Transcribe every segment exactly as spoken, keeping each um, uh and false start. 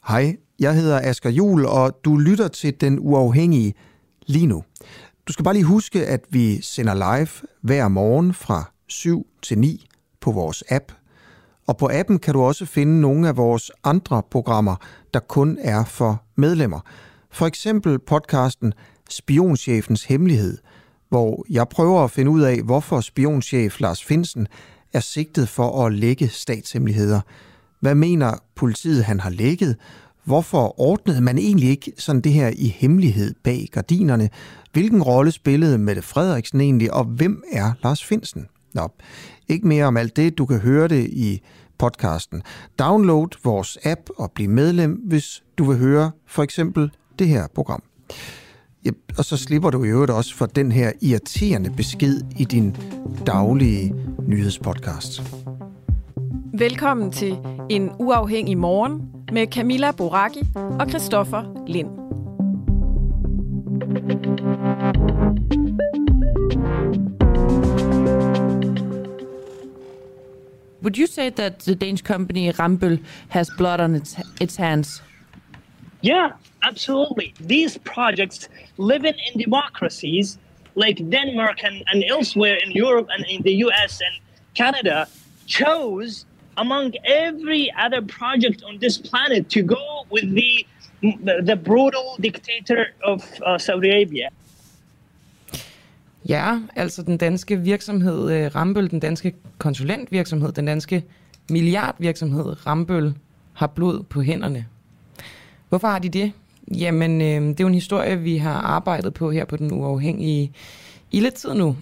Hej, jeg hedder Asger Juhl, og du lytter til Den Uafhængige lige nu. Du skal bare lige huske, at vi sender live hver morgen fra syv til ni på vores app. Og på appen kan du også finde nogle af vores andre programmer, der kun er for medlemmer. For eksempel podcasten Spionchefens Hemmelighed, hvor jeg prøver at finde ud af, hvorfor spionchef Lars Findsen er sigtet for at lække statshemmeligheder. Hvad mener politiet, han har lækket? Hvorfor ordnede man egentlig ikke sådan det her i hemmelighed bag gardinerne? Hvilken rolle spillede Mette Frederiksen egentlig, og hvem er Lars Findsen? Nå, ikke mere om alt det. Du kan høre det i podcasten. Download vores app og bliv medlem, hvis du vil høre for eksempel det her program. Ja, og så slipper du i øvrigt også for den her irriterende besked i din daglige nyhedspodcast. Velkommen til En Uafhængig Morgen med Camilla Boracchi og Christoffer Lind. Would you say that the Danish company Rambøll has blood on its, its hands? Yeah, absolutely. These projects living in democracies like Denmark and, and elsewhere in Europe and in the U S and Canada chose among every other project on this planet to go with the the brutal dictator of uh, Saudi Arabia. Ja, altså den danske virksomhed Rambøll, den danske konsulentvirksomhed, den danske milliardvirksomhed Rambøll har blod på hænderne. Hvorfor har de det? Jamen, øh, det er jo en historie, vi har arbejdet på her på Den Uafhængige i lidt tid nu.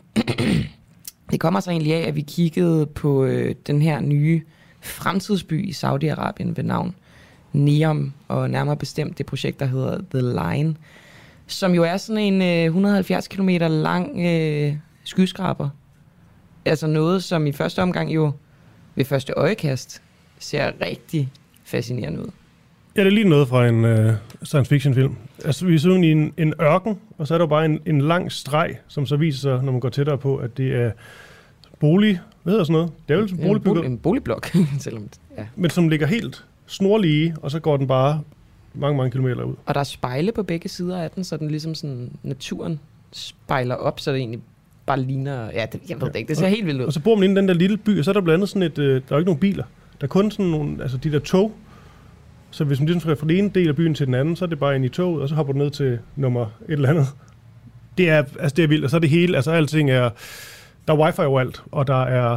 Det kommer så egentlig af, at vi kiggede på øh, den her nye fremtidsby i Saudi-Arabien ved navn Neom, og nærmere bestemt det projekt, der hedder The Line, som jo er sådan en øh, et hundrede og halvfjerds kilometer lang øh, skyskraber. Altså noget, som i første omgang jo ved første øjekast ser rigtig fascinerende ud. Ja, det er lige noget fra en uh, science fiction film. Altså, vi er sådan i en, en ørken, og så er der bare en, en lang streg, som så viser sig, når man går tættere på, at det er bolig, hvad hedder sådan noget? Det er vel en, bolig, en boligblok, selvom ja. Men som ligger helt snorlige, og så går den bare mange, mange kilometer ud. Og der er spejle på begge sider af den, så den ligesom sådan naturen spejler op, så det egentlig bare ligner, ja, det, jeg ved det ikke, det ser og, helt vildt ud. Og så bor man inde i den der lille by, og så er der blandt andet sådan et, øh, der er ikke nogen biler. Der er kun sådan nogle, altså de der tog. Så hvis man ligesom skal fra den ene del af byen til den anden, så er det bare ind i toget, og så hopper du ned til nummer et eller andet. Det er, altså det er vildt, og så er det hele, altså alting er, der er wifi overalt, og der er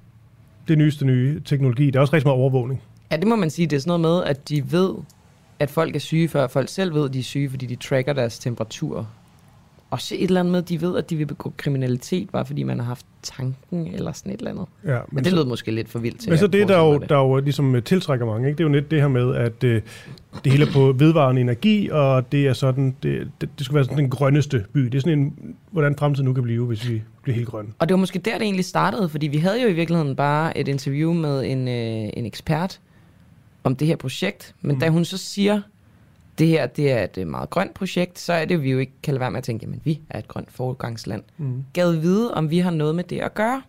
det nyeste nye teknologi. Der er også rigtig meget overvågning. Ja, det må man sige. Det er sådan noget med, at de ved, at folk er syge, før folk selv ved, at de er syge, fordi de tracker deres temperatur. Og så et eller andet med, at de ved, at de vil begå kriminalitet, bare fordi man har haft tanken eller sådan et eller andet. Ja, men, men det lød måske lidt for vildt til. Men så det, der jo, der jo ligesom tiltrækker mange, ikke? Det er jo net det her med, at øh, det hele er på vedvarende energi, og det er sådan, det, det, det skulle være sådan den grønneste by. Det er sådan en, hvordan fremtiden nu kan blive, hvis vi bliver helt grønne. Og det var måske der, det egentlig startede, fordi vi havde jo i virkeligheden bare et interview med en, øh, en ekspert om det her projekt, men mm. da hun så siger, det her det er et meget grønt projekt, så er det vi jo ikke kan lade være med at tænke, jamen vi er et grønt foregangsland. Mm. Gad vide, om vi har noget med det at gøre.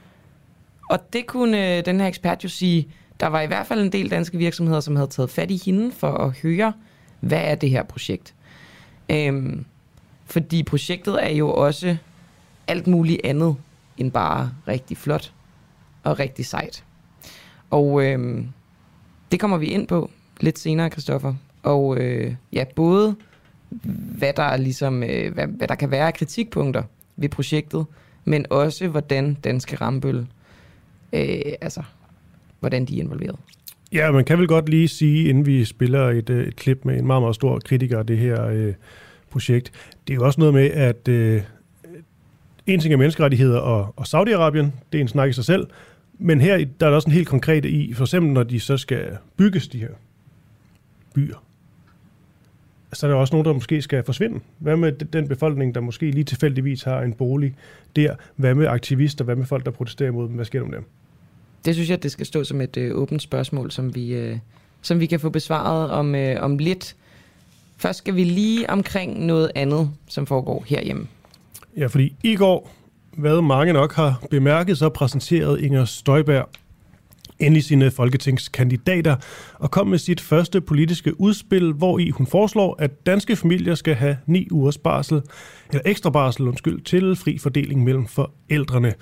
Og det kunne øh, den her ekspert jo sige, der var i hvert fald en del danske virksomheder, som havde taget fat i hende for at høre, hvad er det her projekt? Øhm, fordi projektet er jo også alt muligt andet end bare rigtig flot og rigtig sejt. Og øhm, det kommer vi ind på lidt senere, Christoffer. Og øh, ja, både hvad der, ligesom, øh, hvad, hvad der kan være af kritikpunkter ved projektet, men også hvordan danske Rambøll, øh, altså hvordan de er involveret. Ja, man kan vel godt lige sige, inden vi spiller et, et klip med en meget, meget stor kritiker af det her øh, projekt, det er jo også noget med, at øh, en ting er menneskerettigheder og, og Saudi-Arabien, det er en snak i sig selv, men her der er der også en helt konkret i, for eksempel når de så skal bygges, de her byer. Så er der også nogen, der måske skal forsvinde. Hvad med den befolkning, der måske lige tilfældigvis har en bolig der? Hvad med aktivister? Hvad med folk, der protesterer imod dem? Hvad sker der med dem? Det synes jeg, at det skal stå som et øh, åbent spørgsmål, som vi, øh, som vi kan få besvaret om, øh, om lidt. Først skal vi lige omkring noget andet, som foregår herhjemme. Ja, fordi i går, hvad mange nok har bemærket, så præsenterede Inger Støjberg endelig sine folketingskandidater og kom med sit første politiske udspil, hvor i hun foreslår, at danske familier skal have ni ugers barsel, eller ekstra barsel, undskyld, til fri fordeling mellem forældrene.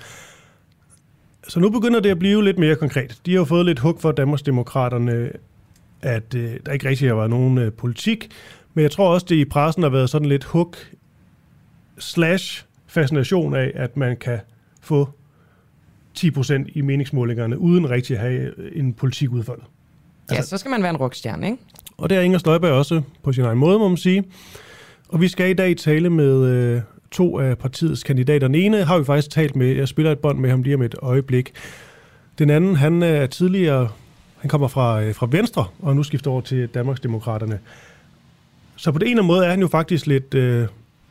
Så nu begynder det at blive lidt mere konkret. De har jo fået lidt hug for Danmarksdemokraterne, at øh, der ikke rigtig har været nogen øh, politik, men jeg tror også, det i pressen har været sådan lidt hug slash fascination af, at man kan få ti procent i meningsmålingerne, uden rigtig at have en politik udfoldet. Ja, altså, så skal man være en rockstjerne, ikke? Og det er Inger Støjberg også på sin egen måde, må man sige. Og vi skal i dag tale med øh, to af partiets kandidater. Den ene har vi faktisk talt med. Jeg spiller et bånd med ham lige om et øjeblik. Den anden, han er tidligere, han kommer fra, øh, fra Venstre, og nu skifter over til Danmarksdemokraterne. Så på den ene måde er han jo faktisk lidt, øh,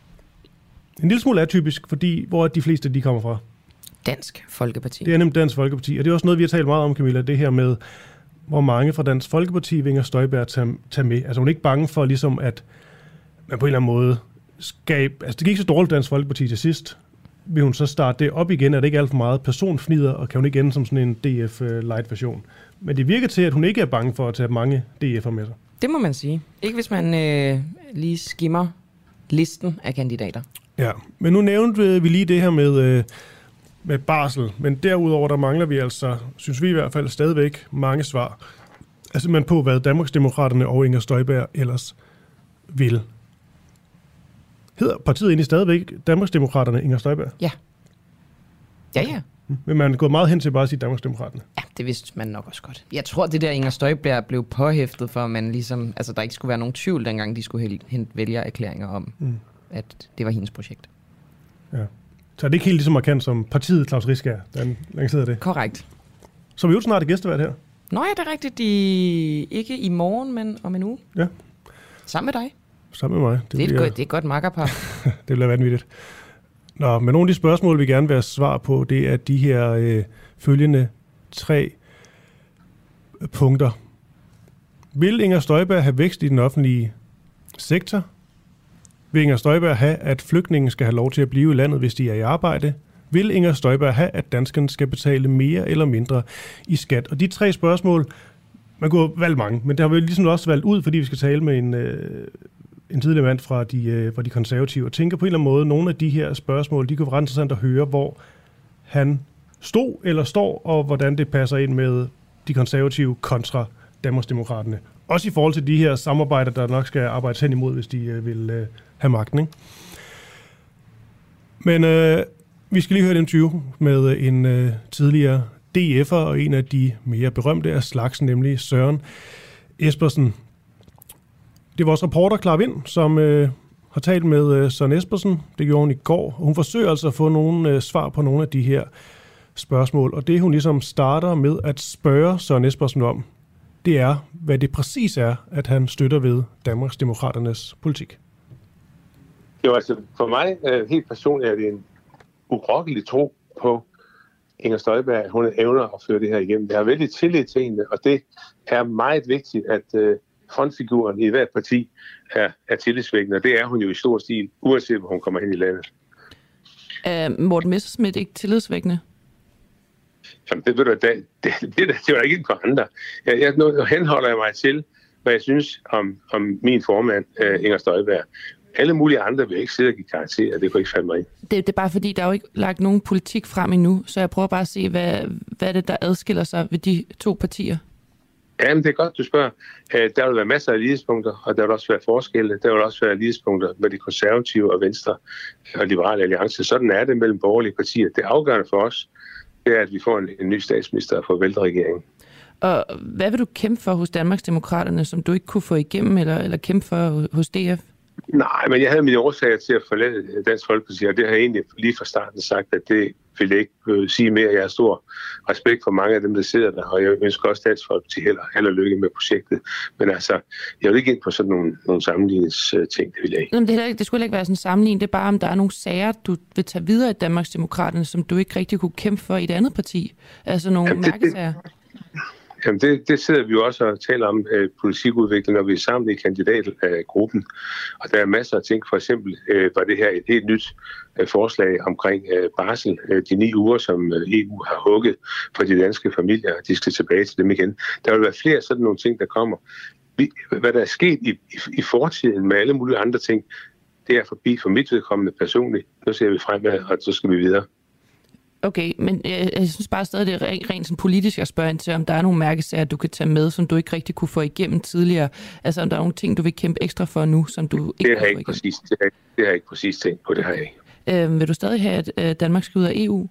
en lille smule atypisk, fordi hvor er de fleste, de kommer fra? Dansk Folkeparti. Det er nemlig Dansk Folkeparti, og det er også noget, vi har talt meget om, Camilla, det her med, hvor mange fra Dansk Folkeparti vil Inger Støjberg tage, tage med. Altså hun er ikke bange for ligesom, at man på en eller anden måde skabe, altså det gik så dårligt Dansk Folkeparti til sidst, vil hun så starte det op igen, er det ikke alt for meget personfnider, og kan hun ikke ende som sådan en D F-light-version. Men det virker til, at hun ikke er bange for at tage mange D F'er med sig. Det må man sige. Ikke hvis man øh, lige skimmer listen af kandidater. Ja, men nu nævnte vi lige det her med, øh, med barsel, men derudover der mangler vi altså, synes vi i hvert fald stadigvæk, mange svar. Altså man på, hvad Danmarksdemokraterne og Inger Støjberg ellers vil. Hedder partiet egentlig stadigvæk Danmarksdemokraterne Inger Støjberg? Ja. Ja, ja. Men man er gået meget hen til bare at sige Danmarksdemokraterne. Ja, det vidste man nok også godt. Jeg tror, det der Inger Støjberg blev påhæftet for, at man ligesom, altså der ikke skulle være nogen tvivl, dengang de skulle hente vælgererklæringer om, mm. at det var hendes projekt. Ja. Så er det ikke helt lige så markant som partiet Klaus Riskær, der lancerede det? Korrekt. Så vi jo snart er gæstevært her. Nå ja, det er rigtigt. De... Ikke i morgen, men om en uge. Ja. Sammen med dig. Sammen med mig. Det, det, er, bliver... godt, det er et godt makkerpar. Det bliver vanvittigt. Nå, men nogle af de spørgsmål, vi gerne vil have svar på, det er de her øh, følgende tre punkter. Vil Inger Støjberg have vækst i den offentlige sektor? Vil Inger Støjberg have, at flygtninge skal have lov til at blive i landet, hvis de er i arbejde? Vil Inger Støjberg have, at danskerne skal betale mere eller mindre i skat? Og de tre spørgsmål, man kunne valgt mange, men det har vi ligesom også valgt ud, fordi vi skal tale med en... Øh, en tidligere mand fra de, fra de konservative, og tænker på en eller anden måde, nogle af de her spørgsmål, de kunne være ret interessant at høre, hvor han stod eller står, og hvordan det passer ind med de konservative kontra Danmarksdemokraterne. Også i forhold til de her samarbejder, der nok skal arbejdes hen imod, hvis de øh, vil øh, have magten. Ikke? Men øh, vi skal lige høre et interview med en øh, tidligere D F'er, og en af de mere berømte af slagsen, nemlig Søren Espersen. Det er vores reporter, Clara Vind, som øh, har talt med øh, Søren Espersen. Det gjorde hun i går. Hun forsøger altså at få nogle øh, svar på nogle af de her spørgsmål. Og det, hun ligesom starter med at spørge Søren Espersen om, det er, hvad det præcis er, at han støtter ved Danmarksdemokraternes politik. Jo, altså for mig øh, helt personligt er det en urokkelig tro på Inger Støjberg, at hun evner at føre det her igennem. Jeg har vældig tillid til hende, og det er meget vigtigt, at øh, frontfiguren i hvert parti er, er tillidsvækkende, og det er hun jo i stor stil, uanset hvor hun kommer hen i landet. Er Morten Messerschmidt ikke tillidsvækkende? Jamen, det, ved du, det, det, det, det var der ikke på andre. Jeg, jeg, nu henholder jeg mig til, hvad jeg synes om, om min formand, uh, Inger Støjberg. Alle mulige andre vil ikke sidde og give karakter, det kunne ikke falde mig ind. Det, det er bare fordi, der er jo ikke lagt nogen politik frem endnu, så jeg prøver bare at se, hvad, hvad det der adskiller sig ved de to partier. Jamen, det er godt, du spørger. Der vil være masser af lighedspunkter, og der vil også være forskelle. Der vil også være lighedspunkter med de konservative og Venstre og Liberale Alliance. Sådan er det mellem borgerlige partier. Det afgørende for os, det er, at vi får en, en ny statsminister og får væltet regeringen. Og hvad vil du kæmpe for hos Danmarksdemokraterne, som du ikke kunne få igennem, eller, eller kæmpe for hos D F? Nej, men jeg havde mine årsager til at forlade Dansk Folkeparti, og det har jeg egentlig lige fra starten sagt, at det vil jeg ikke sige mere. Jeg har stor respekt for mange af dem, der sidder der, og jeg ønsker også Dansk Folkeparti heller, heller lykke med projektet. Men altså, jeg vil ikke ind på sådan nogle, nogle sammenligningsting, det vil jeg ikke. Jamen, det, heller ikke, det skulle ikke være sådan en sammenligning, det er bare, om der er nogle sager, du vil tage videre i Danmarksdemokraterne, som du ikke rigtig kunne kæmpe for i et andet parti. Altså nogle Jamen, det, mærkesager. Jamen det, det sidder vi jo også og taler om øh, politikudvikling, når vi er sammen i kandidatgruppen. Og der er masser af ting. For eksempel øh, var det her et helt nyt øh, forslag omkring øh, barsel. Øh, de ni uger, som øh, E U har hugget for de danske familier, de skal tilbage til dem igen. Der vil være flere sådan nogle ting, der kommer. Vi, hvad der er sket i, i, i fortiden med alle mulige andre ting, det er forbi for mit vedkommende personligt. Nu ser vi fremad, og så skal vi videre. Okay, men jeg, jeg synes bare stadig, det er rent, rent sådan politisk at spørge ind til, om der er nogle mærkesager, du kan tage med, som du ikke rigtig kunne få igennem tidligere. Altså om der er nogle ting, du vil kæmpe ekstra for nu, som du ikke det har kan jeg få ikke igennem. præcis, det, har, det har jeg ikke præcis tænkt på, det har jeg ikke. Øh, vil du stadig have, at øh, Danmark skal ud af E U?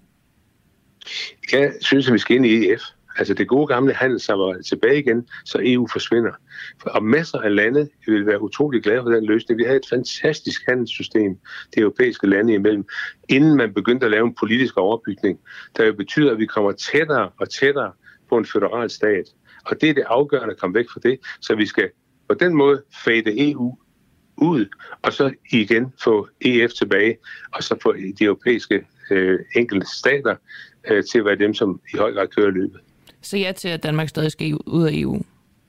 Jeg synes, at vi skal ind i E F. Altså det gode gamle handelssamarbejde tilbage igen, så E U forsvinder. Og masser af lande vil være utrolig glade for den løsning. Vi havde et fantastisk handelssystem, det europæiske lande imellem, inden man begyndte at lave en politisk overbygning, der jo betyder, at vi kommer tættere og tættere på en føderal stat. Og det er det afgørende at komme væk fra det, så vi skal på den måde fade E U ud, og så igen få E F tilbage, og så få de europæiske øh, enkelte stater øh, til at være dem, som i høj grad kører løbet. Så ja til, at Danmark stadig skal ud af E U?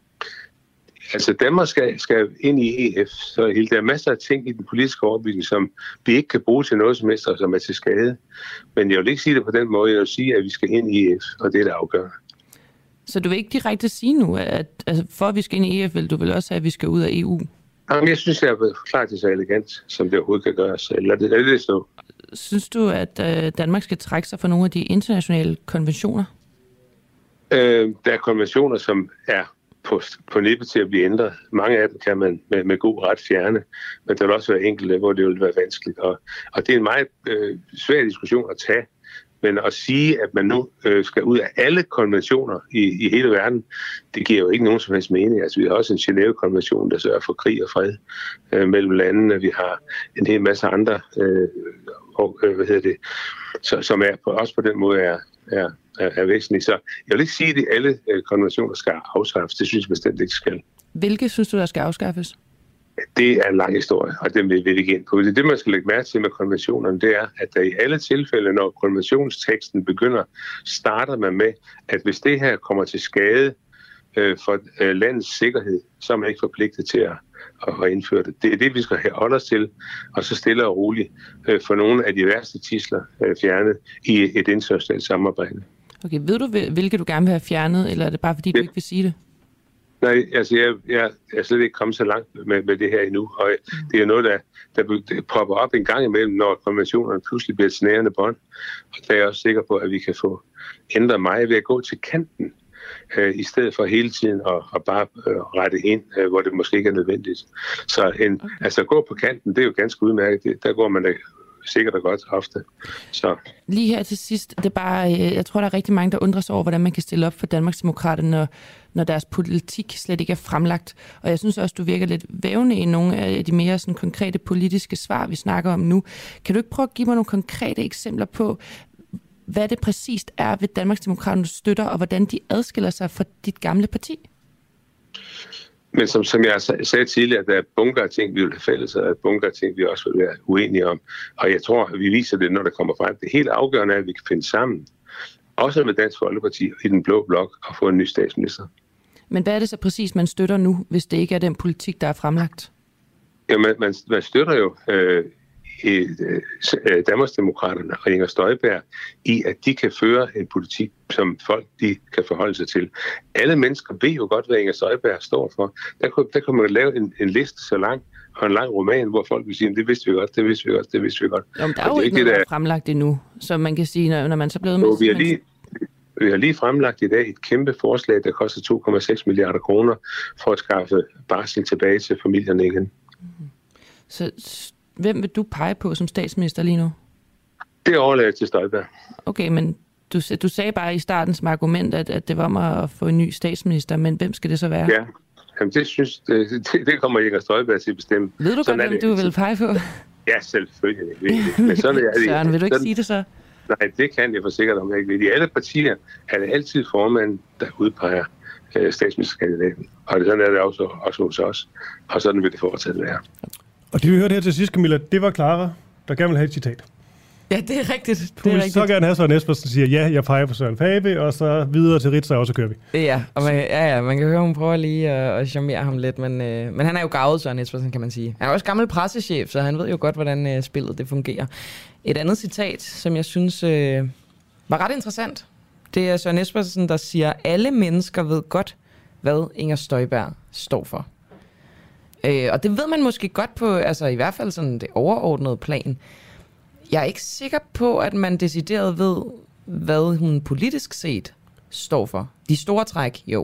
Altså Danmark skal, skal ind i E F, så hele, der er masser af ting i den politiske overbygning, som vi ikke kan bruge til noget som helst, og som er til skade. Men jeg vil ikke sige det på den måde, jeg vil sige, at vi skal ind i E F, og det er det afgørende. Så du vil ikke direkte sige nu, at altså, for at vi skal ind i E F, vil du vel også have, at vi skal ud af E U? Jamen, jeg synes, jeg har forklaret det så elegant, som det overhovedet kan gøres. Lad det, lad det stå. Synes du, at øh, Danmark skal trække sig fra nogle af de internationale konventioner? Øh, der er konventioner, som er på, på nippet til at blive ændret. Mange af dem kan man med, med god ret fjerne, men der vil også være enkelte, hvor det vil være vanskeligt. Og, og det er en meget øh, svær diskussion at tage. Men at sige, at man nu øh, skal ud af alle konventioner i, i hele verden, det giver jo ikke nogen som helst mening. Altså, vi har også en Genève-konvention, der sørger for krig og fred øh, mellem landene. Vi har en hel masse andre, øh, og, øh, hvad hedder det, så, som er på, også på den måde er, er, er, er væsentlige. Så jeg vil ikke sige, at alle øh, konventioner skal afskaffes. Det synes jeg bestemt ikke skal. Hvilke synes du, der skal afskaffes? Det er en lang historie, og den vil vi ikke ind på. Det, det, man skal lægge mærke til med konventionerne, det er, at der i alle tilfælde, når konventionsteksten begynder, starter man med, at hvis det her kommer til skade øh, for øh, landets sikkerhed, så er man ikke forpligtet til at, at indføre det. Det er det, vi skal have holde os til, og så stille og roligt øh, for nogle af de værste tidsler øh, fjernet i et internationalt samarbejde. Okay, ved du, hvilke du gerne vil have fjernet, eller er det bare fordi, du ja. ikke vil sige det? Nej, altså jeg, jeg, jeg er slet ikke kommet så langt med, med det her endnu, og det er noget, der, der popper op en gang imellem, når konventionerne pludselig bliver et snærende bånd. Og der er jeg også sikker på, at vi kan få ændret mig ved at gå til kanten, øh, i stedet for hele tiden at, at bare øh, rette ind, øh, hvor det måske ikke er nødvendigt. Så en, okay. altså at gå på kanten, det er jo ganske udmærket. Det, der går man da sikkert og godt ofte. Så. Lige her til sidst, det er bare, jeg tror, der er rigtig mange, der undrer sig over, hvordan man kan stille op for Danmarksdemokraterne, når, når deres politik slet ikke er fremlagt. Og jeg synes også, du virker lidt vævende i nogle af de mere sådan, konkrete politiske svar, vi snakker om nu. Kan du ikke prøve at give mig nogle konkrete eksempler på, hvad det præcist er ved Danmarksdemokraterne støtter, og hvordan de adskiller sig fra dit gamle parti? Men som, som jeg sagde tidligere, der er bunker af ting, vi vil have fælles, og der er bunker af ting, vi også vil være uenige om. Og jeg tror, at vi viser det, når der kommer frem. Det helt afgørende er, at vi kan finde sammen, også med Dansk Folkeparti i den blå blok, og få en ny statsminister. Men hvad er det så præcis, man støtter nu, hvis det ikke er den politik, der er fremlagt? Ja, man, man, man støtter jo øh, i, øh, Danmarksdemokraterne og Inger Støjberg i, at de kan føre en politik, som folk de kan forholde sig til. Alle mennesker ved jo godt, hvad Inger Støjberg står for. Der kunne, der kunne man lave en, en liste så lang, og en lang roman, hvor folk vil sige, det vidste vi godt, det vidste vi godt, det vidste vi godt. Jo, der er jo ikke noget, der er fremlagt endnu, så man kan sige, når, når man så er blevet med... Jo, vi, har lige, vi har lige fremlagt i dag et kæmpe forslag, der koster to komma seks milliarder kroner for at skaffe barsel tilbage til familierne igen. Mm-hmm. Så hvem vil du pege på som statsminister lige nu? Det overlader jeg til Støjberg. Okay, men du, du sagde bare i starten som argument, at, at det var om at få en ny statsminister, men hvem skal det så være? Ja, jamen det synes det, det, det kommer Inger Støjberg til at bestemme. Ved du sådan godt, hvem du vil pege på? Ja, selvfølgelig. Men sådan er det. Søren, vil du ikke sådan, sige det så? Nej, det kan jeg for sikkert om jeg ikke ved. I alle partier er det altid formanden, der udpeger øh, statsministerkandidaten. Og sådan er det også, også hos os. Og sådan vil det fortsat være. Og det vi hørte her til sidst, Camilla, det var Clara, der gerne vil have et citat. Ja, det er rigtigt. Det Du er vil rigtigt. så gerne have Søren Espersen, der siger, ja, jeg peger på Søren Pape, og så videre til Ritzau, og så kører vi. Ja, og man, ja, ja, man kan høre, hun prøver lige at, at charmere ham lidt, men, øh, men han er jo gavet, Søren Espersen, kan man sige. Han er også gammel pressechef, så han ved jo godt, hvordan øh, spillet det fungerer. Et andet citat, som jeg synes øh, var ret interessant, det er Søren Espersen, der siger, alle mennesker ved godt, hvad Inger Støjberg står for. Øh, og det ved man måske godt på, altså i hvert fald sådan det overordnede plan. Jeg er ikke sikker på, at man decideret ved, hvad hun politisk set står for. De store træk, jo.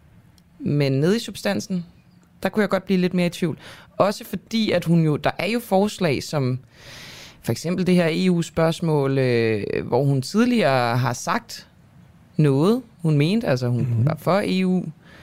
Men nede i substansen, der kunne jeg godt blive lidt mere i tvivl. Også fordi, at hun jo, der er jo forslag, som for eksempel det her E U-spørgsmål, øh, hvor hun tidligere har sagt noget, hun mente, altså hun mm-hmm. var for E U,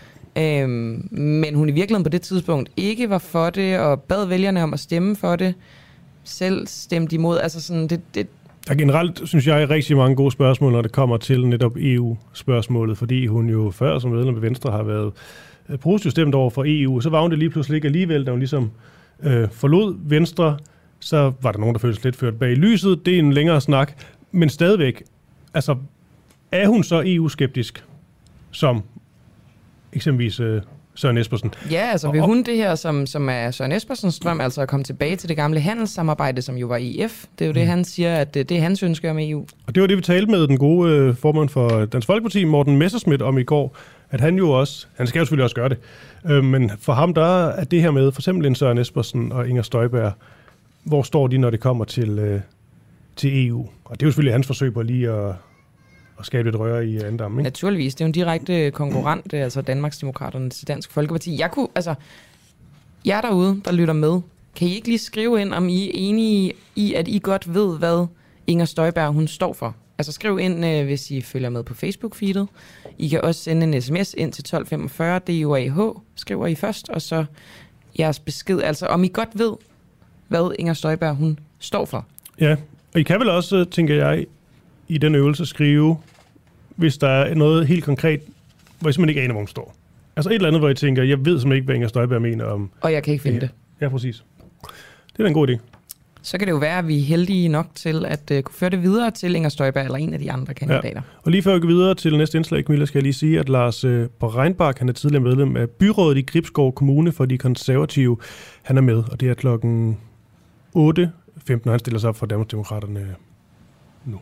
øhm, men hun i virkeligheden på det tidspunkt ikke var for det, og bad vælgerne om at stemme for det, selv stemte imod, altså sådan, det... det Der er generelt, synes jeg, rigtig mange gode spørgsmål, når det kommer til netop E U-spørgsmålet, fordi hun jo før som medlem af Venstre har været positivt stemt over for E U, så var hun det lige pludselig ikke alligevel, da hun ligesom øh, forlod Venstre, så var der nogen, der følte sig lidt ført bag lyset. Det er en længere snak, men stadigvæk, altså, er hun så E U-skeptisk, som eksempelvis øh, Søren Espersen? Ja, altså vil hun det her, som, som er Søren Espersens drøm, altså at komme tilbage til det gamle handelssamarbejde, som jo var E F. Det er jo det, mm. han siger, at det, det er hans ønske om E U. Og det var det, vi talte med den gode øh, formand for Dansk Folkeparti, Morten Messerschmidt, om i går, at han jo også, han skal jo selvfølgelig også gøre det, øh, men for ham der er det her med, for eksempel en Søren Espersen og Inger Støjberg, hvor står de, når det kommer til, øh, til E U? Og det er jo selvfølgelig hans forsøg på lige at, at skabe lidt røre i andammen, ikke? Naturligvis. Det er jo en direkte konkurrent, altså Danmarksdemokraterne til Dansk Folkeparti. Jeg kunne, altså, jer derude, der lytter med, kan I ikke lige skrive ind, om I er enige i, at I godt ved, hvad Inger Støjberg, hun står for? Altså skriv ind, øh, hvis I følger med på Facebook-feedet. I kan også sende en sms ind til tolv femogfyrre, D U A H, skriver I først, og så jeres besked. Altså om I godt ved, hvad Inger Støjberg, hun står for. Ja, og I kan vel også, tænker jeg, i den øvelse skrive, hvis der er noget helt konkret, hvor I simpelthen ikke aner, hvor hun står. Altså et eller andet, hvor I tænker, jeg ved simpelthen ikke, hvad Inger Støjberg mener om... Og jeg kan ikke finde ja. det. Ja, præcis. Det er da en god idé. Så kan det jo være, at vi er heldige nok til at uh, kunne føre det videre til Inger Støjberg eller en af de andre kandidater. Ja. Og lige før vi går videre til næste indslag, Camilla, skal jeg lige sige, at Lars uh, Breinbach, han er tidligere medlem af byrådet i Gribskov Kommune for de konservative. Han er med, og det er klokken otte femten, og han stiller sig op for Danmarksdemokraterne nu.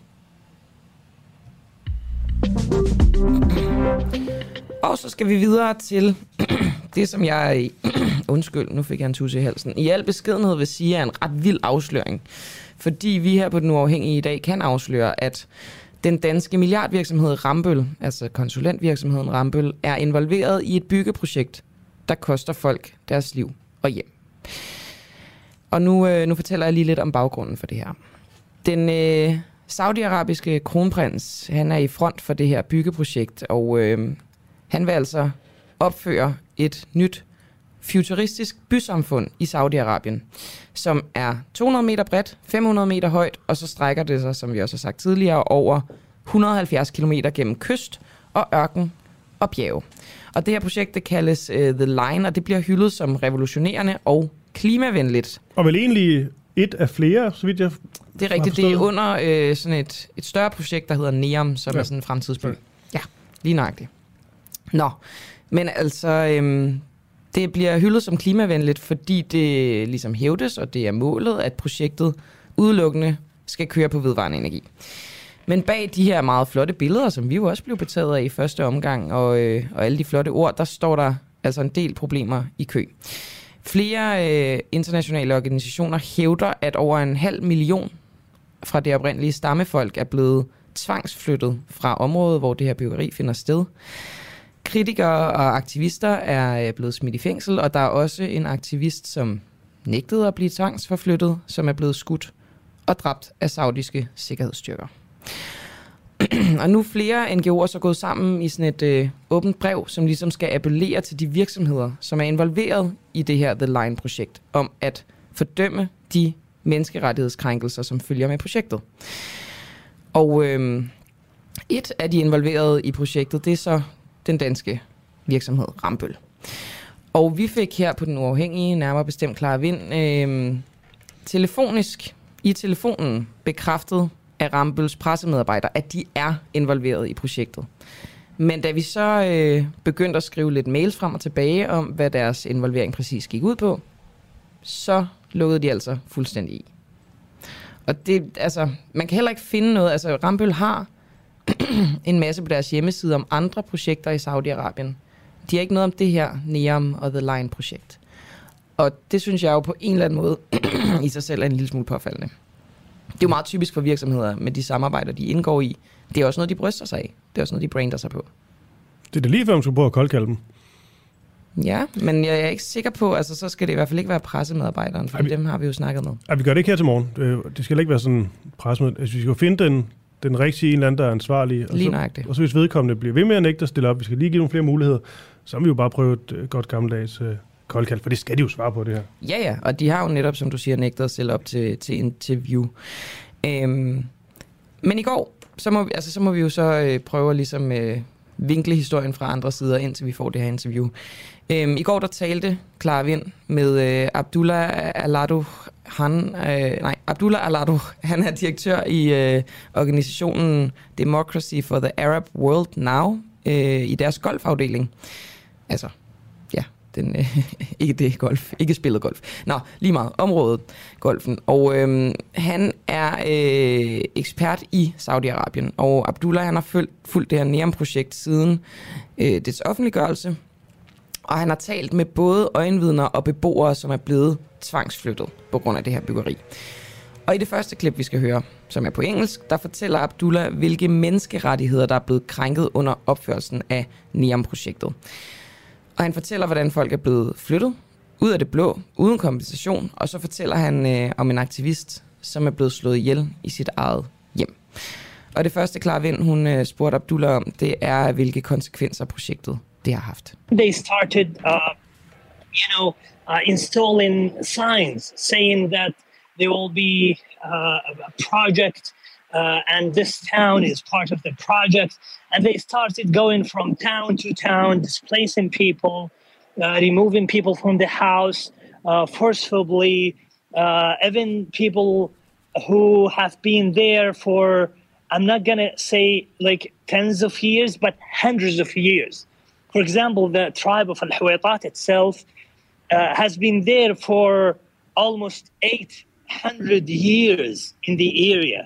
Og så skal vi videre til det, som jeg... Undskyld, nu fik jeg en tusse i halsen. I al beskedenhed vil sige, er en ret vild afsløring. Fordi vi her på Den Uafhængige i dag kan afsløre, at den danske milliardvirksomhed Rambøll, altså konsulentvirksomheden Rambøll, er involveret i et byggeprojekt, der koster folk deres liv og hjem. Og nu, øh, nu fortæller jeg lige lidt om baggrunden for det her. Den øh, saudiarabiske kronprins, han er i front for det her byggeprojekt, og øh, han vil altså opføre et nyt futuristisk bysamfund i Saudi-Arabien, som er to hundrede meter bredt, fem hundrede meter højt, og så strækker det sig, som vi også har sagt tidligere, over et hundrede og halvfjerds kilometer gennem kyst og ørken og bjerge. Og det her projekt, det kaldes uh, The Line, og det bliver hyldet som revolutionerende og klimavenligt. Og vel egentlig et af flere, så vidt jeg Det er rigtigt, det er under øh, sådan et, et større projekt, der hedder NEOM, som ja. er sådan en fremtidsby. Ja, ja lige nøjagtigt. Nå, men altså... Øhm, Det bliver hyldet som klimavenligt, fordi det ligesom hævdes, og det er målet, at projektet udelukkende skal køre på vedvarende energi. Men bag de her meget flotte billeder, som vi jo også blev betaget af i første omgang, og, øh, og alle de flotte ord, der står der altså en del problemer i kø. Flere øh, internationale organisationer hævder, at over en halv million fra det oprindelige stammefolk er blevet tvangsflyttet fra området, hvor det her byggeri finder sted. Kritikere og aktivister er blevet smidt i fængsel, og der er også en aktivist, som nægtede at blive tvangsforflyttet, som er blevet skudt og dræbt af saudiske sikkerhedsstyrker. Og nu er flere N G O'er så gået sammen i sådan et øh, åbent brev, som ligesom skal appellere til de virksomheder, som er involveret i det her The Line-projekt, om at fordømme de menneskerettighedskrænkelser, som følger med projektet. Og øh, et af de involverede i projektet, det er så den danske virksomhed Rambøll. Og vi fik her på Den Uafhængige, nærmere bestemt Clara Vind, øh, telefonisk i telefonen bekræftet af Rambølls pressemedarbejdere, at de er involveret i projektet. Men da vi så øh, begyndte at skrive lidt mails frem og tilbage om, hvad deres involvering præcis gik ud på, så lukkede de altså fuldstændig i. Og det, altså, man kan heller ikke finde noget. Altså, Rambøll har en masse på deres hjemmeside om andre projekter i Saudi-Arabien. De har ikke noget om det her Neom og The Line-projekt. Og det synes jeg jo på en eller anden måde i sig selv er en lille smule påfaldende. Det er jo meget typisk for virksomheder med de samarbejder, de indgår i. Det er også noget, de bryster sig af. Det er også noget, de brander sig på. Det er det lige før, man skulle prøve at koldkalde dem. Ja, men jeg er ikke sikker på, altså så skal det i hvert fald ikke være pressemedarbejderen, for dem har vi jo snakket med. Ja, vi gør det ikke her til morgen. Det skal ikke være sådan pressemøde. Altså, vi skal finde den, den rigtige en eller anden, der er ansvarlig. Og lige så, nøjagtigt. Og så hvis vedkommende bliver ved med at nægte at stille op, vi skal lige give nogle flere muligheder, så må vi jo bare prøve et uh, godt gammeldags uh, koldkald, for det skal de jo svare på, det her. Ja, ja, og de har jo netop, som du siger, nægtet at stille op til, til interview. Øhm, men i går, så må, vi, altså, så må vi jo så øh, prøve at ligesom, øh, vinkle historien fra andre sider, indtil vi får det her interview. Øhm, I går der talte Clara Vind med øh, Abdullah Alado. Han, øh, nej, Abdullah Alado, han er direktør i øh, organisationen Democracy for the Arab World Now, øh, i deres golfafdeling. Altså, ja, den, øh, ikke det golf, ikke spillet golf. Nå, lige meget, området golfen. Og øh, han er øh, ekspert i Saudi-Arabien, og Abdullah, han har fulgt, fulgt det her Neom-projekt siden øh, dets offentliggørelse. Og han har talt med både øjenvidner og beboere, som er blevet tvangsflyttet på grund af det her byggeri. Og i det første klip, vi skal høre, som er på engelsk, der fortæller Abdullah, hvilke menneskerettigheder, der er blevet krænket under opførelsen af Neom-projektet. Og han fortæller, hvordan folk er blevet flyttet ud af det blå, uden kompensation. Og så fortæller han øh, om en aktivist, som er blevet slået ihjel i sit eget hjem. Og det første, Clara Vind, hun øh, spurgte Abdullah om, det er, hvilke konsekvenser projektet det har haft. They started, uh, you know, uh, installing signs saying that there will be uh, a project uh, and this town is part of the project. And they started going from town to town, displacing people, uh, removing people from the house, uh, forcefully, uh, even people who have been there for, I'm not going to say like tens of years, but hundreds of years. For example, the tribe of Al-Huwaitat itself uh, has been there for almost eight hundred years in the area.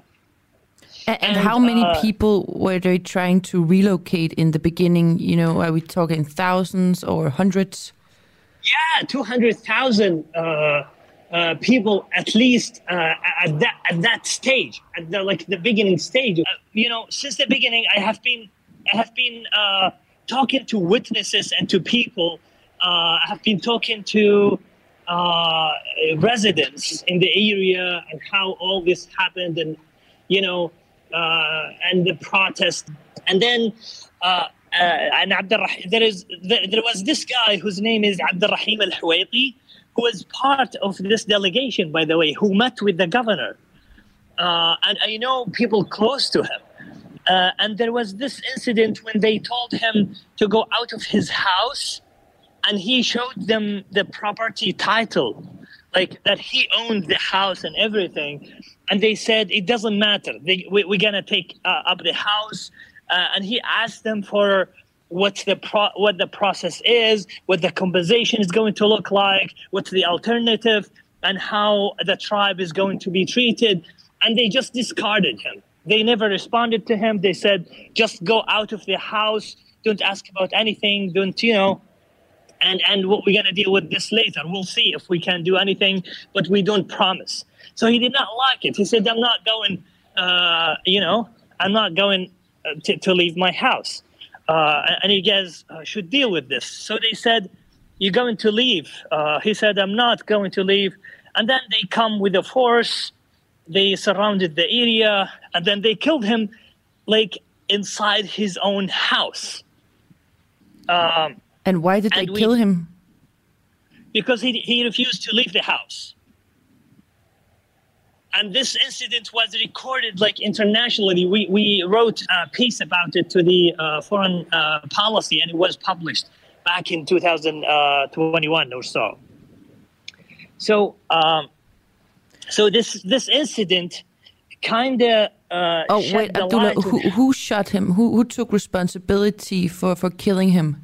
And, and, and how many uh, people were they trying to relocate in the beginning? You know, are we talking thousands or hundreds? Yeah, two hundred thousand uh, uh, people at least uh, at that at that stage, at the, like the beginning stage. Uh, you know, since the beginning, I have been I have been uh, talking to witnesses and to people. Uh, I have been talking to uh, residents in the area and how all this happened, and you know. Uh, and the protest, and then uh, uh, and Abdurrahim, there is there, there was this guy whose name is Abdurrahim Al-Huwaiti, who was part of this delegation, by the way, who met with the governor, uh, and I know people close to him. Uh, and there was this incident when they told him to go out of his house, and he showed them the property title, like that he owned the house and everything. And they said, it doesn't matter. They, we, we're going to take uh, up the house. Uh, and he asked them for what's the pro- what the process is, what the compensation is going to look like, what's the alternative, and how the tribe is going to be treated. And they just discarded him. They never responded to him. They said, just go out of the house. Don't ask about anything. Don't, you know, and, and what we're going to deal with this later. We'll see if we can do anything, but we don't promise. So he did not like it. He said, I'm not going, uh, you know, I'm not going uh, to, to leave my house. Uh, and you guys uh, should deal with this. So they said, you're going to leave. Uh, he said, I'm not going to leave. And then they come with a force. They surrounded the area. And then they killed him, like, inside his own house. Um, and why did they we, kill him? Because he, he refused to leave the house. And this incident was recorded like internationally. We we wrote a piece about it to the uh, foreign uh, policy, and it was published back in two thousand twenty-one or so. So, um, so this this incident kind of uh, Oh, shed wait, the Abdullah, light who, who shot him? Who, who took responsibility for, for killing him?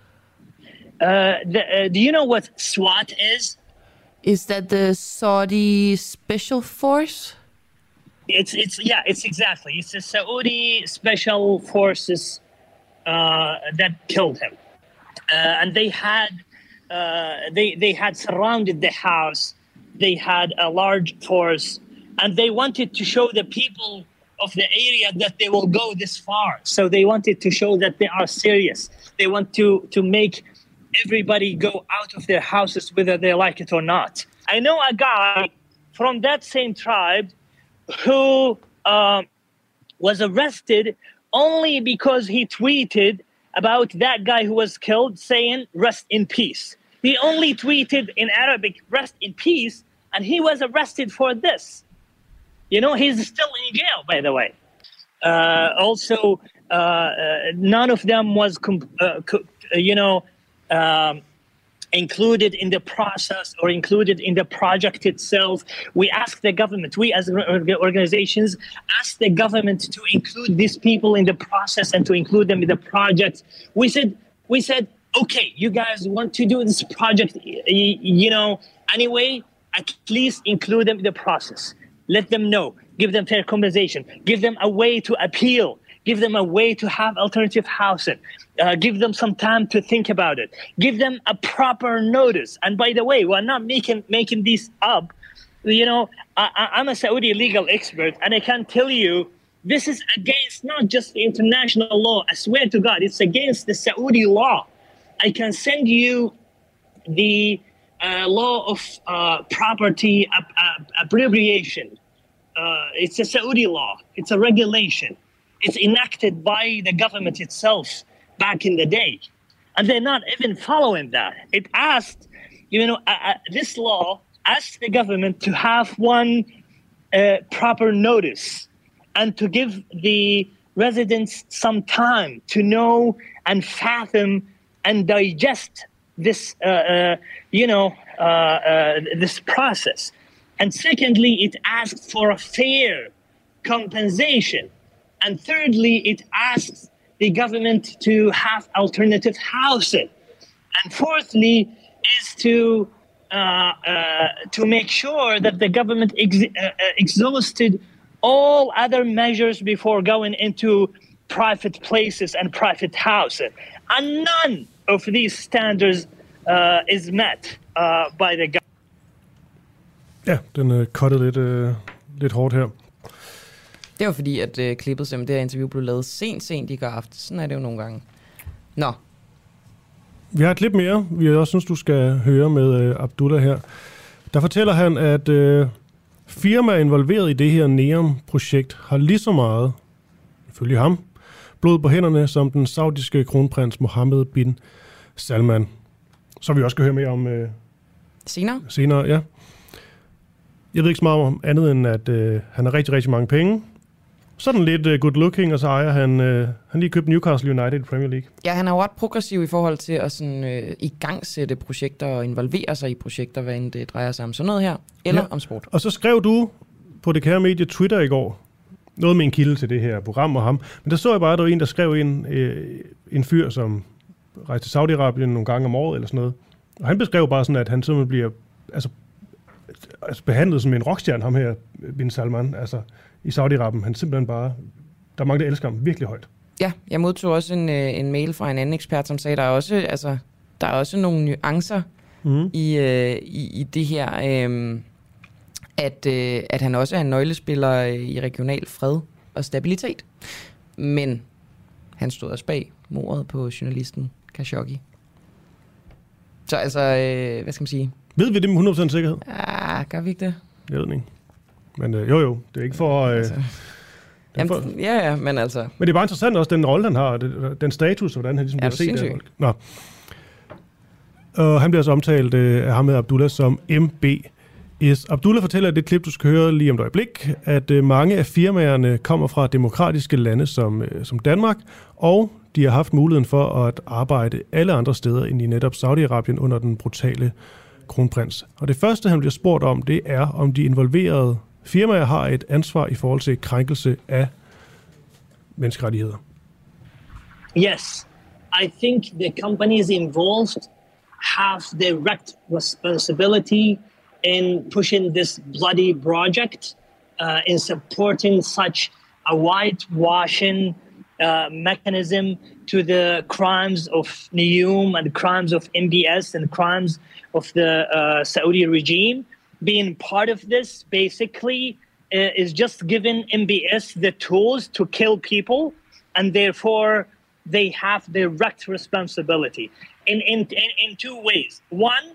Uh, the, uh, do you know what SWAT is? Is that the Saudi special force? It's it's yeah, it's exactly. It's the Saudi special forces uh, that killed him, uh, and they had uh, they they had surrounded the house. They had a large force, and they wanted to show the people of the area that they will go this far. So they wanted to show that they are serious. They want to to make everybody go out of their houses whether they like it or not. I know a guy from that same tribe who um, was arrested only because he tweeted about that guy who was killed saying, "Rest in peace." He only tweeted in Arabic, "Rest in peace," and he was arrested for this. You know, he's still in jail, by the way. Uh, also, uh, uh, none of them was, comp- uh, co- you know, um, included in the process or included in the project itself. We ask the government, we as organizations ask the government to include these people in the process and to include them in the project. We said, we said, okay, you guys want to do this project, you know, anyway, at least include them in the process. Let them know, give them fair compensation, give them a way to appeal, give them a way to have alternative housing, uh, give them some time to think about it, give them a proper notice. And by the way, we're not making making this up. You know, I, I'm a Saudi legal expert, and I can tell you this is against not just the international law. I swear to God, it's against the Saudi law. I can send you the uh, law of uh, property ap- ap- appropriation. Uh, it's a Saudi law. It's a regulation. It's enacted by the government itself back in the day. And they're not even following that. It asked, you know, uh, uh, this law asked the government to have one uh, proper notice and to give the residents some time to know and fathom and digest this, uh, uh, you know, uh, uh, this process. And secondly, it asked for a fair compensation. And thirdly, it asks the government to have alternative housing. And fourthly, is to uh, uh, to make sure that the government ex- uh, exhausted all other measures before going into private places and private housing. And none of these standards uh, is met uh, by the government. Ja, den er uh, cuttet lidt, uh, lidt hårdt her. Det var fordi, at uh, klippet som det her interview blev lavet sent, sent i går aften. Sådan er det jo nogle gange. Nå. Vi har et klip mere, vi også synes, du skal høre med uh, Abdullah her. Der fortæller han, at uh, firmaer involveret i det her NEOM-projekt har lige så meget, ifølge ham, blod på hænderne som den saudiske kronprins Mohammed bin Salman. Så vi også skal høre mere om uh, senere. Senere, ja. Jeg ved ikke så meget om andet end, at uh, han har rigtig, rigtig mange penge. Sådan lidt uh, good looking, og så ejer han, uh, han lige købt Newcastle United i Premier League. Ja, han er jo ret progressiv i forhold til at sådan, øh, igangsætte projekter og involvere sig i projekter, hvad end det drejer sig om sådan noget her, eller ja. om sport. Og så skrev du på det kære medie Twitter i går, noget med en kilde til det her program og ham, men der så jeg bare, at der var en, der skrev en, øh, en fyr, som rejste til Saudi-Arabien nogle gange om året eller sådan noget, og han beskrev bare sådan, at han simpelthen bliver altså, altså behandlet som en rockstjerne, ham her, bin Salman, altså i Saudi-Arabien. Han simpelthen bare, der er mange, der elsker ham virkelig højt. Ja, jeg modtog også en, en mail fra en anden ekspert, som sagde, at der er også, altså, der er også nogle nuancer mm. i, øh, i, i det her, øh, at, øh, at han også er en nøglespiller i regional fred og stabilitet. Men han stod også bag mordet på journalisten Khashoggi. Så altså, øh, hvad skal man sige? Ved vi det med hundrede procent sikkerhed? Ja, gør vi ikke det? Jeg ved ikke. Men øh, jo jo, det er ikke for... Øh, altså. Jamen, for ja, ja, men altså... Men det er bare interessant også, den rolle, han har, den status, hvordan han ligesom ja, bliver set. Nå. Og han bliver så omtalt øh, af Ahmed Abdullah som M B S. Abdullah fortæller i det klip, du skal høre lige om et øjeblik, at øh, mange af firmaerne kommer fra demokratiske lande som, øh, som Danmark, og de har haft muligheden for at arbejde alle andre steder end i netop Saudi-Arabien under den brutale kronprins. Og det første, han bliver spurgt om, det er, om de involverede firmaer har et ansvar i forhold til krænkelse af menneskerettigheder. Yes, I think the companies involved have direct responsibility in pushing this bloody project, uh, in supporting such a whitewashing uh, mechanism to the crimes of Neom and crimes of M B S and crimes of the uh, Saudi regime. Being part of this basically uh, is just giving M B S the tools to kill people, and therefore they have direct responsibility in, in, in, in two ways. One,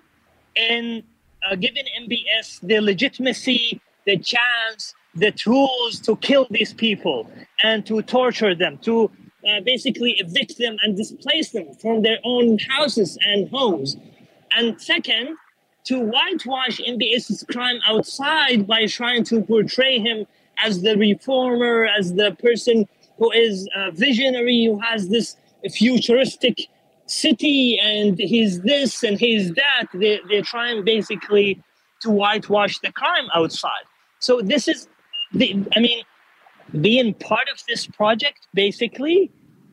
in uh, giving M B S the legitimacy, the chance, the tools to kill these people and to torture them, to uh, basically evict them and displace them from their own houses and homes. And second, to whitewash M B S's crime outside by trying to portray him as the reformer, as the person who is a visionary, who has this futuristic city, and he's this and he's that. They, they're trying basically to whitewash the crime outside. So this is, the, I mean, being part of this project basically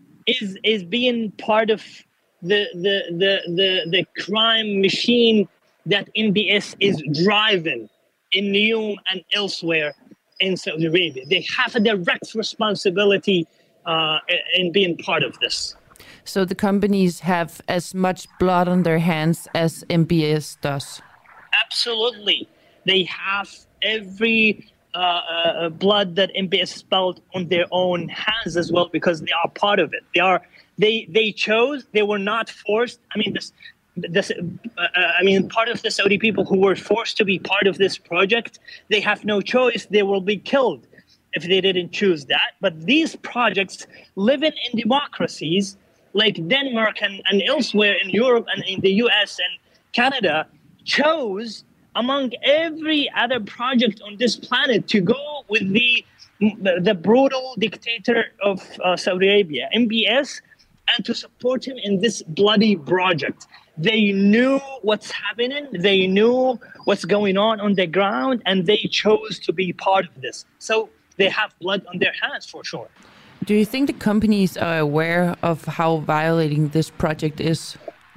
is is being part of the the the the, the crime machine that M B S is driving in Neom and elsewhere in Saudi Arabia. They have a direct responsibility uh, in being part of this. So the companies have as much blood on their hands as M B S does? Absolutely. They have every uh, uh, blood that M B S spilled on their own hands as well, because they are part of it. They are. They they chose. They were not forced. I mean, this. This, uh, I mean, part of the Saudi people who were forced to be part of this project, they have no choice. They will be killed if they didn't choose that. But these projects, living in democracies like Denmark and, and elsewhere in Europe and in the U S and Canada, chose among every other project on this planet to go with the the brutal dictator of uh, Saudi Arabia, M B S, and to support him in this bloody project. They knew what's happening, they knew what's going on on the ground, and they chose to be part of this. So they have blood on their hands for sure. Do you think the companies are aware of how violating this project is?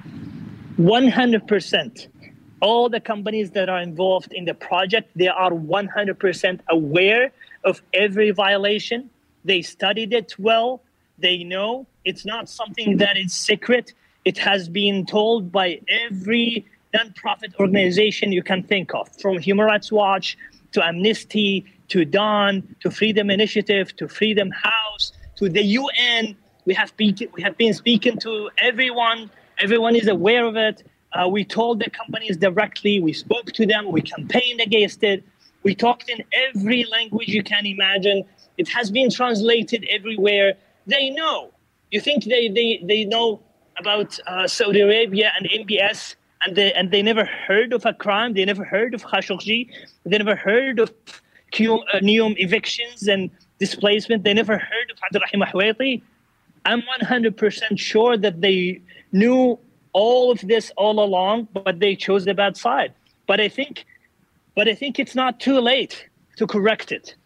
one hundred percent. All the companies that are involved in the project, they are one hundred percent aware of every violation. They studied it well. They know it's not something that is secret. It has been told by every non-profit organization you can think of, from Human Rights Watch to Amnesty to Dawn to Freedom Initiative to Freedom House to the U N. We have been, we have been speaking to everyone. Everyone is aware of it. Uh, we told the companies directly. We spoke to them. We campaigned against it. We talked in every language you can imagine. It has been translated everywhere. They know. You think they, they, they know about uh, Saudi Arabia and M B S, and they, and they never heard of a crime? They never heard of Khashoggi? They never heard of Neom evictions and displacement? They never heard of Abdurrahim Ahwaiti? I'm one hundred percent sure that they knew all of this all along, but they chose the bad side. But I think, but I think it's not too late to correct it.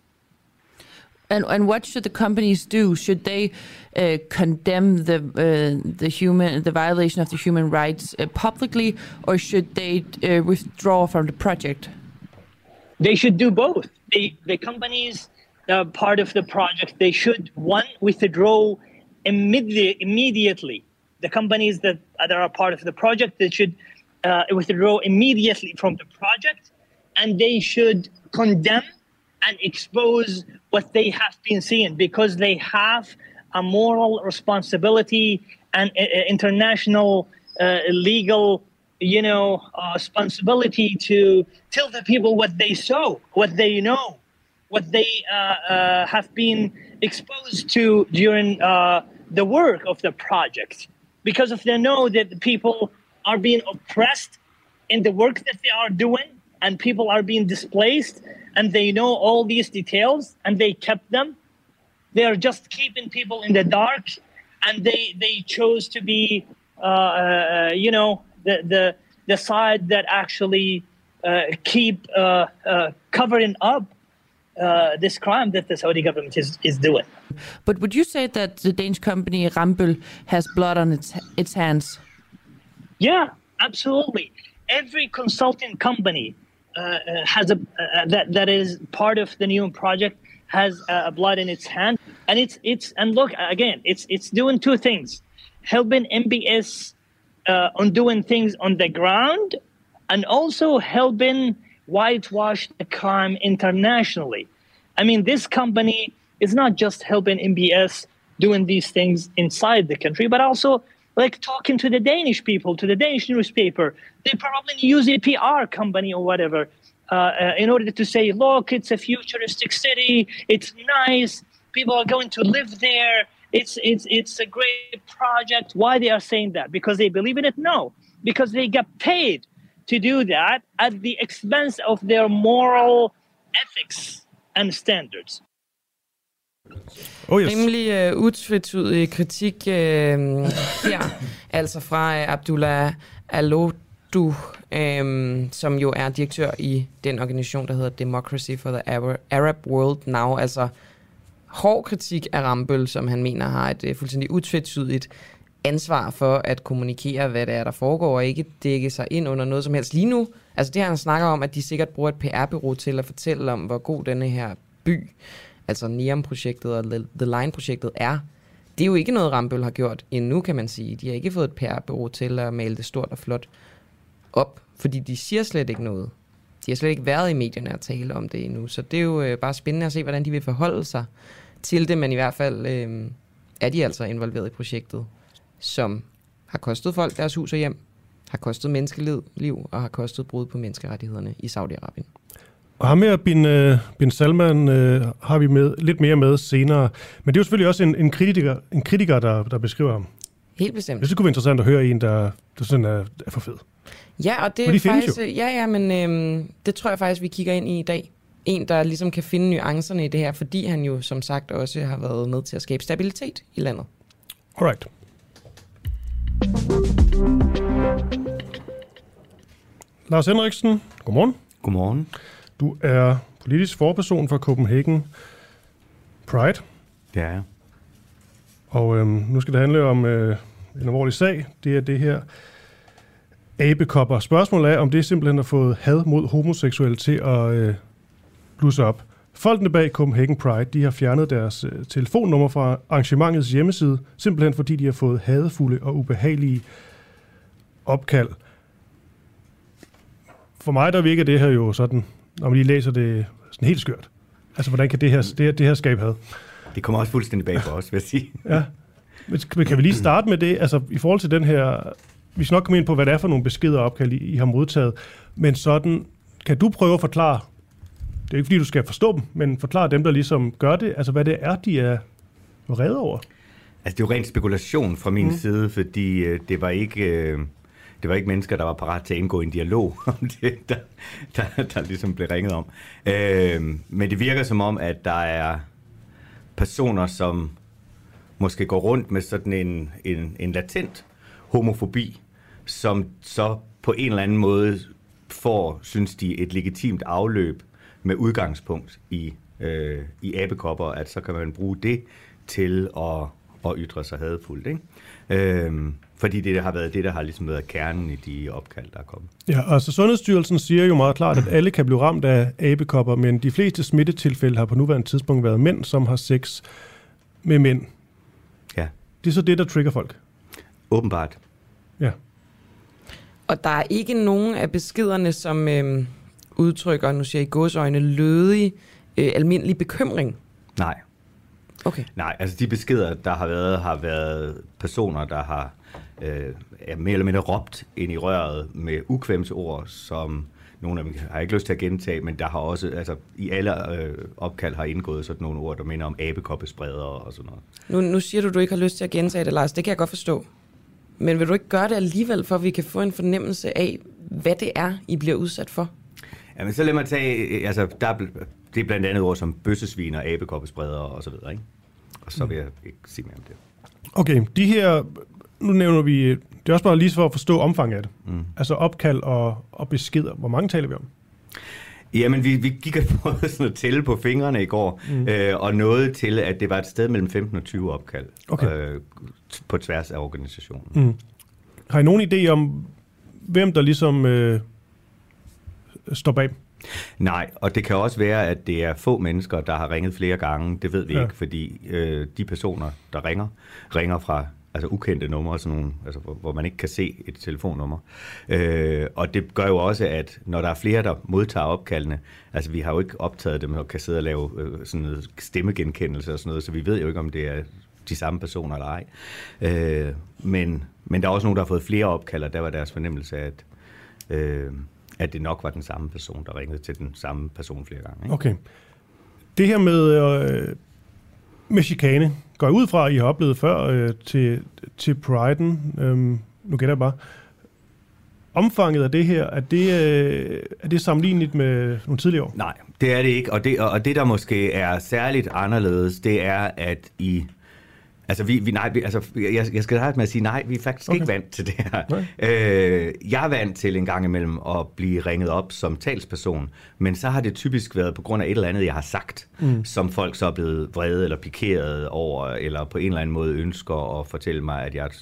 And and what should the companies do? Should they uh, condemn the uh, the human the violation of the human rights uh, publicly, or should they uh, withdraw from the project? They should do both. They, the companies that are part of the project, they should, one, withdraw immediately. immediately. The companies that, that are a part of the project, they should uh, withdraw immediately from the project, and they should condemn and expose what they have been seeing, because they have a moral responsibility and uh, international uh, legal, you know, uh, responsibility to tell the people what they saw, what they know, what they uh, uh, have been exposed to during uh, the work of the project. Because if they know that the people are being oppressed in the work that they are doing, and people are being displaced, and they know all these details, and they kept them, they are just keeping people in the dark, and they they chose to be, uh, uh, you know, the the the side that actually uh, keep uh, uh, covering up uh, this crime that the Saudi government is, is doing. But would you say that the Danish company Rambøll has blood on its its hands? Yeah, absolutely. Every consulting company uh, has a uh, that that is part of the NEOM project has uh, blood in its hand, and it's it's and look again, it's it's doing two things, helping M B S uh, on doing things on the ground, and also helping whitewash the crime internationally. I mean, this company is not just helping M B S doing these things inside the country, but also like talking to the Danish people, to the Danish newspaper. They probably use a P R company or whatever uh, uh, in order to say, look, it's a futuristic city. It's nice. People are going to live there. It's it's it's a great project. Why they are saying that? Because they believe in it? No, because they get paid to do that at the expense of their moral ethics and standards. Oh yes. Rimelig uh, utvetydig kritik uh, her, altså fra uh, Abdullah Al-Odu, um, som jo er direktør i den organisation, der hedder Democracy for the Arab World Now. Altså hård kritik af Rambøll, som han mener har et uh, fuldstændig utvetydigt ansvar for at kommunikere, hvad det er, der foregår, og ikke dække sig ind under noget som helst. Lige nu, altså det han snakker om, at de sikkert bruger et P R-bureau til at fortælle om, hvor god denne her by, altså NEOM-projektet og The Line-projektet er. Det er jo ikke noget, Rambøll har gjort endnu, kan man sige. De har ikke fået et P R-bureau til at male det stort og flot op, fordi de siger slet ikke noget. De har slet ikke været i medierne at tale om det endnu, så det er jo øh, bare spændende at se, hvordan de vil forholde sig til det, men i hvert fald øh, er de altså involveret i projektet, som har kostet folk deres hus og hjem, har kostet menneskeliv liv, og har kostet brud på menneskerettighederne i Saudi-Arabien. Og ham her, Bin, uh, Bin Salman, uh, har vi med, lidt mere med senere. Men det er jo selvfølgelig også en, en kritiker, en kritiker der, der beskriver ham. Helt bestemt. Det kunne være interessant at høre en, der, der sådan er, er for fed. Ja, og det er faktisk, ja, ja, men øhm, det tror jeg faktisk, vi kigger ind i i dag. En, der ligesom kan finde nuancerne i det her, fordi han jo som sagt også har været med til at skabe stabilitet i landet. Alright. Lars Henriksen, godmorgen. Godmorgen. Du er politisk forperson for Copenhagen Pride. Det er jeg. Og øhm, nu skal det handle om øh, en alvorlig sag. Det er det her abekopper. Spørgsmålet er, om det simpelthen har fået had mod homoseksuelle til at øh, blusse op. Folkene bag Copenhagen Pride, de har fjernet deres øh, telefonnummer fra arrangementets hjemmeside, simpelthen fordi de har fået hadefulde og ubehagelige opkald. For mig, der virker det her jo sådan, når man lige læser det, sådan helt skørt. Altså, hvordan kan det her, det her, det her skabe had? Det kommer også fuldstændig bag for os, vil jeg sige. Ja. Men kan vi lige starte med det? Altså, i forhold til den her... Vi skal nok komme ind på, hvad det er for nogle beskeder og opkald, I har modtaget. Men sådan, kan du prøve at forklare, det er ikke fordi, du skal forstå dem, men forklare dem, der ligesom gør det, altså hvad det er, de er vrede over? Altså, det er jo ren spekulation fra min mm. side, fordi øh, det var ikke... Øh, Det var ikke mennesker, der var parat til at indgå i en dialog om det, der, der, der ligesom blev ringet om. Øh, men det virker som om, at der er personer, som måske går rundt med sådan en, en, en latent homofobi, som så på en eller anden måde får, synes de, et legitimt afløb med udgangspunkt i, øh, i abekopper, at så kan man bruge det til at, at ytre sig hadefuldt, ikke? Øhm, fordi det der har været det, der har ligesom været kernen i de opkald, der er kommet. Ja, altså Sundhedsstyrelsen siger jo meget klart, at alle kan blive ramt af abekopper, men de fleste smittetilfælde har på nuværende tidspunkt været mænd, som har sex med mænd. Ja. Det er så det, der trigger folk? Åbenbart. Ja. Og der er ikke nogen af beskederne, som øh, udtrykker, nu siger jeg i gåseøjne, lødig, øh, almindelig bekymring? Nej. Okay. Nej, altså de beskeder, der har været, har været personer, der har øh, er mere eller mindre råbt ind i røret med ukvemsord, som nogle af dem har ikke lyst til at gentage, men der har også, altså i alle øh, opkald har indgået sådan nogle ord, der minder om abekoppespreder og sådan noget. Nu, nu siger du, du ikke har lyst til at gentage det, Lars. Det kan jeg godt forstå. Men vil du ikke gøre det alligevel, for at vi kan få en fornemmelse af, hvad det er, I bliver udsat for? Jamen så lad mig tage, altså der er, det er blandt andet ord som bøssesvin og abekoppespreder og så videre, ikke? Og så vil jeg ikke sige mere om det. Okay, de her, nu nævner vi Det er også bare lige for at forstå omfanget af det. Mm. Altså opkald og, og beskeder. Hvor mange taler vi om? Jamen, vi, vi gik og prøvede sådan at tælle på fingrene i går, mm. øh, og nåede til, at det var et sted mellem femten og tyve opkald okay. øh, på tværs af organisationen. Mm. Har I nogen idé om, hvem der ligesom øh, står bag? Nej, og det kan også være, at det er få mennesker, der har ringet flere gange. Det ved vi ja. ikke, fordi øh, de personer, der ringer, ringer fra altså ukendte numre, sådan nogle, altså, hvor, hvor man ikke kan se et telefonnummer. Øh, og det gør jo også, at når der er flere, der modtager opkaldene, altså vi har jo ikke optaget dem og kan sidde og lave øh, sådan noget stemmegenkendelse og sådan noget, så vi ved jo ikke, om det er de samme personer eller ej. Øh, men, men der er også nogen, der har fået flere opkald, og der var deres fornemmelse af, at, øh, at det nok var den samme person, der ringede til den samme person flere gange. Ikke? Okay. Det her med, øh, med chikane, går jeg ud fra, at I har oplevet før øh, til, til Pride'en. Øhm, nu gætter jeg bare. Omfanget af det her, er det, øh, er det sammenligneligt med nogle tidligere år? Nej, det er det ikke. Og det, og det der måske er særligt anderledes, det er, at I... Altså, vi, vi, nej, vi, altså jeg, jeg skal starte med at sige, nej, vi er faktisk okay. ikke vant til det her. Øh, jeg er vant til en gang imellem at blive ringet op som talsperson, men så har det typisk været på grund af et eller andet, jeg har sagt, mm. som folk så er blevet vrede eller pikeret over, eller på en eller anden måde ønsker at fortælle mig, at jeg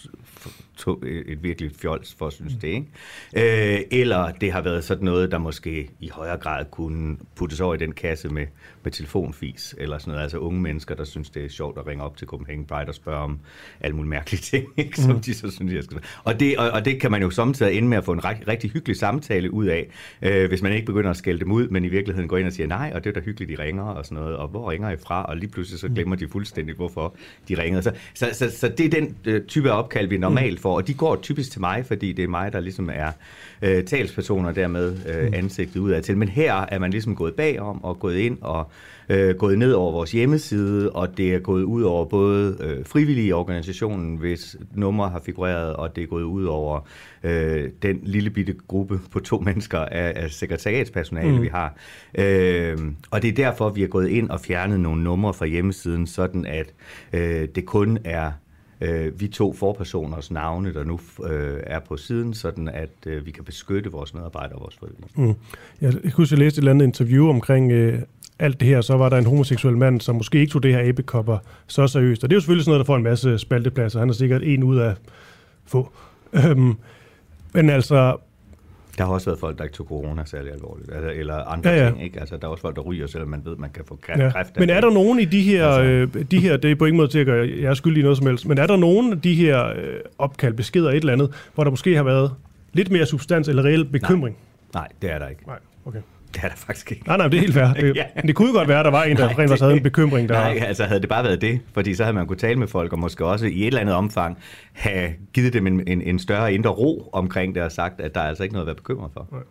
tog et virkelig fjols for at synes mm. det, ikke? Øh, eller det har været sådan noget, der måske i højere grad kunne puttes over i den kasse med, med telefonfis, eller sådan noget. Altså unge mennesker, der synes, det er sjovt at ringe op til Copenhagen Pride og spørge om alle mulige mærkelige ting, ikke? Som mm. de så synes, jeg skal. Og det, og, og det kan man jo samtidig ende med at få en rigtig, rigtig hyggelig samtale ud af, øh, hvis man ikke begynder at skælde dem ud, men i virkeligheden går ind og siger, nej, og det er da hyggeligt, de ringer og sådan noget, og hvor ringer I fra? Og lige pludselig så glemmer de fuldstændig, hvorfor de ringede. Så, så, så, så det er den øh, type af opkald, vi normalt får, og de går typisk til mig, fordi det er mig, der ligesom er øh, talspersoner dermed øh, ansigtet udad til. Men her er man ligesom gået bagom og gået ind og øh, gået ned over vores hjemmeside, og det er gået ud over både øh, frivillige organisationen, hvis nummer har figureret, og det er gået ud over øh, den lille bitte gruppe på to mennesker af, af sekretariatspersonale, mm. vi har. Øh, og det er derfor, vi er gået ind og fjernet nogle numre fra hjemmesiden, sådan at øh, det kun er Øh, vi to forpersoners navne, der nu øh, er på siden, sådan at øh, vi kan beskytte vores medarbejdere og vores frivillige. Mm. Jeg kan huske, at jeg læste et eller andet interview omkring øh, alt det her, så var der en homoseksuel mand, som måske ikke tog det her abekopper så seriøst. Og det er jo selvfølgelig sådan noget, der får en masse spaltepladser. Han er sikkert en ud af få. Øhm, men altså... Der har også været folk, der ikke tog corona særlig alvorligt, altså, eller andre ja, ja. ting, ikke? Altså, der er også folk, der ryger, selvom man ved, at man kan få kræft. Ja. Men er der nogen i de her, altså. øh, de her, det er på ingen måde til at gøre jeg er skyldig i noget som helst, men er der nogen af de her øh, opkald, beskeder et eller andet, hvor der måske har været lidt mere substans eller reel bekymring? Nej, Nej det er der ikke. Nej, okay. Det er der faktisk ikke. Nej, nej, det er helt fair. Det, ja. Det kunne jo godt være, at der var en, der rent faktisk havde en bekymring. Der... Nej, altså havde det bare været det, fordi så havde man kunne tale med folk, og måske også i et eller andet omfang have givet dem en, en, en større indre ro omkring det, og sagt, at der er altså ikke noget at være bekymret for. Nej.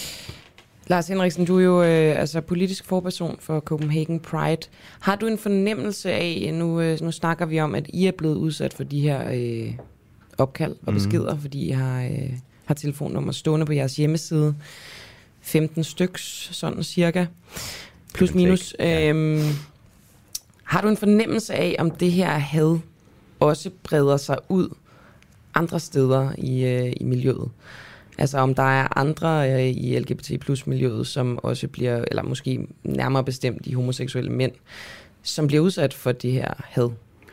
Lars Henriksen, du er jo øh, altså politisk forperson for Copenhagen Pride. Har du en fornemmelse af, nu, øh, nu snakker vi om, at I er blevet udsat for de her øh, opkald og beskeder, mm. fordi I har, øh, har telefonnummer stående på jeres hjemmeside. femten styks, sådan cirka. Plus minus. Ja. Øhm, har du en fornemmelse af, om det her had også breder sig ud andre steder i, øh, i miljøet? Altså om der er andre øh, i L G B T plus miljøet, som også bliver, eller måske nærmere bestemt de homoseksuelle mænd, som bliver udsat for det her had?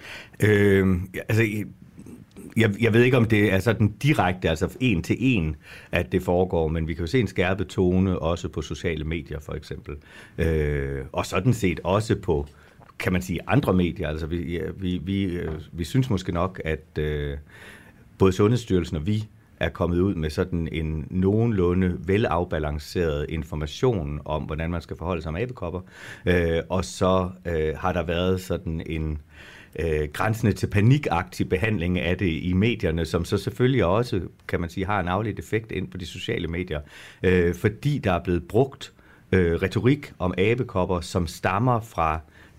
Øh, altså... Jeg, jeg ved ikke, om det er sådan direkte, altså en til en, at det foregår, men vi kan jo se en skærpet tone også på sociale medier, for eksempel. Øh, og sådan set også på, kan man sige, andre medier. Altså vi, ja, vi, vi, vi synes måske nok, at øh, både Sundhedsstyrelsen og vi er kommet ud med sådan en nogenlunde velafbalanceret information om, hvordan man skal forholde sig med abekopper. Øh, og så øh, har der været sådan en Øh, grænsende til panikagtig behandling af det i medierne, som så selvfølgelig også, kan man sige, har en afledt effekt ind på de sociale medier, øh, fordi der er blevet brugt øh, retorik om abekopper, som stammer fra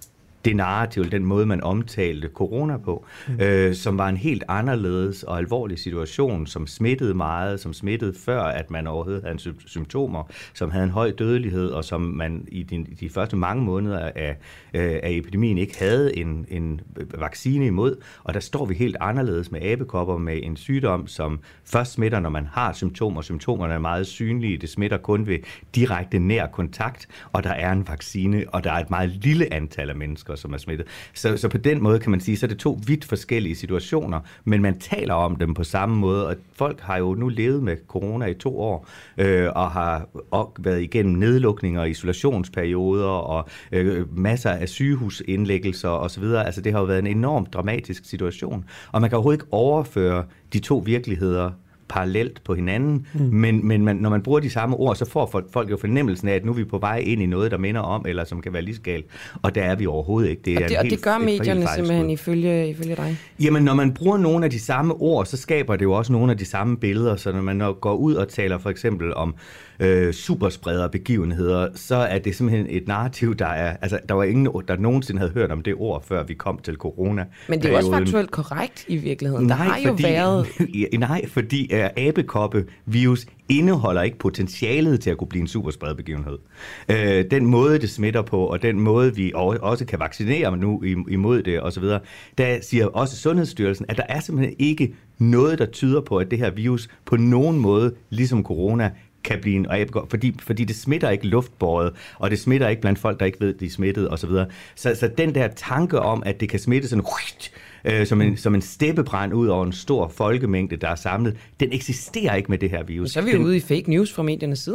det narrativ, den måde, man omtalte corona på, mm. øh, som var en helt anderledes og alvorlig situation, som smittede meget, som smittede før, at man overhovedet havde sy- symptomer, som havde en høj dødelighed, og som man i de, de første mange måneder af, øh, af epidemien ikke havde en, en vaccine imod. Og der står vi helt anderledes med abekopper, med en sygdom, som først smitter, når man har symptomer. Symptomerne er meget synlige. Det smitter kun ved direkte nær kontakt, og der er en vaccine, og der er et meget lille antal af mennesker, som er smittet. Så, så på den måde kan man sige, så er det to vidt forskellige situationer, men man taler om dem på samme måde, og folk har jo nu levet med corona i to år, øh, og har og været igennem nedlukninger, isolationsperioder, og øh, masser af sygehusindlæggelser osv. Altså det har jo været en enormt dramatisk situation, og man kan overhovedet ikke overføre de to virkeligheder parallelt på hinanden, mm. men, men man, når man bruger de samme ord, så får folk, folk jo fornemmelsen af, at nu er vi på vej ind i noget, der minder om, eller som kan være lige skalt, og der er vi overhovedet ikke. Det er og, det, og helt, det gør medierne simpelthen ifølge, ifølge dig? Jamen, når man bruger nogle af de samme ord, så skaber det jo også nogle af de samme billeder, så når man går ud og taler for eksempel om øh, supersprederbegivenheder, så er det simpelthen et narrativ, der er, altså der var ingen, der nogensinde havde hørt om det ord, før vi kom til corona. Men det er jo også faktuelt korrekt i virkeligheden. Nej, der har fordi, jo været... nej, fordi uh, abekoppevirus indeholder ikke potentialet til at kunne blive en superspredebegivenhed. Uh, den måde, det smitter på, og den måde, vi også kan vaccinere nu imod det osv., der siger også Sundhedsstyrelsen, at der er simpelthen ikke noget, der tyder på, at det her virus på nogen måde, ligesom corona, kan blive en abekoppe, fordi, fordi det smitter ikke luftbåret, og det smitter ikke blandt folk, der ikke ved, de er smittet osv. Så, så den der tanke om, at det kan smitte sådan øh, som, en, som en steppebrand ud over en stor folkemængde, der er samlet, den eksisterer ikke med det her virus. Så er vi jo den, ude i fake news fra mediernes side.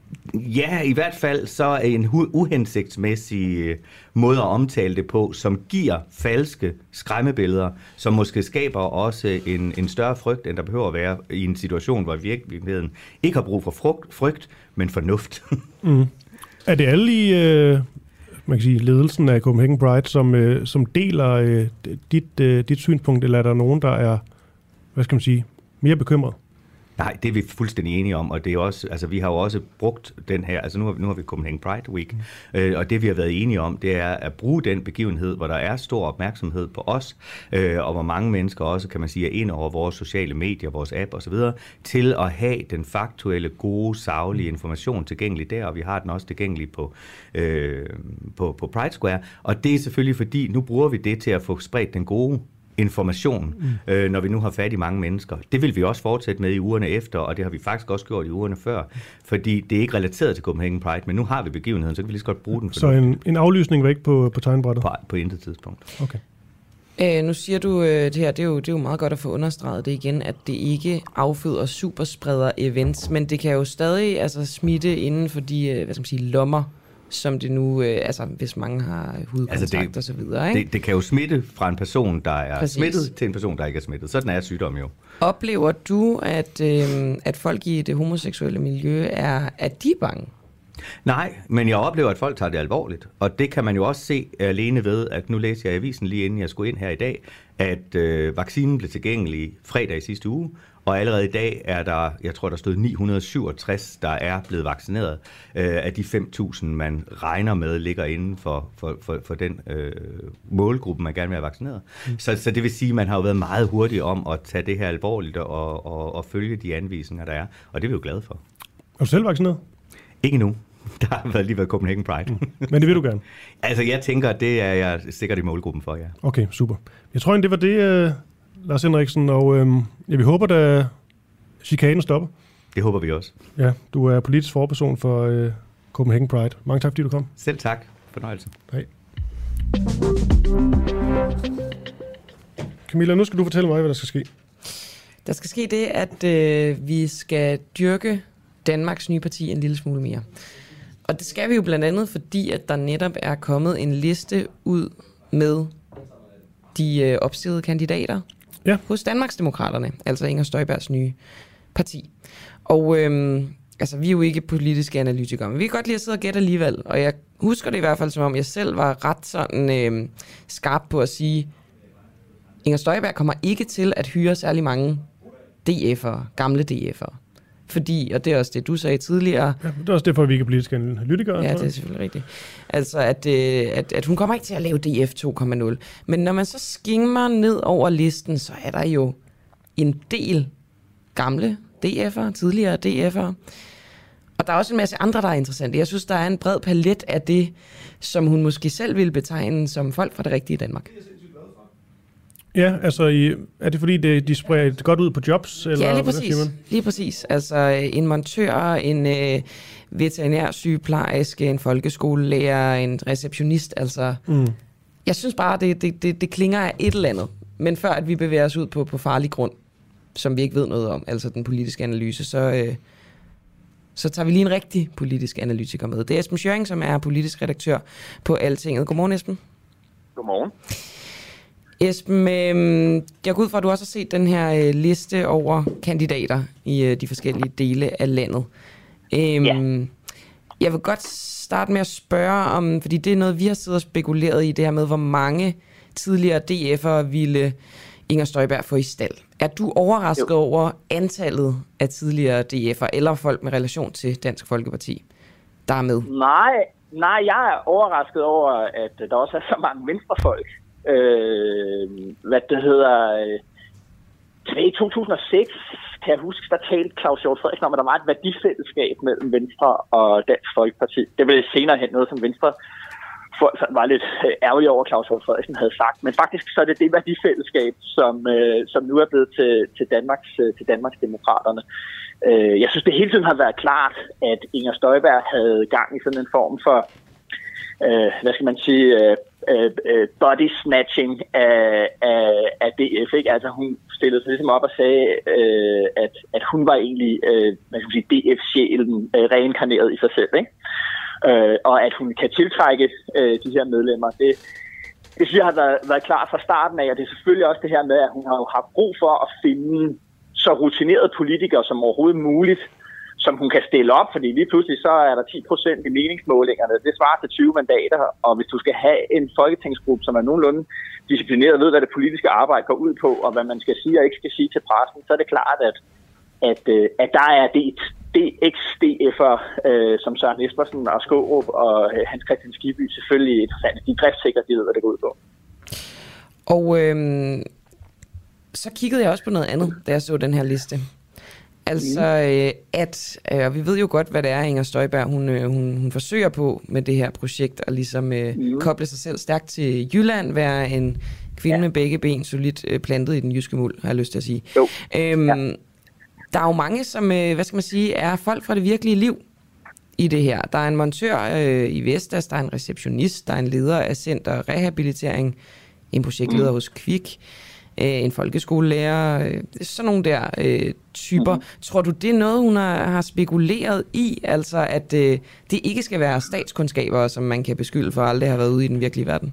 Ja, i hvert fald så er en uhensigtsmæssig måde at omtale det på, som giver falske skræmmebilleder, som måske skaber også en, en større frygt, end der behøver at være i en situation, hvor virkeligheden ikke har brug for frugt, frygt, men fornuft. Mm. Er det alle i øh, man kan sige, ledelsen af Copenhagen Pride, som, øh, som deler øh, dit, øh, dit synspunkt, eller er der nogen, der er, hvad skal man sige, mere bekymret? Nej, det er vi fuldstændig enige om, og det er også, altså vi har jo også brugt den her, altså nu har vi, nu har vi Copenhagen Pride Week, mm. øh, og det vi har været enige om, det er at bruge den begivenhed, hvor der er stor opmærksomhed på os, øh, og hvor mange mennesker også, kan man sige, er ind over vores sociale medier, vores app osv., til at have den faktuelle, gode, saglige information tilgængelig der, og vi har den også tilgængelig på, øh, på, på Pride Square, og det er selvfølgelig fordi, nu bruger vi det til at få spredt den gode information, mm. øh, når vi nu har fat i mange mennesker. Det vil vi også fortsætte med i ugerne efter, og det har vi faktisk også gjort i ugerne før, fordi det er ikke relateret til Copenhagen Pride, men nu har vi begivenheden, så kan vi lige så godt bruge den. Så en, en aflysning var ikke på, på tegnbrættet? På, på intet tidspunkt. Okay. Øh, nu siger du øh, det her, det er, jo, det er jo meget godt at få understreget det igen, at det ikke afføder superspreder events, men det kan jo stadig altså, smitte inden for de øh, hvad skal man sige, lommer, som det nu, øh, altså hvis mange har hudkontakt altså det, og så videre, ikke? Det, det kan jo smitte fra en person, der er Præcis. smittet, til en person, der ikke er smittet. Sådan er sygdommen jo. Oplever du, at, øh, at folk i det homoseksuelle miljø er, er de bange? Nej, men jeg oplever, at folk tager det alvorligt. Og det kan man jo også se alene ved, at nu læste jeg i avisen lige inden jeg skulle ind her i dag, at øh, vaccinen blev tilgængelig fredag i sidste uge, og allerede i dag er der, jeg tror der stod ni hundrede og syvogtres, der er blevet vaccineret, øh, af de fem tusind, man regner med, ligger inden for, for, for, for den øh, målgruppe, man gerne vil have vaccineret. Mm. Så, så det vil sige, at man har jo været meget hurtig om at tage det her alvorligt og, og, og følge de anvisninger, der er, og det er vi jo glade for. Er du selv vaccineret? Ikke nu. Der har været lige været Copenhagen Pride. Mm. Men det vil du gerne? Altså, jeg tænker, at det er jeg sikkert i målgruppen for, ja. Okay, super. Jeg tror, det var det, uh, Lars Henriksen, og uh, ja, vi håber, at chikanen stopper. Det håber vi også. Ja, du er politisk forperson for uh, Copenhagen Pride. Mange tak, fordi du kom. Selv tak. Fornøjelse. Hej. Camilla, nu skal du fortælle mig, hvad der skal ske. Der skal ske det, at øh, vi skal dyrke Danmarks nye parti en lille smule mere. Og det skal vi jo blandt andet, fordi at der netop er kommet en liste ud med de øh, opstillede kandidater ja. hos Danmarksdemokraterne, altså Inger Støjbergs nye parti. Og øh, altså, vi er jo ikke politiske analytikere, men vi kan godt lide at sidde og gætte alligevel. Og jeg husker det i hvert fald, som om jeg selv var ret sådan øh, skarp på at sige, Inger Støjberg kommer ikke til at hyre særlig mange D F'ere, gamle D F'ere. fordi, og det er også det, du sagde tidligere. Ja, det er også derfor, vi ikke er politiske analytikere. Ja, det er selvfølgelig rigtigt. Altså, at, øh, at, at hun kommer ikke til at lave D F to punkt nul. Men når man så skimmer ned over listen, så er der jo en del gamle D F'ere, tidligere D F'ere. Og der er også en masse andre, der er interessante. Jeg synes, der er en bred palet af det, som hun måske selv ville betegne som folk fra det rigtige Danmark. Ja, altså i, er det fordi, det, de spreder det godt ud på jobs? Eller Ja, lige præcis. Lige præcis. Altså en montør, en øh, veterinær sygeplejerske, en folkeskolelærer, en receptionist. Altså, mm. Jeg synes bare, det, det, det, det klinger af et eller andet. Men før at vi bevæger os ud på, på farlig grund, som vi ikke ved noget om, altså den politiske analyse, så, øh, så tager vi lige en rigtig politisk analytiker med. Det er Esben Schøring, som er politisk redaktør på Altinget. Godmorgen, Esben. Godmorgen. Esben, øh, jeg går ud fra, at du også har set den her øh, liste over kandidater i øh, de forskellige dele af landet. Øh, ja. Jeg vil godt starte med at spørge om, fordi det er noget, vi har siddet og spekuleret i, det her med, hvor mange tidligere D F'ere ville Inger Støjberg få i stald. Er du overrasket jo. over antallet af tidligere D F'ere eller folk med relation til Dansk Folkeparti, der er med? Nej, nej, jeg er overrasket over, at der også er så mange venstrefolk. Øh, hvad det hedder, tilbage i to tusind og seks, kan jeg huske, der talte Claus Hjort Frederiksen om, at der var et værdifællesskab mellem Venstre og Dansk Folkeparti. Det blev senere hen noget, som Venstre folk var lidt ærgerlige over, at Claus Hjort Frederiksen havde sagt. Men faktisk så er det det værdifællesskab, som, øh, som nu er blevet til, til, Danmarks, til Danmarks Demokraterne. Øh, jeg synes, det hele tiden har været klart, at Inger Støjberg havde gang i sådan en form for Uh, hvad skal man sige, uh, uh, uh, body snatching af, af, af D F, ikke? Altså hun stillede sig ligesom op og sagde, uh, at, at hun var egentlig, uh, hvad skal man sige, D F-sjælen uh, reinkarneret i sig selv, ikke? Uh, og at hun kan tiltrække uh, de her medlemmer, det, det synes jeg har været, været klart fra starten af, og det er selvfølgelig også det her med, at hun har jo haft brug for at finde så rutinerede politikere som overhovedet muligt, som hun kan stille op, fordi lige pludselig så er der ti procent i meningsmålingerne. Det svarer til tyve mandater, og hvis du skal have en folketingsgruppe, som er nogenlunde disciplineret, ved, hvad det politiske arbejde går ud på, og hvad man skal sige og ikke skal sige til pressen, så er det klart, at, at, at der er det D X-D F'er, øh, som Søren Espersen og Skårup og øh, Hans Kristian Skibby selvfølgelig interessant. De er driftsikre, de ved, hvad det går ud på. Og øh, så kiggede jeg også på noget andet, da jeg så den her liste. Altså, øh, at, øh, og vi ved jo godt, hvad det er, Inger Støjberg, hun, øh, hun, hun forsøger på med det her projekt, at ligesom øh, mm. koble sig selv stærkt til Jylland, være en kvinde ja. med begge ben solidt øh, plantet i den jyske muld, har jeg lyst til at sige. Jo. Øhm, ja. Der er jo mange, som, øh, hvad skal man sige, er folk fra det virkelige liv i det her. Der er en montør øh, i Vestas, der er en receptionist, der er en leder af Center Rehabilitering, en projektleder mm. hos Kvik, en folkeskolelærer, sådan nogle der øh, typer. Mm. Tror du, det er noget, hun har, har spekuleret i? Altså, at øh, det ikke skal være statskundskaber, som man kan beskylde for aldrig har været ude i den virkelige verden?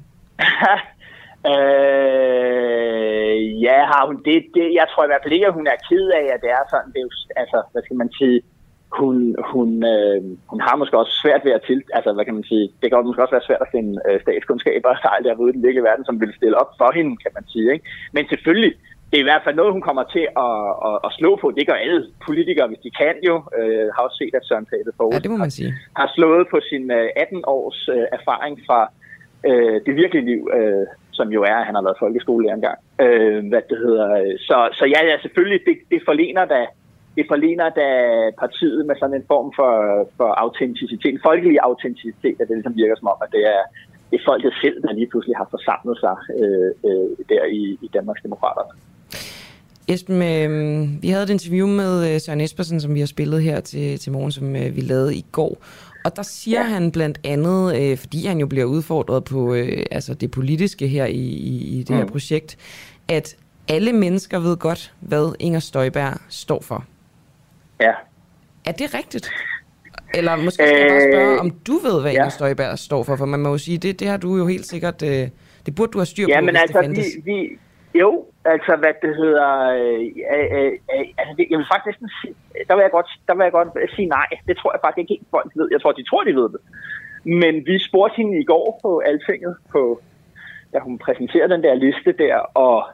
øh, ja, har hun det, det? Jeg tror i hvert fald ikke, at hun er ked af, at det er sådan. Det er jo, altså, hvad skal man sige? Hun, hun, øh, hun har måske også svært ved at til... Altså, hvad kan man sige? Det kan måske også være svært at finde øh, statskundskaber, der aldrig har været i den virkelige verden, som vil stille op for hende, kan man sige, ikke? Men selvfølgelig, det er i hvert fald noget, hun kommer til at, at, at slå på. Det gør alle politikere, hvis de kan jo. Øh, har også set, at Søren Pape Poulsen ja, det må man sige. Har, har slået på sin øh, atten års øh, erfaring fra øh, det virkelige liv, øh, som jo er, at han har været folkeskolelærer engang. Øh, hvad det hedder. Så, så ja, ja, selvfølgelig, det, det forlener da Det forlener da partiet med sådan en form for, for autenticitet, en folkelig autenticitet, at det ligesom virker som om, at det er, det er folket selv, der lige pludselig har forsamlet sig øh, øh, der i, i Danmarks Demokraterne. Esben, øh, vi havde et interview med Søren Espersen, som vi har spillet her til, til morgen, som øh, vi lavede i går. Og der siger ja. han blandt andet, øh, fordi han jo bliver udfordret på øh, altså det politiske her i, i, i det mm. her projekt, at alle mennesker ved godt, hvad Inger Støjberg står for. Ja. Er det rigtigt? Eller måske skal jeg bare spørge, om du ved, hvad ja. Inger Støjberg står for? For man må jo sige, det, det har du jo helt sikkert, øh, det burde du have styr på, ja, men hvis altså, det fandtes. Vi, vi, jo, altså hvad det hedder, øh, øh, øh, altså det, jeg vil faktisk næsten sige, der vil, jeg godt, der vil jeg godt sige nej. Det tror jeg faktisk ikke helt folk ved. Jeg tror, de tror, de ved det. Men vi spurgte hende i går på Altinget, på, da hun præsenterede den der liste der, og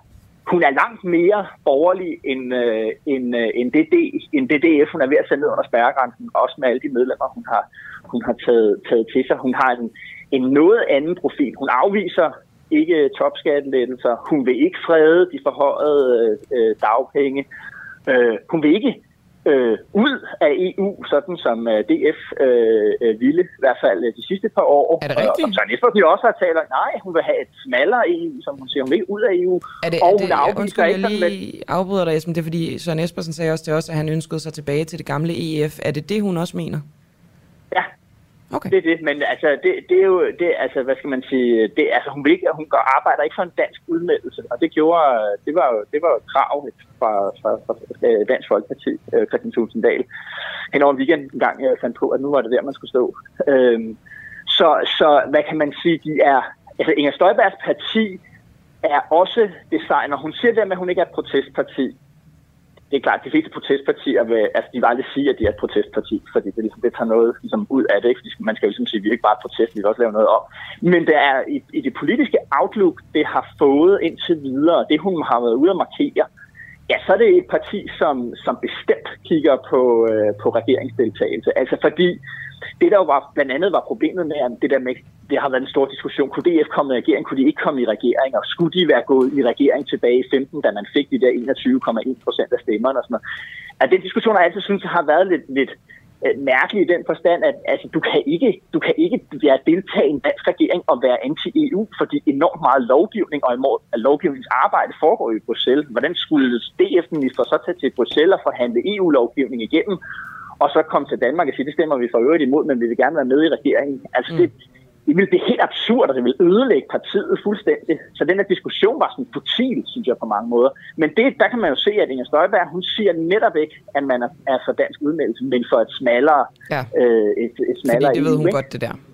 hun er langt mere borgerlig end, øh, end, øh, end, det D, end det D F, hun er ved at sende ned under spærregrænsen, også med alle de medlemmer, hun har, hun har taget, taget til sig. Hun har en, en noget anden profil. Hun afviser ikke topskattelettelser. Hun vil ikke frede de forhøjede øh, dagpenge. Øh, hun vil ikke øh, ud af E U, sådan som øh, D F øh, ville, i hvert fald øh, de sidste par år. Er det rigtigt? Og Søren Espersen også har talt om, nej, hun vil have et smallere E U, som hun siger, hun vil ikke ud af E U. Er det, og er hun det, afviser undskyld, jeg ikke sådan, lige afbryder dig, Esben, det er fordi Søren Espersen sagde også til os, at han ønskede sig tilbage til det gamle E F. Er det det, hun også mener? Ja. Okay. Det er det, men altså, det, det er jo, det, altså, hvad skal man sige, det, altså, hun, vil ikke, hun gør, arbejder ikke for en dansk udmeldelse, og det gjorde, det var jo, det var jo et krav fra, fra, fra Dansk Folkeparti, øh, Kristian Thulesen Dahl, hen over weekenden en gang jeg fandt på, at nu var det der, man skulle stå. Øhm, så, så, hvad kan man sige, de er, altså Inger Støjbergs parti er også designer, hun siger det med, at hun ikke er et protestparti. Det er klart, at de fleste protestpartier vil, altså de vil aldrig sige, at de er et protestparti, fordi det, ligesom, det tager noget ligesom, ud af det. Ikke? Fordi man skal jo ligesom sige, at vi er ikke bare et protest, vi vil også lave noget om. Men det er i, i det politiske outlook, det har fået indtil videre, det hun har været ude at markere, ja, så er det et parti, som, som bestemt kigger på, øh, på regeringsdeltagelse. Altså fordi det, der jo var, blandt andet var problemet med, at det der med, det har været en stor diskussion. Kunne D F komme i regering? Kunne de ikke komme i regering? Og skulle de være gået i regering tilbage i femten, da man fik de der enogtyve komma en procent af stemmerne og sådan noget? At den diskussion, jeg altid synes, har været lidt, lidt uh, mærkelig i den forstand, at altså, du kan ikke, du kan ikke være deltage i en dansk regering og være anti-E U, fordi enormt meget lovgivning og imod, at lovgivningsarbejde foregår i Bruxelles. Hvordan skulle D F-minister så tage til Bruxelles og forhandle E U-lovgivning igennem? Og så komme til Danmark og sige, det stemmer vi for øvrigt imod, men vi vil gerne være med i regeringen. Altså mm. det, det ville blive helt absurd, og det ville ødelægge partiet fuldstændig. Så den her diskussion var sådan futil, synes jeg på mange måder. Men det, der kan man jo se, at Inger Støjberg, hun siger netop ikke, at man er for dansk udmeldelse, men for et smallere... Ja. Øh, et, et smallere fordi det ved hun E U, godt, det der.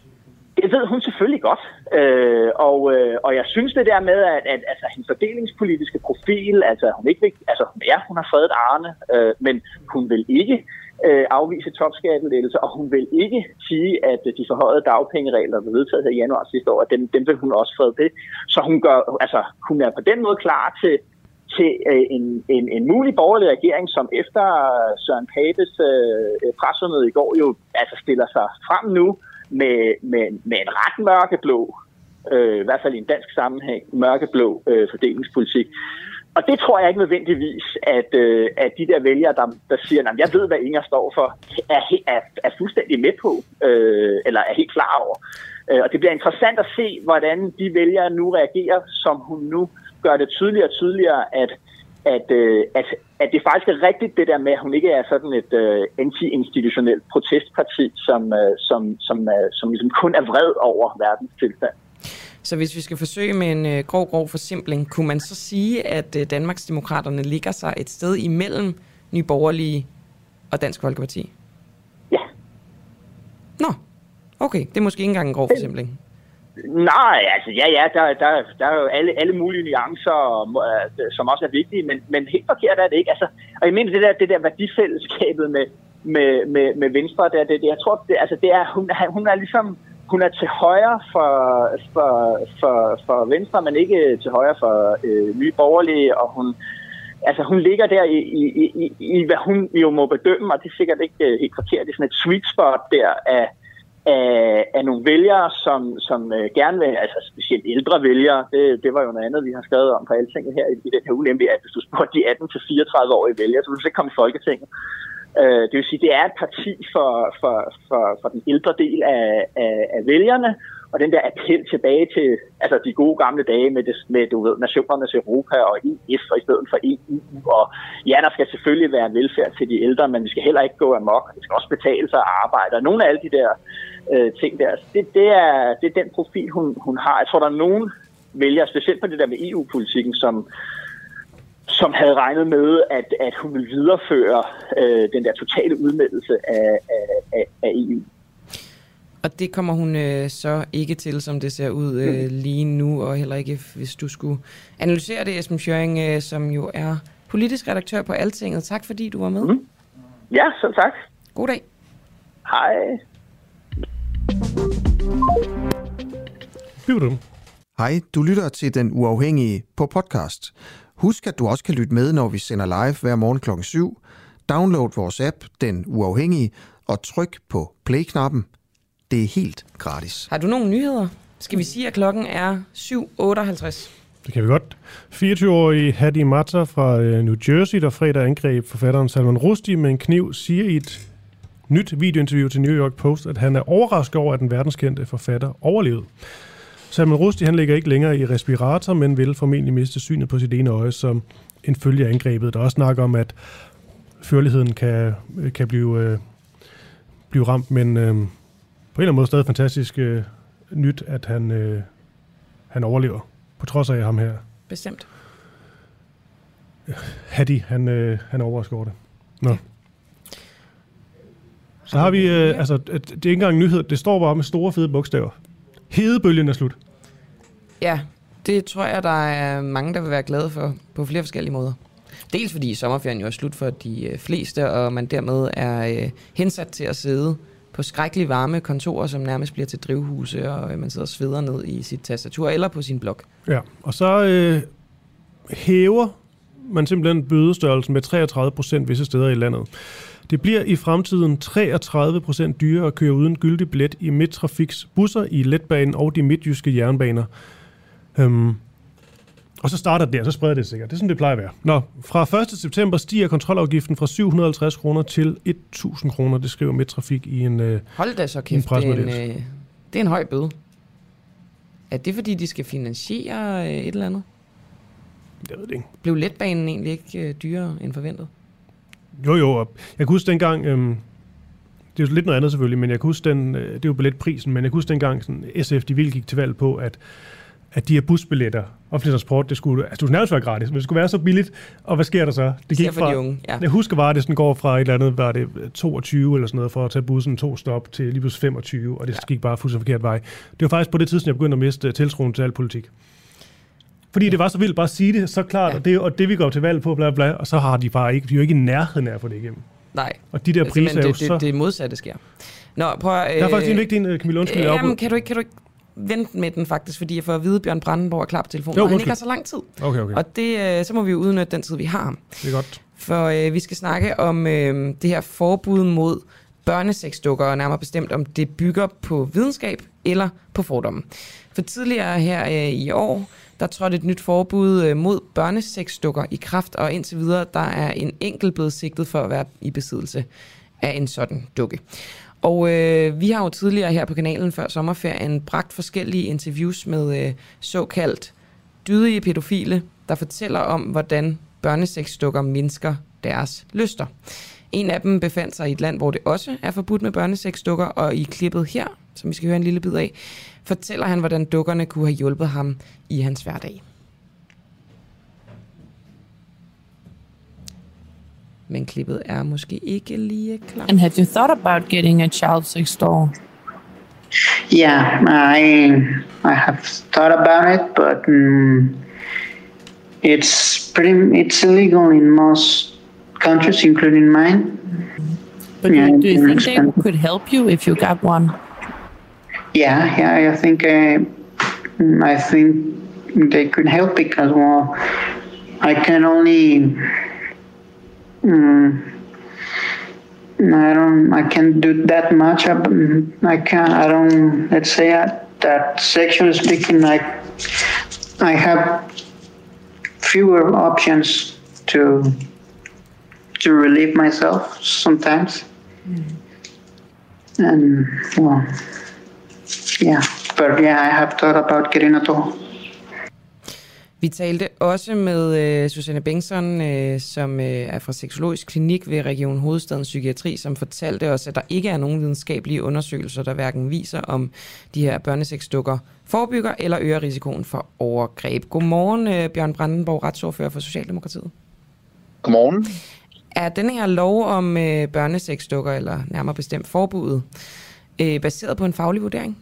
Det ved hun selvfølgelig godt. Øh, og, øh, og jeg synes det der med, at, at altså, hendes fordelingspolitiske profil, altså hun ikke vil, altså ja, hun har fredet Arne, øh, men hun vil ikke øh, afvise topskattelettelser, og hun vil ikke sige, at de forhøjede dagpengeregler, der blev vedtaget her i januar sidste år, at dem, dem vil hun også frede det. Så hun gør, altså hun er på den måde klar til til øh, en, en, en mulig borgerlig regering, som efter Søren Papes øh, pressemøde i går jo altså stiller sig frem nu med, med, med en ret mørkeblå, øh, i hvert fald i en dansk sammenhæng, mørkeblå øh, fordelingspolitik. Og det tror jeg ikke nødvendigvis, at, øh, at de der vælgere, der, der siger, at jeg ved, hvad Inger står for, er, er, er fuldstændig med på, øh, eller er helt klar over. Øh, og det bliver interessant at se, hvordan de vælgere nu reagerer, som hun nu gør det tydeligere og tydeligere, at, at, øh, at, at det faktisk er rigtigt det der med, at hun ikke er sådan et øh, anti-institutionelt protestparti, som, øh, som, som, øh, som ligesom kun er vred over verdens tilstand. Så hvis vi skal forsøge med en øh, grov, grov forsimpling, kunne man så sige, at øh, Danmarksdemokraterne ligger sig et sted imellem Nye Borgerlige og Dansk Folkeparti? Ja. Nå, okay. Det er måske ikke engang en grov forsimpling. Nej, altså ja, ja, der, der, der er jo alle, alle mulige nuancer, som også er vigtige, men, men helt forkert er det ikke. Altså, og jeg mener, det der, det der værdifællesskabet med, med, med, med Venstre, det, det, jeg tror, det, altså, det er, hun, hun er ligesom, hun er til højre for, for, for, for Venstre, men ikke til højre for øh, Nye Borgerlige, og hun, altså, hun ligger der i, i, i, i, hvad hun jo må bedømme, og det er sikkert ikke helt forkert, det er sådan et sweet spot der af, Af, af nogle vælgere, som, som øh, gerne vil, altså specielt ældre vælgere, det, det var jo noget andet, vi har skrevet om på Altinget her i, i den her uge, nemlig at hvis du spurgte de atten til fireogtredive-årige vælgere, så vil du ikke komme i Folketinget. Øh, det vil sige, det er et parti for, for, for, for den ældre del af, af, af vælgerne, og den der appel tilbage til altså de gode gamle dage med, det, med du ved, nationernes Europa og E F og i stedet for E U. Og ja, der skal selvfølgelig være velfærd til de ældre, men vi skal heller ikke gå amok. Det skal også betale sig at arbejde. Og nogle af alle de der øh, ting der, det, det, er, det er den profil, hun, hun har. Jeg tror, der er nogen vælgere, specielt på det der med E U-politikken, som, som havde regnet med, at, at hun ville videreføre øh, den der totale udmeldelse af, af, af E U. Og det kommer hun øh, så ikke til, som det ser ud øh, lige nu, og heller ikke, hvis du skulle analysere det, Esben Schjøring, øh, som jo er politisk redaktør på Altinget. Tak fordi du var med. Mm. Ja, så tak. God dag. Hej. Hej, du lytter til Den Uafhængige på podcast. Husk, at du også kan lytte med, når vi sender live hver morgen klokken syv. Download vores app, Den Uafhængige, og tryk på play-knappen. Det er helt gratis. Har du nogle nyheder? Skal vi sige, at klokken er syv otteoghalvtreds? Det kan vi godt. fireogtyve-årige Hadi Matar fra New Jersey, der fredag angreb forfatteren Salman Rushdie med en kniv, siger i et nyt videointerview til New York Post, at han er overrasket over, at den verdenskendte forfatter overlevede. Salman Rushdie, han ligger ikke længere i respirator, men vil formentlig miste synet på sit ene øje som en følge af angrebet. Der er også snak om, at førligheden kan, kan blive, øh, blive ramt, men øh, på en eller anden måde stadig fantastisk øh, nyt, at han, øh, han overlever, på trods af ham her. Bestemt. Hadi, han, øh, han overrasker over det. Nå. Ja. Så har vi, øh, altså, det er ikke engang en nyhed, det står bare med store fede bogstaver. Hedebølgen er slut. Ja, det tror jeg, der er mange, der vil være glade for på flere forskellige måder. Dels fordi sommerferien jo er slut for de fleste, og man dermed er øh, hensat til at sidde på skrækkelig varme kontorer, som nærmest bliver til drivhuse, og øh, man sidder og sveder ned i sit tastatur eller på sin blog. Ja, og så øh, hæver man simpelthen bødestørrelsen med treogtredive procent visse steder i landet. Det bliver i fremtiden treogtredive procent dyrere at køre uden gyldig billet i Midtrafiks busser, i letbanen og de midtjyske jernbaner. Øhm, og så starter det, og så spreder det sikkert. Det er sådan, det plejer at være. Nå, fra første september stiger kontrolafgiften fra syv hundrede og halvtreds kroner til tusind kroner. Det skriver Midtrafik i en øh, Hold da så kæft, det er, en, øh, det er en høj bøde. Er det, fordi de skal finansiere øh, et eller andet? Jeg ved det ikke. Blev letbanen egentlig ikke øh, dyrere end forventet? Jo, jo. Jeg kan huske dengang, øhm, det er jo lidt noget andet selvfølgelig, men jeg kan huske den, øh, det er jo billetprisen, men jeg kan huske dengang, sådan, S F, de ville gik til valg på, at, at de her busbilletter, offentlig transport, det skulle, altså, det skulle nærmest være gratis, men det skulle være så billigt, og hvad sker der så? Det gik fra, de unge, ja. Jeg husker bare, at det sådan går fra et eller andet, var det toogtyve eller sådan noget, for at tage bussen to stop til lige pludselig femogtyve, og det ja. gik bare fuldstændig forkert vej. Det var faktisk på det tidspunkt, jeg begyndte at miste tiltroen til al politik. Fordi det var så vildt bare at sige det så klart, ja. og, det, og det vi går til valg på, bla bla, og så har de bare ikke, de er jo ikke i nærheden af at få det igennem. Nej. Og de der priser er jo det, så... Det, det modsatte sker. Nå, prøv at... Øh, der er faktisk en vigtig en, Camilla, undskyld. Øh, jamen, kan du ikke, kan du ikke vente med den faktisk, fordi jeg får at vide, at Bjørn Brandenborg er klar på telefonen, jo, og han ikke har så lang tid. Okay, okay. Og det, øh, så må vi jo udnytte den tid, vi har ham. Det er godt. For øh, vi skal snakke om øh, det her forbud mod børnesexdukker, og nærmere bestemt, om det bygger på videnskab eller på fordomme. For tidligere her øh, i år, der trådte et nyt forbud øh, mod børnesexdukker i kraft, og indtil videre, der er en enkelt blevet sigtet for at være i besiddelse af en sådan dukke. Og øh, vi har jo tidligere her på kanalen før sommerferien bragt forskellige interviews med øh, såkaldt dydige pædofile, der fortæller om, hvordan børnesexdukker mindsker deres lyster. En af dem befandt sig i et land, hvor det også er forbudt med børnesexdukker, og i klippet her, som vi skal høre en lille bid af, fortæller han, hvordan dukkerne kunne have hjulpet ham i hans hverdag. Men klippet er måske ikke lige klar. And have you thought about getting a child sex doll? Yeah, I I have thought about it, but um, it's pretty it's illegal in most countries, including mine. But yeah, do you think they could help you if you got one? Yeah, yeah, I think uh, I think they could help because well, I can only. Um, I don't. I can't do that much. I, I can't. I don't. Let's say that sexually speaking, like I have fewer options to to relieve myself sometimes, mm. and well, yeah. But yeah, I have thought about getting a doll. Vi talte også med øh, Susanne Bengtsson, øh, som øh, er fra Sexologisk Klinik ved Region Hovedstadens Psykiatri, som fortalte os, at der ikke er nogen videnskabelige undersøgelser, der hverken viser, om de her børnesexdukker forebygger eller øger risikoen for overgreb. Godmorgen, øh, Bjørn Brandenborg, retsordfører for Socialdemokratiet. Godmorgen. Er den her lov om øh, børnesexdukker, eller nærmere bestemt forbuddet, øh, baseret på en faglig vurdering?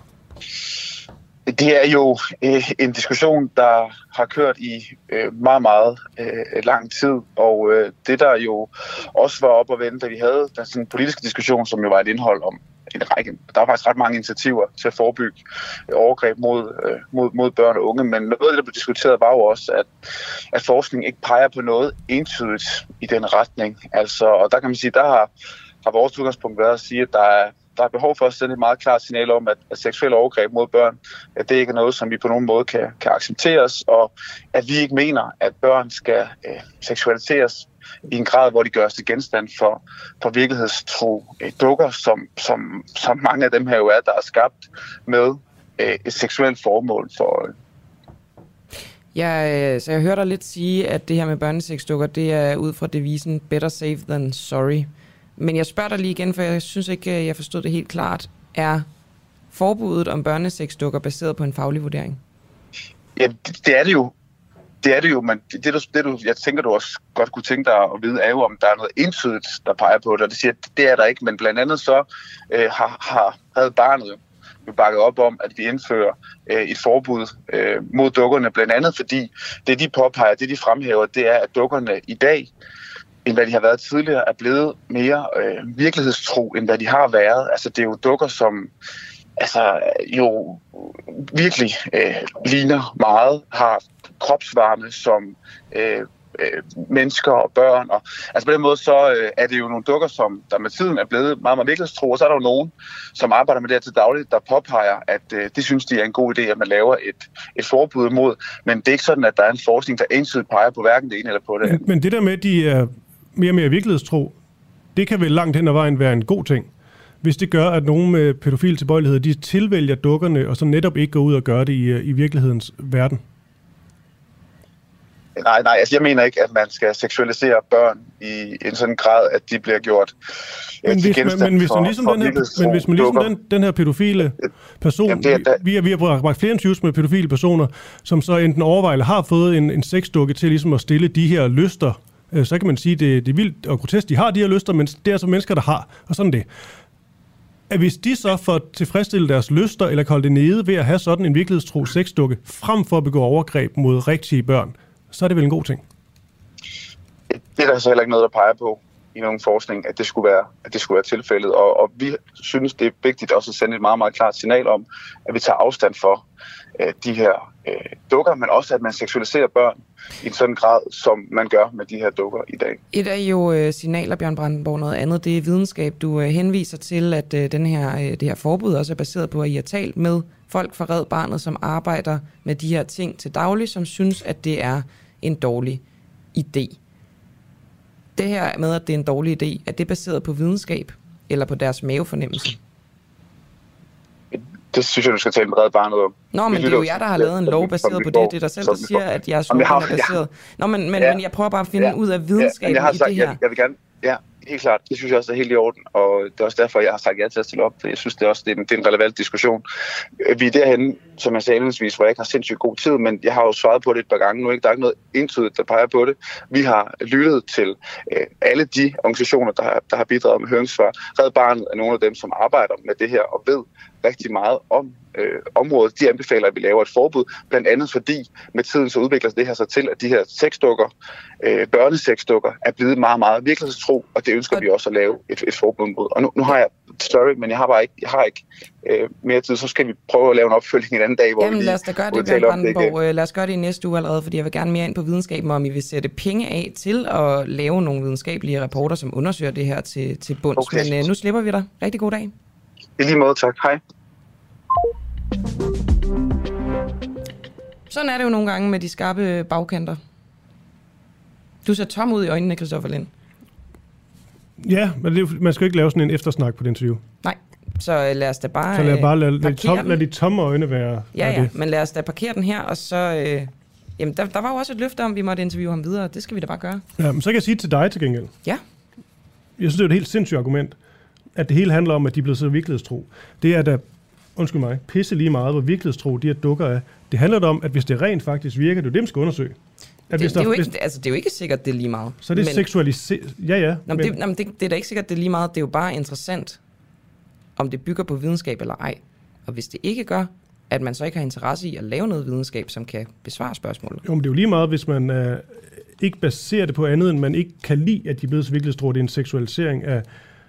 Det er jo øh, en diskussion, der har kørt i øh, meget, meget øh, lang tid, og øh, det der jo også var op at vende, da vi havde den sådan, politiske diskussion, som jo var et indhold om en række, der er faktisk ret mange initiativer til at forebygge overgreb mod, øh, mod, mod børn og unge, men noget af det, der blev diskuteret, var jo også, at, at forskning ikke peger på noget entydigt i den retning. Altså, og der kan man sige, der har, har vores udgangspunkt været at sige, at der er Der er behov for at sende et meget klart signal om, at, at seksuelle overgreb mod børn, at det ikke er noget, som vi på nogen måde kan, kan accepteres, og at vi ikke mener, at børn skal øh, seksualiseres i en grad, hvor de gøres til genstand for, for virkelighedstro øh, dukker, som, som, som mange af dem her jo er, der er skabt med øh, et seksuelt formål for. Øh. Ja, så jeg hørte dig lidt sige, at det her med børnesexdukker, det er ud fra devisen better safe than sorry. Men jeg spørger dig lige igen, for jeg synes ikke, jeg forstod det helt klart. Er forbuddet om børnesexdukker baseret på en faglig vurdering? Ja, det, det er det jo. Det er det jo, men det, det, det du, jeg tænker, du også godt kunne tænke dig at vide, er jo, om der er noget entydigt, der peger på det. Og det siger, at det er der ikke, men blandt andet så øh, har, har havde barnet jo bakket op om, at vi indfører øh, et forbud øh, mod dukkerne, blandt andet fordi det, de påpeger, det de fremhæver, det er, at dukkerne i dag, end hvad de har været tidligere, er blevet mere øh, virkelighedstro, end hvad de har været. Altså, det er jo dukker, som altså, jo virkelig øh, ligner meget, har kropsvarme som øh, øh, mennesker og børn. Og, altså på den måde, så øh, er det jo nogle dukker, som der med tiden er blevet meget, meget virkelighedstro, og så er der jo nogen, som arbejder med det her til dagligt, der påpeger, at øh, det synes de er en god idé, at man laver et, et forbud imod. Men det er ikke sådan, at der er en forskning, der entydigt peger på hverken det ene eller på det andet. Men, men det der med, at de er mere og mere virkelighedstro, det kan vel langt hen ad vejen være en god ting. Hvis det gør, at nogen med pædofile tilbøjeligheder, de tilvælger dukkerne, og så netop ikke går ud og gør det i, i virkelighedens verden. Nej, nej, altså jeg mener ikke, at man skal seksualisere børn i en sådan grad, at de bliver gjort men til hvis, genstand men, hvis for, ligesom for den her, Men hvis man ligesom den, den her pædofile person, Jamen, det er, vi, vi, vi har bragt flere interviews med pædofile personer, som så enten overvejer eller har fået en, en sexdukke til ligesom at stille de her lyster, så kan man sige, at det, det er vildt og grotesk, de har de her lyster, men det er så mennesker, der har, og sådan det. At hvis de så får tilfredsstille deres lyster, eller kan holde det nede ved at have sådan en virkelighedstro sexdukke, frem for at begå overgreb mod rigtige børn, så er det vel en god ting? Det er der så heller ikke noget, der peger på i nogen forskning, at det skulle være, at det skulle være tilfældet. Og, og vi synes, det er vigtigt også at sende et meget, meget klart signal om, at vi tager afstand for øh, de her øh, dukker, men også at man seksualiserer børn i en sådan grad, som man gør med de her dukker i dag. Et er jo øh, signaler, Bjørn Brandenborg, noget andet. Det er videnskab. Du øh, henviser til, at øh, den her, øh, det her forbud også er baseret på, at I har talt med folk fra Red Barnet, som arbejder med de her ting til daglig, som synes, at det er en dårlig idé. Det her med, at det er en dårlig idé, er det baseret på videnskab eller på deres mavefornemmelse? Det synes jeg, du skal tale med Red Barnet om. Nå, men det er jo jer, der har lavet en lov baseret på det. Det er der selv, der siger, at jeres slogan er baseret. Nå, men, men, ja. men jeg prøver bare at finde ja. ud af videnskaben ja, i det her. Jeg, jeg vil gerne, ja, helt klart. Det synes jeg også er helt i orden, og det er også derfor, jeg har sagt ja til at stille op. Jeg synes det er også, det er en, det er en relevant diskussion. Vi er derhenne, som jeg sagde indledningsvis, hvor jeg ikke har sindssygt god tid, men jeg har jo svaret på det et par gange nu. Ikke? Der er ikke noget entydigt, der peger på det. Vi har lyttet til øh, alle de organisationer, der har, der har bidraget med høringssvar. Red Barnet er nogle af dem, som arbejder med det her og ved rigtig meget om øh, området. De anbefaler, at vi laver et forbud, blandt andet fordi med tiden så udvikler det her sig til, at de her sexdukker, øh, børnesexdukker, er blevet meget, meget virkelighedstro, og det ønsker og... vi også at lave et, et forbud mod. Og nu, nu har jeg, sorry, men jeg har bare ikke, jeg har ikke øh, mere tid, så skal vi prøve at lave en opfølging en anden dag, hvor Jamen, vi lad os da gøre det, Bjørn Brandenborg. Lad os gøre det i næste uge allerede, fordi jeg vil gerne mere ind på videnskaben, om I vil sætte penge af til at lave nogle videnskabelige rapporter, som undersøger det her til, til bunds. Okay. Men øh, nu slipper vi dig. Rigtig god dag. I lige måde, tak. Hej. Sådan er det jo nogle gange med de skarpe bagkanter. Du ser tom ud i øjnene, Christoffer Lind. Ja, men det er, man skal ikke lave sådan en eftersnak på det interview. Nej, så lad os da bare Så lad, bare lad, lad, tom, lad de tomme øjne være. Ja, ja, det. men lad os da parkere den her, og så... Øh, jamen, der, der var jo også et løfte om, at vi måtte interviewe ham videre. Det skal vi da bare gøre. Ja, men så kan jeg sige til dig til gengæld. Ja. Jeg synes, det er et helt sindssygt argument, at det hele handler om, at de er blevet så virkelighedstro. Det er da, undskyld mig, pisse lige meget, hvor virkelighedstro de her dukker er. Det handler om, at hvis det rent faktisk virker, det er jo det, man skal undersøge. Det, det, er jo ikke, hvis, altså, det er jo ikke sikkert, det er lige meget. Så er det seksualiseret. Ja, ja. Nå, men det, nå, men det, det er da ikke sikkert, det er lige meget. Det er jo bare interessant, om det bygger på videnskab eller ej. Og hvis det ikke gør, at man så ikke har interesse i at lave noget videnskab, som kan besvare spørgsmålet. Jo, men det er jo lige meget, hvis man øh, ikke baserer det på andet, end man ikke kan lide, at de er blevet så virkelighedstro. Det er en seksualisering af,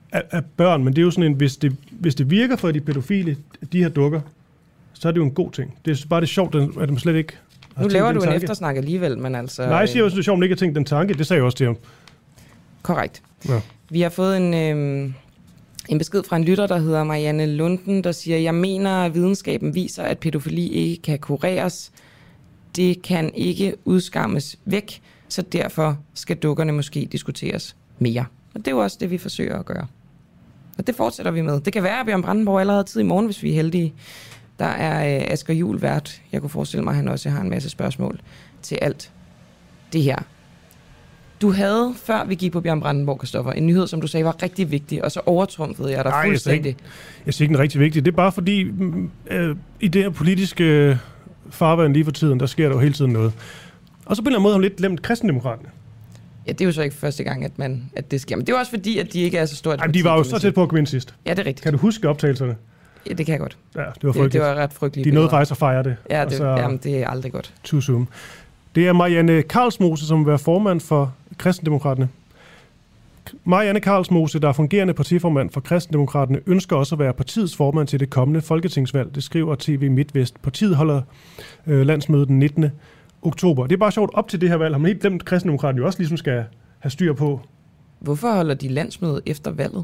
af, af børn, men det er jo sådan en, hvis det, hvis det virker for de pædofile, de her dukker, så er det jo en god ting. Det er bare det sjovt, at man slet ikke har Nu laver du en tanke. eftersnak alligevel, men altså... Nej, jeg siger også, det er sjovt, at man ikke har tænkt den tanke. Det sagde jeg også til ham. Korrekt. Ja. Vi har fået en, øh, en besked fra en lytter, der hedder Marianne Lunden, der siger, jeg mener, at videnskaben viser, at pædofili ikke kan kureres. Det kan ikke udskammes væk, så derfor skal dukkerne måske diskuteres mere. Og det er jo også det, vi forsøger at gøre. Og det fortsætter vi med. Det kan være, at Bjørn Brandenborg allerede tid i morgen, hvis vi er heldige. Der er øh, Asger Juhl vært. Jeg kunne forestille mig, at han også har en masse spørgsmål til alt det her. Du havde, før vi gik på Bjørn Brandenborg, Christoffer, en nyhed, som du sagde var rigtig vigtig, og så overtrumfede jeg dig Nej, fuldstændig. Jeg, jeg siger ikke den rigtig vigtig. Det er bare fordi, øh, i det her politiske farvand lige for tiden, der sker der jo hele tiden noget. Og så på en eller anden måde har man lidt glemt kristendemokraterne. Ja, det er jo så ikke første gang, at, man, at det sker. Men det er også fordi, at de ikke er så stort. Jamen, de var jo så tæt på at komme ind sidst. Ja, det er rigtigt. Kan du huske optagelserne? Ja, det kan jeg godt. Ja, det var frygteligt. Det, det var ret frygteligt. De nåede faktisk at fejre det. Ja, det, så, jamen, det er aldrig godt. Too soon. Det er Marianne Karlsmose, som vil være formand for Kristendemokraterne. Marianne Karlsmose, der er fungerende partiformand for Kristendemokraterne, ønsker også at være partiets formand til det kommende folketingsvalg. Det skriver T V MidtVest. Partiet holder øh, landsmøde den nittende oktober. Det er bare sjovt, op til det her valg har man helt glemt, at Kristendemokraterne jo også ligesom skal have styr på. Hvorfor holder de landsmøde efter valget?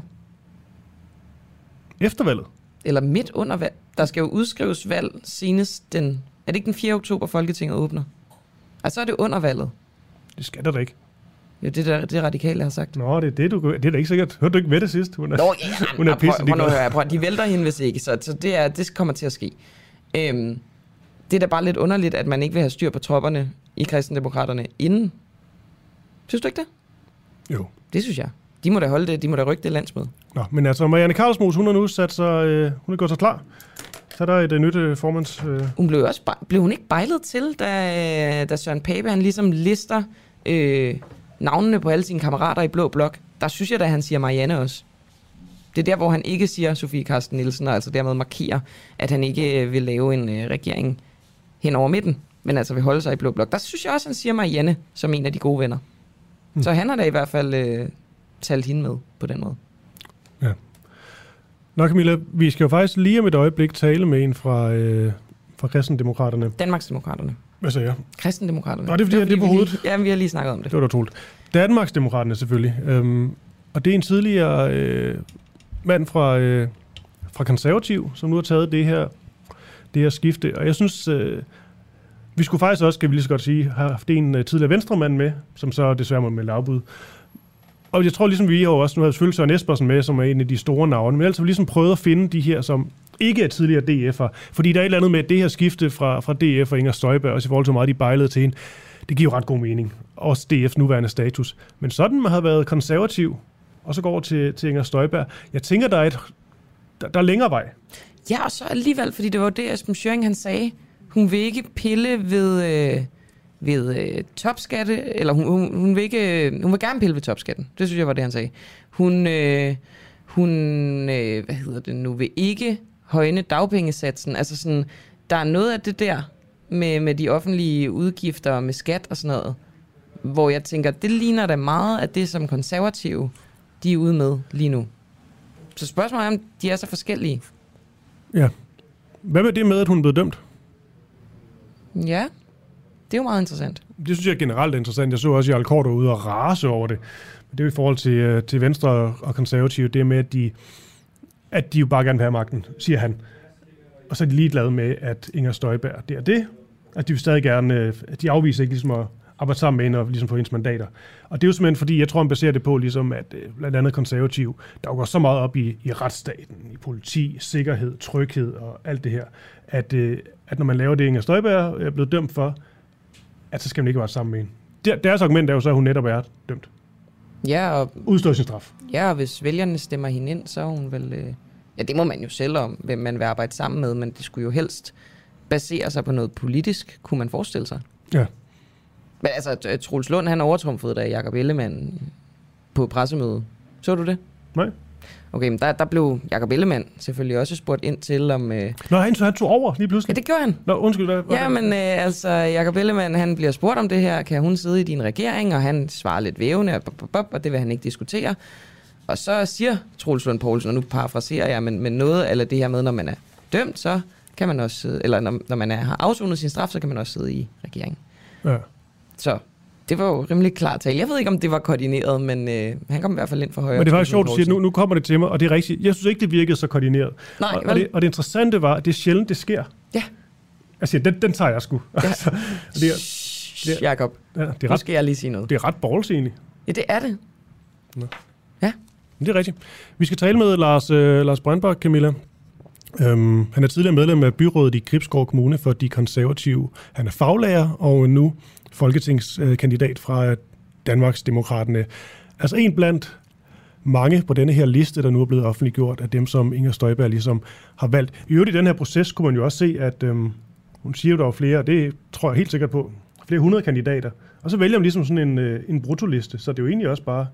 Efter valget? Eller midt under valg. Der skal jo udskrives valg senest den... Er det ikke den fjerde oktober, Folketinget åbner? Altså så er det under valget. Det skal der da ikke. Jo, det er det radikale har sagt. Nå, det er det, du... Det er da ikke sikkert. Hørte du ikke med det sidst? Hun er, Nå, ja, hun er pisse. Prøv, prøv, prøv, prøv, de vælter hende, hvis ikke. Så, så det, er, det kommer til at ske. Øhm, det er da bare lidt underligt, at man ikke vil have styr på tropperne i Kristendemokraterne inden. Synes du ikke det? Jo. Det synes jeg. De må da holde det, de må da rykke det landsmøde. Nå, men altså, Marianne Karlsmose, hun har nu sat sig... Øh, hun er gået så klar. Så er der et uh, nyt uh, formands... Øh... Hun blev også blev hun ikke bejlet til, da, da Søren Pape, han ligesom lister øh, navnene på alle sine kammerater i Blå Blok. Der synes jeg da, han siger Marianne også. Det er der, hvor han ikke siger Sofie Carsten Nielsen, og altså dermed markerer, at han ikke øh, vil lave en øh, regering hen over midten, men altså vil holde sig i Blå Blok. Der synes jeg også, han siger Marianne som en af de gode venner. Hmm. Så han har da i hvert fald øh, talt hende med på den måde. Ja. Nå Camilla, vi skal jo faktisk lige om et øjeblik tale med en fra, øh, fra Kristendemokraterne. Danmarksdemokraterne. Hvad sagde jeg? Kristendemokraterne. Nå, det er fordi, det, det er på hovedet. Ja, vi har lige snakket om det. Det var da troligt. Danmarksdemokraterne selvfølgelig. Øhm, og det er en tidligere øh, mand fra, øh, fra Konservativ, som nu har taget det her, det her skifte. Og jeg synes, øh, vi skulle faktisk også, skal vi lige så godt sige, have haft en øh, tidligere venstremand med, som så desværre må med afbud. Og jeg tror ligesom vi har også, nu har selvfølgelig Søren Espersen med, som er en af de store navne, men altså vi ligesom prøvet at finde de her, som ikke er tidligere D F'er. Fordi der er et eller andet med det her skifte fra, fra D F og Inger Støjberg, også i forhold til hvor meget de bejlede til hende. Det giver jo ret god mening. Også D F's nuværende status. Men sådan man har været konservativ, og så går over til, til Inger Støjberg. Jeg tænker, der er, et, der, der er længere vej. Ja, og så alligevel, fordi det var det, Esben Schøring han sagde. Hun vil ikke pille ved... Øh ved øh, topskatte, eller hun, hun, hun, vil ikke, hun vil gerne pille ved topskatten. Det synes jeg var det, han sagde. Hun, øh, hun øh, hvad hedder det nu, vil ikke højne dagpengesatsen. Altså sådan, der er noget af det der med, med de offentlige udgifter, med skat og sådan noget, hvor jeg tænker, det ligner da meget af det, som konservative, de er ude med lige nu. Så spørgsmålet er, om de er så forskellige. Ja. Hvad med det med, at hun blev dømt? Ja. Det er jo meget interessant. Det synes jeg generelt er interessant. Jeg så også Jarl Corydon ude og rase over det. Men det er jo i forhold til, til Venstre og Konservative, det med, at de, at de jo bare gerne vil have magten, siger han. Og så er de ligeglade med, at Inger Støjberg, det er det. At de vil stadig gerne, at de afviser ikke ligesom at arbejde sammen med hende og ligesom få hendes mandater. Og det er jo simpelthen fordi, jeg tror, han baserer det på, ligesom at blandt andet Konservativ, der går så meget op i, i retsstaten, i politi, sikkerhed, tryghed og alt det her, at, at når man laver det, Inger Støjberg er blevet dømt for, at så skal man ikke være sammen med hende. Der, deres argument er jo så, at hun netop er dømt. Ja, og... Udstår sin straf. Ja, og hvis vælgerne stemmer hende ind, så er hun vel... Øh... Ja, det må man jo selv om, hvem man vil arbejde sammen med, men det skulle jo helst basere sig på noget politisk, kunne man forestille sig. Ja. Men altså, Troels Lund, han overtrumfede da Jakob Ellemann på pressemødet. Så du det? Nej. Okay, men der, der blev Jakob Ellemann selvfølgelig også spurgt ind til, om... Øh... Nå, han, så han tog over lige pludselig? Ja, det gjorde han. Nå, undskyld. Hvad, ja, men øh, altså, Jakob Ellemann, han bliver spurgt om det her. Kan hun sidde i din regering? Og han svarer lidt vævende, og, og det vil han ikke diskutere. Og så siger Troels Lund Poulsen, og nu parafraserer jeg, men, men noget eller det her med, når man er dømt, så kan man også sidde, eller når, når man er, har afsonet sin straf, så kan man også sidde i regeringen. Ja. Så det var jo rimelig klart tale. Jeg ved ikke, om det var koordineret, men øh, han kom i hvert fald ind for højre. Men det var faktisk sjovt, du siger, nu, nu kommer det til mig, og det er rigtigt. Jeg synes ikke, det virkede så koordineret. Nej, og, og, det, og det interessante var, at det er sjældent, det sker. Ja. Altså, den, den tager jeg sgu. Ja. Altså, det er, det er, Jacob, ja, det er ret, nu skal jeg lige sige noget. Det er ret balls egentlig. Ja, det er det. Nå. Ja. Det er rigtigt. Vi skal tale med Lars, øh, Lars Brandbach, Camilla. Øhm, han er tidligere medlem af byrådet i Gribskov Kommune for De Konservative. Han er faglærer og nu folketingskandidat fra Danmarks Demokraterne. Altså en blandt mange på denne her liste, der nu er blevet offentliggjort af dem, som Inger Støjberg ligesom har valgt. I øvrigt i den her proces kunne man jo også se, at øhm, hun siger jo, der var flere, og det tror jeg helt sikkert på, flere hundrede kandidater. Og så vælger man ligesom sådan en, øh, en bruttoliste, så det er jo egentlig også bare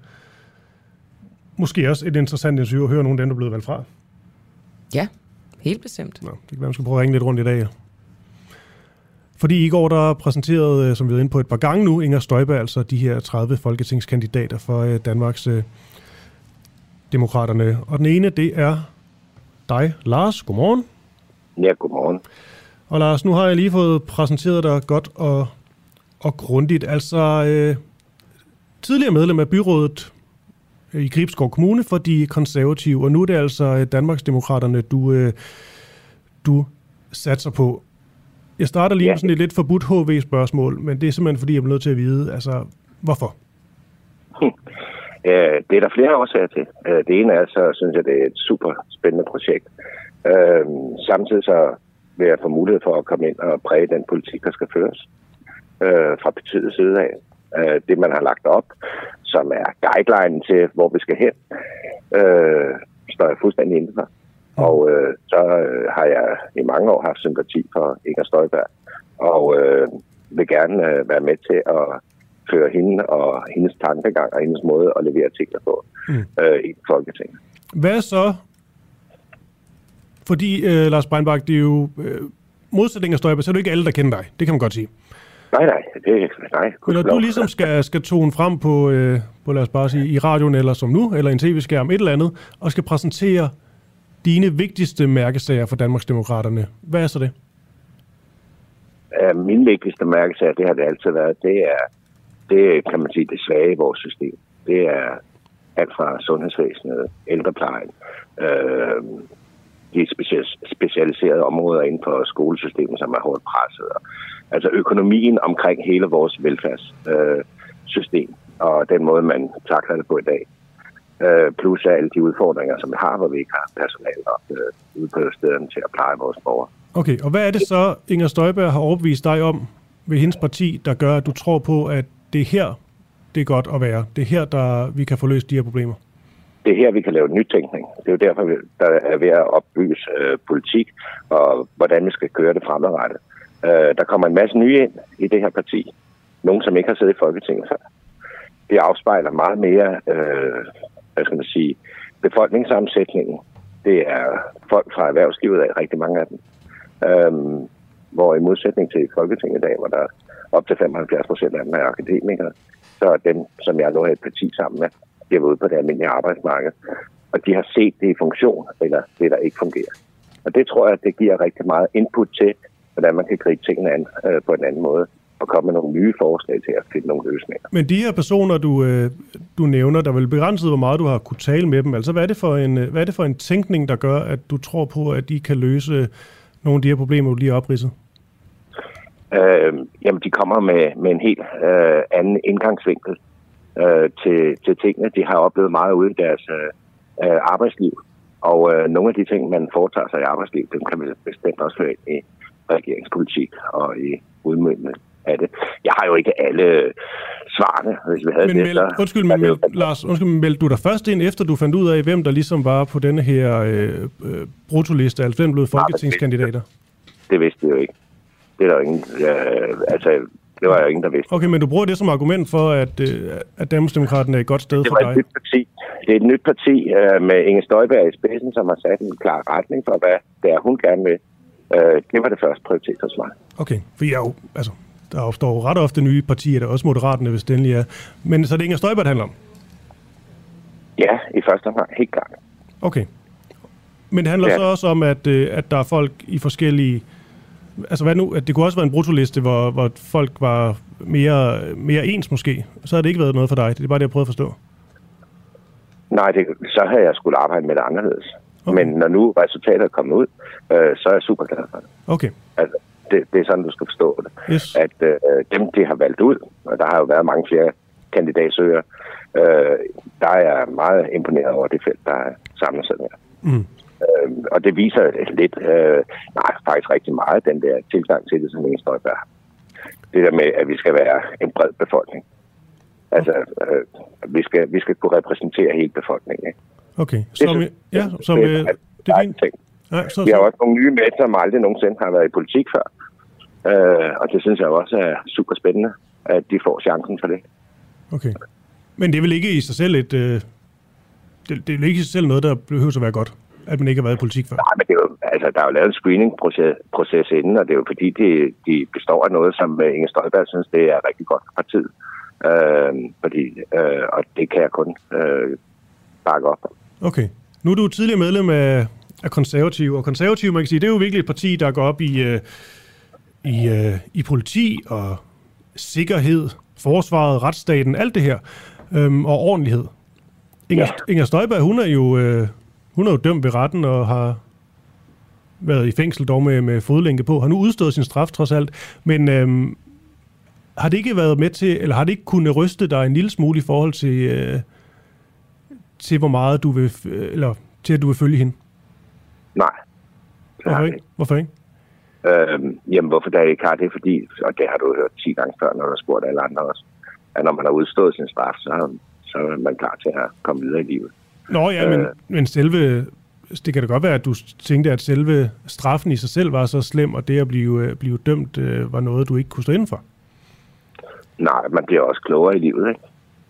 måske også et interessant interview at høre nogle af dem, der er blevet valgt fra. Ja, helt bestemt. Nå, det kan være, man skal prøve at ringe lidt rundt i dag. Fordi i går, der præsenterede, som vi er inde på et par gange nu, Inger Støjberg, altså de her tredive folketingskandidater for Danmarks øh, Demokraterne. Og den ene, det er dig, Lars. Godmorgen. Ja, godmorgen. Og Lars, nu har jeg lige fået præsenteret dig godt og, og grundigt. Altså, øh, tidligere medlem af byrådet i Gribskov Kommune for De Konservative, og nu er det altså Danmarks Demokraterne, du, øh, du satser på. Jeg starter lige ja. med sådan et lidt forbudt H V-spørgsmål, men det er simpelthen fordi, jeg er nødt til at vide, altså, hvorfor? Det er der flere årsager til. Det ene er, så synes jeg, det er et super spændende projekt. Samtidig så vil jeg få mulighed for at komme ind og præge den politik, der skal føres fra partiets side af. Det, man har lagt op, som er guideline til, hvor vi skal hen, står jeg fuldstændig inde for. Og øh, så øh, har jeg i mange år haft sympati for Inger Støjberg, og øh, vil gerne øh, være med til at føre hende og hendes tankegang og hendes måde at levere artikler på mm. øh, i Folketinget. Hvad så? Fordi, øh, Lars Brandbach, det er jo øh, modsætning af Støjberg, så er det ikke alle, der kender dig. Det kan man godt sige. Nej, nej. Det, nej Men når du ligesom skal, skal tone frem på, øh, på, lad os bare sige, i radioen eller som nu, eller en tv-skærm, et eller andet, og skal præsentere dine vigtigste mærkesager for Danmarks Demokraterne. Hvad er så det? Uh, mine vigtigste mærkesager, det har det altid været, det er, det kan man sige, det svage i vores system. Det er alt fra sundhedsvæsenet, ældreplejen, øh, de specialiserede områder inden for skolesystemet, som er hårdt presset. Altså økonomien omkring hele vores velfærdssystem, øh, og den måde, man takler det på i dag. Plus alle de udfordringer, som vi har, hvor vi ikke har personale nok øh, ude på stederne til at pleje vores borgere. Okay, og hvad er det så, Inger Støjberg har overbevist dig om ved hendes parti, der gør, at du tror på, at det er her, det er godt at være? Det er her, der vi kan få løst de her problemer? Det er her, vi kan lave nytænkning. Det er jo derfor, der er ved at opbygge øh, politik, og hvordan vi skal køre det fremadrettet. Øh, der kommer en masse nye ind i det her parti. Nogle, som ikke har siddet i Folketinget før. Det afspejler meget mere øh, hvad skal man sige, befolkningssammensætningen. Det er folk fra erhvervslivet af, rigtig mange af dem. Øhm, hvor i modsætning til Folketinget i dag, hvor der op til femoghalvfjerds procent af dem er akademikere, så er dem, som jeg nu har et parti sammen med, de er ude på det almindelige arbejdsmarked. Og de har set det i funktion, eller det, der ikke fungerer. Og det tror jeg, at det giver rigtig meget input til, hvordan man kan gribe tingene an øh, på en anden måde, og komme med nogle nye forslag til at finde nogle løsninger. Men de her personer, du, øh, du nævner, der er vel begrænset, hvor meget du har kunne tale med dem. Altså, hvad er det for en, hvad er det for en tænkning, der gør, at du tror på, at de kan løse nogle af de her problemer, du lige har opridset? Øh, jamen, de kommer med, med en helt øh, anden indgangsvinkel øh, til, til tingene. De har oplevet meget ude i deres øh, arbejdsliv. Og øh, nogle af de ting, man foretager sig i arbejdslivet, dem kan vi bestemt også høre ind i regeringspolitik og i udmøntning af det. Jeg har jo ikke alle svarene, hvis vi havde men det. Meld, undskyld, men meld, Lars, undskyld, men meldte du dig først ind, efter du fandt ud af, hvem der ligesom var på denne her øh, øh, brutoliste, altså hvem blev folketingskandidater? Det vidste jeg jo ikke. Det er der jo ingen, øh, altså, det var jo ingen, der vidste. Okay, men du bruger det som argument for, at, øh, at Danmarksdemokraterne er et godt sted det for dig? Et nyt parti. Det er et nyt parti øh, med Inger Støjberg i spidsen, som har sat en klar retning for, hvad det er, hun gerne vil. Øh, det var det første prioritet hos mig. Okay, for jeg er jo, altså, der opstår ret ofte nye partier, der også Moderaterne, hvis det endelig er. Men så er det Inger Støjberg, det handler om? Ja, i første omgang, helt klart. Okay. Men det handler ja. så også om, at, at der er folk i forskellige... Altså hvad nu? At det kunne også være en brutoliste, hvor, hvor folk var mere, mere ens måske. Så havde det ikke været noget for dig. Det er bare det, jeg prøvede at forstå. Nej, det, så havde jeg skulle arbejde med det anderledes. Okay. Men når nu resultatet er kommet ud, øh, så er jeg super glad for det. Okay. Altså, det, det er sådan, du skal forstå det. Yes. At øh, dem, de har valgt ud, og der har jo været mange flere kandidatsøgere, øh, der er jeg meget imponeret over det felt, der er samlet sig der. Mm. Øh, og det viser lidt, øh, nej, faktisk rigtig meget, den der tilgang til det, som Inger Støjberg har. Det der med, at vi skal være en bred befolkning. Altså, øh, vi, skal, vi skal kunne repræsentere hele befolkningen. Ikke? Okay. Som, det, ja, som, det, øh, det er fint. Nej, så, vi har så. også nogle nye med, som aldrig nogensinde har været i politik før. Øh, og det synes jeg også er super spændende, at de får chancen for det. Okay. Men det er vel ikke i sig selv et... Øh, det, det er vel ikke i sig selv noget, der behøver at være godt, at man ikke har været i politik før? Nej, men det er jo, altså, der er jo lavet en screening-proces proces inden, og det er jo fordi, de, de består af noget, som Inger Støjberg synes, det er rigtig godt for partiet. Øh, fordi, øh, og det kan jeg kun øh, bakke op. Okay. Nu er du tidligere medlem af, af Konservative, og Konservative, man kan sige, det er jo virkelig et parti, der går op i, øh, i, øh, i politi og sikkerhed, forsvaret, retsstaten, alt det her, øhm, og ordentlighed. Inger, ja. Inger Støjberg, hun er jo øh, hun er jo dømt ved retten og har været i fængsel dog med, med fodlænke på, har nu udstået sin straf trods alt, men øhm, har det ikke været med til, eller har det ikke kunnet ryste dig en lille smule i forhold til, øh, til hvor meget du vil, eller til at du vil følge hende? Nej. Hvorfor ikke? Hvorfor ikke? Øhm, jamen, hvorfor der ikke har det? Fordi, og det har du hørt ti gange før, når du har spurgt alle andre også, at når man har udstået sin straf, så, så er man klar til at komme videre i livet. Nå ja, men, øh, men selve, det kan da godt være, at du tænkte, at selve straffen i sig selv var så slem, og det at blive, blive dømt øh, var noget, du ikke kunne stå inden for. Nej, man bliver også klogere i livet, ikke?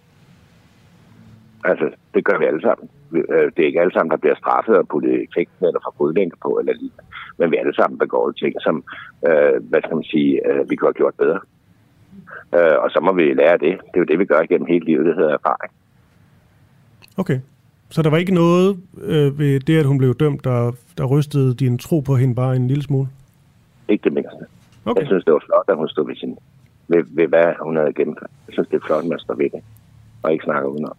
Altså, det gør vi alle sammen. Det er ikke alle sammen, der bliver straffet og puttet i fængsel eller får fodlænke på, eller lige. Men vi alle sammen begår ting, som, øh, hvad skal man sige, øh, vi kunne have gjort bedre. Øh, og så må vi lære det. Det er jo det, vi gør gennem hele livet, det hedder erfaring. Okay. Så der var ikke noget øh, ved det, at hun blev dømt, der, der rystede din tro på hende bare en lille smule? Ikke det mindste. Okay. Jeg synes, det var flot, at hun stod ved, sin, ved, ved hvad hun havde gennemført. Jeg synes, det er flot, at man står ved det, og ikke snakker udenom.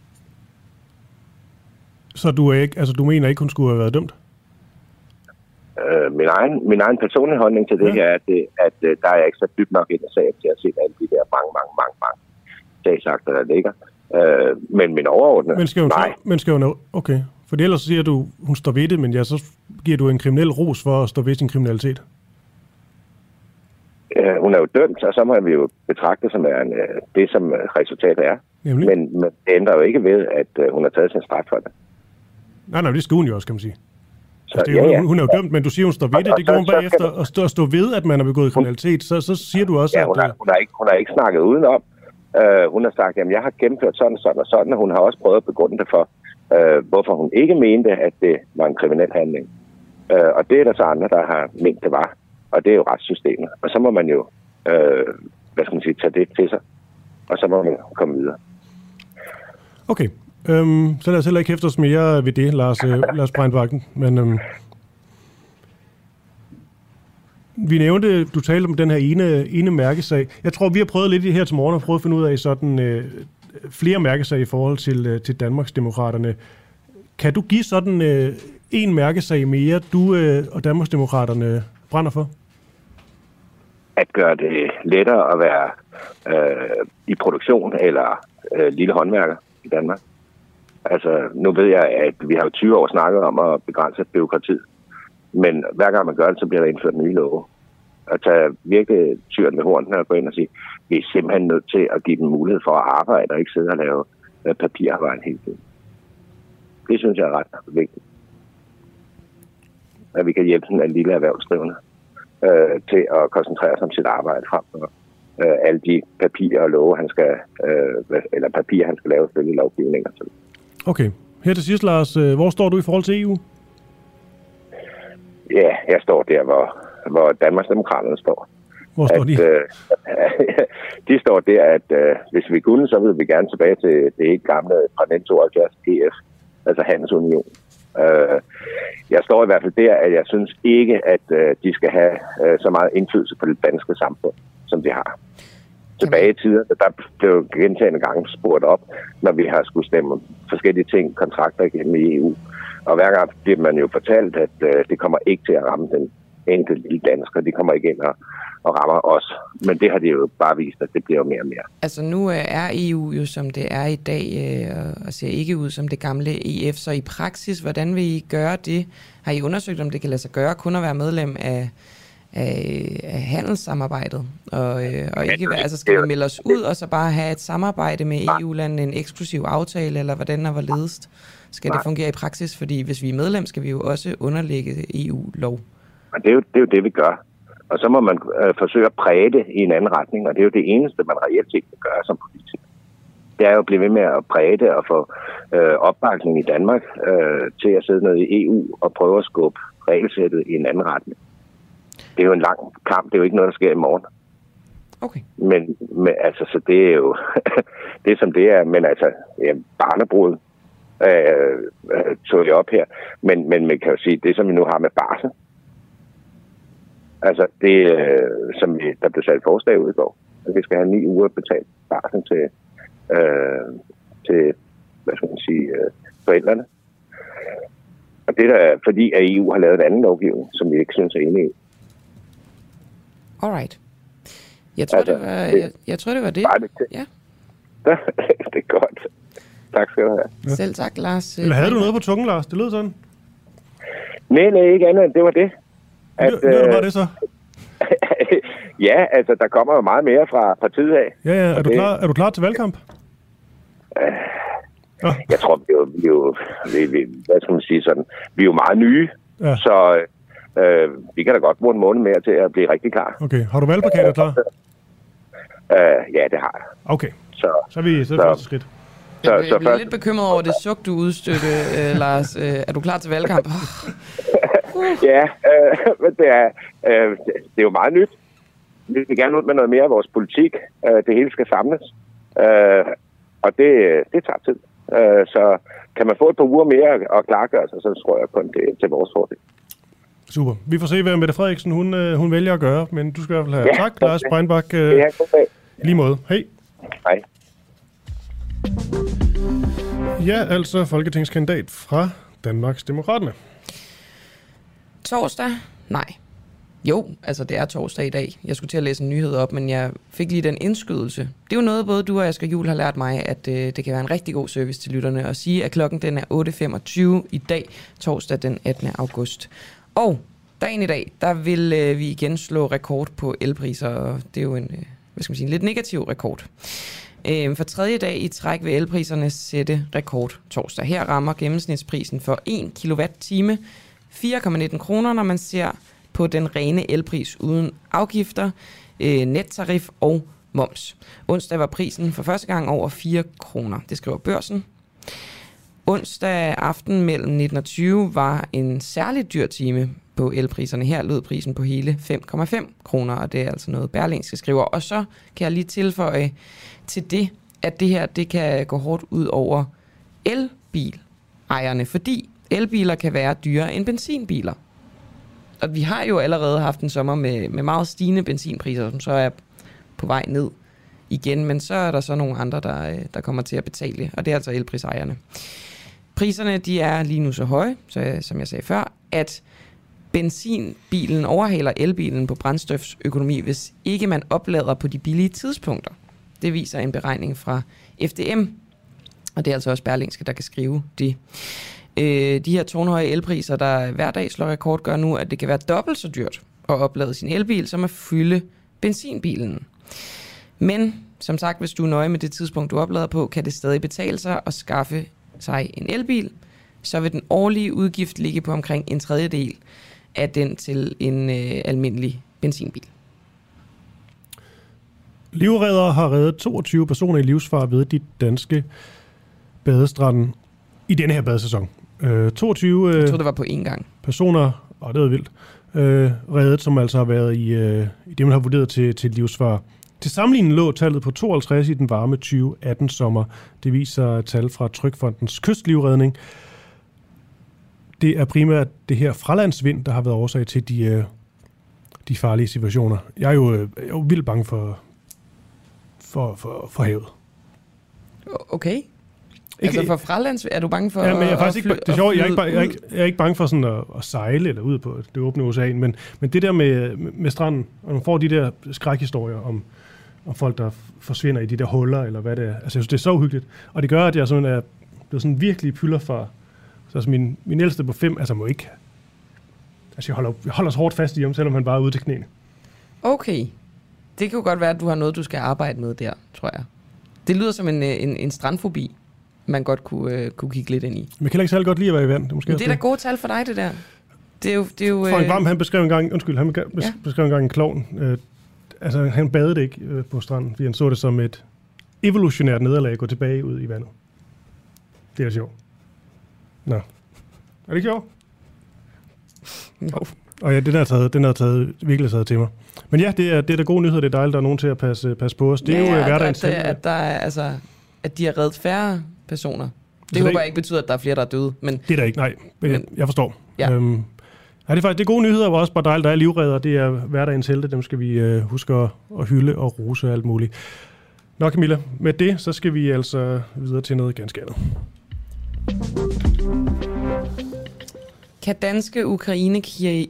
Så du, er ikke, altså, du mener ikke, hun skulle have været dømt? Øh, min, egen, min egen personlige holdning til det ja. her er, at, det, at uh, der er jeg ikke så dybt nok ind i sagen til at se alle de der mange, mange, mange, mange sagsakter, der ligger. Øh, men min overordnede... Men skal hun nej. Så, men skal hun, okay, for ellers siger du, hun står ved det, men ja, så giver du en kriminel ros for at stå ved sin kriminalitet. Øh, hun er jo dømt, og så må vi jo betragte som er en, det, som resultatet er. Nemlig? Men, men det ændrer jo ikke ved, at uh, hun har taget sin straf for det. Nej, nej, det skal hun jo også, kan man sige. Så, altså, det er, ja, ja. Hun, hun er jo dømt, men du siger, hun står ved det. Det gør hun bagefter at stå, at stå ved, at man har begået kriminalitet. Så, så siger du også, ja, hun at... Har, hun, har ikke, hun har ikke snakket udenom. Uh, hun har sagt, at jeg har gennemført sådan og sådan og sådan, og hun har også prøvet at begrunde det for, uh, hvorfor hun ikke mente, at det var en kriminel handling. Uh, og det er der så andre, der har ment, det var. Og det er jo retssystemet. Og så må man jo, uh, hvad skal man sige, tage det til sig. Og så må man komme videre. Okay. Øhm, så lad os heller ikke hæfte os mere ved det, Lars, øh, Lars Breinbakken. Men øhm, vi nævnte, du talte om den her ene, ene mærkesag. Jeg tror, vi har prøvet lidt her til morgen at prøve at finde ud af sådan øh, flere mærkesag i forhold til, øh, til Danmarksdemokraterne. Kan du give sådan øh, en mærkesag mere, du øh, og Danmarksdemokraterne brænder for? At gøre det lettere at være øh, i produktion eller øh, lille håndværker i Danmark. Altså, nu ved jeg, at vi har jo tyve år snakket om at begrænse bureaukratiet. Men hver gang man gør det, så bliver der indført nye love. At tage virkelig tyren ved hornene og gå ind og sige, vi er simpelthen nødt til at give dem mulighed for at arbejde og ikke sidde og lave papirarbejde hele tiden. Det synes jeg er ret vigtigt. At vi kan hjælpe sådan en lille erhvervsdrivende øh, til at koncentrere sig om sit arbejde frem for øh, alle de papirer og love, han skal, øh, eller papirer, han skal lave følge lovgivning og sådan. Okay. Her til sidst, Lars, hvor står du i forhold til E U? Ja, jeg står der, hvor, hvor Danmarksdemokraterne står. Hvor står at, de? Øh, de står der, at øh, hvis vi kunne, så ville vi gerne tilbage til det helt gamle fra nitten tooghalvfjerds E F, altså Handelsunion. Øh, jeg står i hvert fald der, at jeg synes ikke, at øh, de skal have øh, så meget indflydelse på det danske samfund, som de har. Tilbage i tiden, der blev gentagne gange spurgt op, når vi har skulle stemme forskellige ting, kontrakter igennem i E U. Og hver gang bliver man jo fortalt, at øh, det kommer ikke til at ramme den enkelte lille dansker. De kommer igen og, og rammer os. Men det har de jo bare vist, at det bliver mere og mere. Altså nu er E U jo, som det er i dag, øh, og ser ikke ud som det gamle E F. Så i praksis, hvordan vil I gøre det? Har I undersøgt, om det kan lade sig gøre kun at være medlem af, af, af handelssamarbejdet? Og, øh, og ikke være, altså skal vi melde os ud og så bare have et samarbejde med E U-landene, en eksklusiv aftale, eller hvordan og hvorledes skal det fungere i praksis? Fordi hvis vi er medlem, skal vi jo også underlægge E U-lov. Og det er, jo, det er jo det, vi gør. Og så må man øh, forsøge at præge det i en anden retning, og det er jo det eneste, man reelt set kan gøre som politiker. Det er jo at blive ved med at præge det og få øh, opbakning i Danmark øh, til at sidde ned i E U og prøve at skubbe regelsættet i en anden retning. Det er jo en lang kamp, det er jo ikke noget, der sker i morgen. Okay. Men, men altså, så det er jo det, som det er, men altså, ja, barnebrud øh, øh, tog jeg op her, men, men man kan jo sige, det som vi nu har med barsel, altså det, øh, som vi, der blev sat forslag ud i går, at vi skal have ni uger betalt barsel til, øh, til hvad skal man sige, øh, forældrene. Og det er fordi, at E U har lavet en anden lovgivning, som vi ikke synes er enige i. Alright. Jeg tror, altså, det, var, jeg, jeg tror, det var det. det ja. Det er godt. Tak skal du have. Ja. Selv tak, Lars. Eller havde du noget på tungen, Lars? Det lød sådan. Nej, nej, ikke andet end det var det. At, det, det var øh, det så? Ja, altså, der kommer jo meget mere fra partiet af. Ja, ja. Er, du, det, klar, er du klar til valgkamp? Øh, ja. Jeg tror, vi er jo, vi er jo vi, vi, hvad skal man sige sådan, vi er jo meget nye, ja. Så øh, vi kan da godt bruge en måned mere til at blive rigtig klar. Okay, har du valgplakater klar? Øh, ja, det har jeg. Okay, så, så er vi så, så første skridt. Så, jeg, jeg bliver først... lidt bekymret over det suk, du udstøtte, øh, Lars. Øh, er du klar til valgkamp? Oh. Uh. Ja, øh, det, er, øh, det er jo meget nyt. Vi vil gerne ud med noget mere af vores politik. Øh, det hele skal samles. Øh, og det, det tager tid. Øh, så kan man få et par uger mere og klargøre sig, så tror jeg kun det til vores fordel. Super. Vi får se, hvad Mette Frederiksen hun, hun vælger at gøre, men du skal i hvert fald have ja, tak, okay. Lars Breinbach. Øh, ja, lige måde. Hej. Hej. Ja, altså folketingskandidat fra Danmarks Demokraterne. Torsdag? Nej. Jo, altså det er torsdag i dag. Jeg skulle til at læse en nyhed op, men jeg fik lige den indskydelse. Det er jo noget, både du og Asger Juhl har lært mig, at øh, det kan være en rigtig god service til lytterne at sige, at klokken den er otte femogtyve i dag, torsdag den attende august. Og dagen i dag, der vil øh, vi igen slå rekord på elpriser, og det er jo en, øh, hvad skal man sige, en lidt negativ rekord. Øh, for tredje dag i træk vil elpriserne sætte rekord torsdag. Her rammer gennemsnitsprisen for en kilowatt-time fire komma nitten kroner, når man ser på den rene elpris uden afgifter, øh, nettarif og moms. Onsdag var prisen for første gang over fire kroner. Det skriver Børsen. Onsdag aften mellem nitten og tyve var en særligt dyr time på elpriserne. Her lød prisen på hele fem komma fem kroner, og det er altså noget Berlingske skriver. Og så kan jeg lige tilføje til det, at det her det kan gå hårdt ud over elbilejerne, fordi elbiler kan være dyrere end benzinbiler. Og vi har jo allerede haft en sommer med, med meget stigende benzinpriser, som så er på vej ned igen, men så er der så nogle andre, der, der kommer til at betale, og det er altså elprisejerne. Priserne de er lige nu så høje, så, som jeg sagde før, at benzinbilen overhaler elbilen på brændstofsøkonomi, hvis ikke man oplader på de billige tidspunkter. Det viser en beregning fra F D M, og det er altså også Berlingske, der kan skrive det. Øh, de her tårnhøje elpriser, der hver dag slår rekord, gør nu, at det kan være dobbelt så dyrt at oplade sin elbil, som at fylde benzinbilen. Men som sagt, hvis du er nøje med det tidspunkt, du oplader på, kan det stadig betale sig at skaffe sig en elbil. Så vil den årlige udgift ligge på omkring en tredjedel af den til en øh, almindelig benzinbil. Livreddere har reddet toogtyve personer i livsfare ved de danske badestranden i denne her badesæson. Øh, toogtyve øh, Jeg troede, det var på én gang. personer, og det er vildt, øh, reddet, som altså har været i, øh, i det, man har vurderet til, til livsfare. Til sammenligning lå tallet på tooghalvtreds i den varme tyve atten sommer. Det viser tal fra Trygfondens kystlivredning. Det er primært det her fralandsvind, der har været årsag til de, øh, de farlige situationer. Jeg er jo, jeg er jo vildt bange for, for, for, for havet. Okay. Ikke, altså for fralands, er du bange for ja, men jeg er faktisk fly, ikke, det er sjovt, jeg er ikke, jeg er ikke, jeg er ikke bange for sådan at, at sejle eller ud på det åbne ocean, men, men det der med, med stranden, og man får de der skrækhistorier om, om folk, der forsvinder i de der huller, eller hvad det er. Altså, jeg synes, det er så uhyggeligt. Og det gør, at jeg sådan er blevet sådan virkelig pylder for, så altså min, min ældste på fem, altså må ikke, altså jeg holder, jeg holder så hårdt fast i ham, selvom han bare er ude til knæene. Okay. Det kan jo godt være, at du har noget, du skal arbejde med der, tror jeg. Det lyder som en, en, en strandfobi, man godt kunne, uh, kunne kigge lidt ind i. Man kan ikke særlig godt lide at være i vand. Det er, måske det er da gode tal for dig, det der. Det er jo... Det er jo Frank Hvam, han beskrev engang, undskyld, han beskrev engang en klovn. Øh, altså, han badede ikke øh, på stranden, fordi han så det som et evolutionært nederlag at gå tilbage ud i vandet. Det er da sjovt. Nå. Er det ikke sjovt? Jo. Og ja, den har taget, den har taget, virkelig taget til mig. Men ja, det er, det er da gode nyheder. Det er dejligt, der er nogen til at passe, passe på os. Det er ja, jo ja, hverdagens at, at, at, der er, altså, at de har reddet færre personer. Det så håber det, jeg ikke betyder, at der er flere, der er døde. Men, det er der ikke, nej. Men, men, jeg forstår. Ja. Øhm, ja, det er faktisk det er gode nyheder, og også bare dejligt, der er livredder. Det er hverdagens helte. Dem skal vi øh, huske at, at hylde og rose og alt muligt. Nå Camilla, med det, så skal vi altså videre til noget ganske andet. Kan danske Ukraine-krigere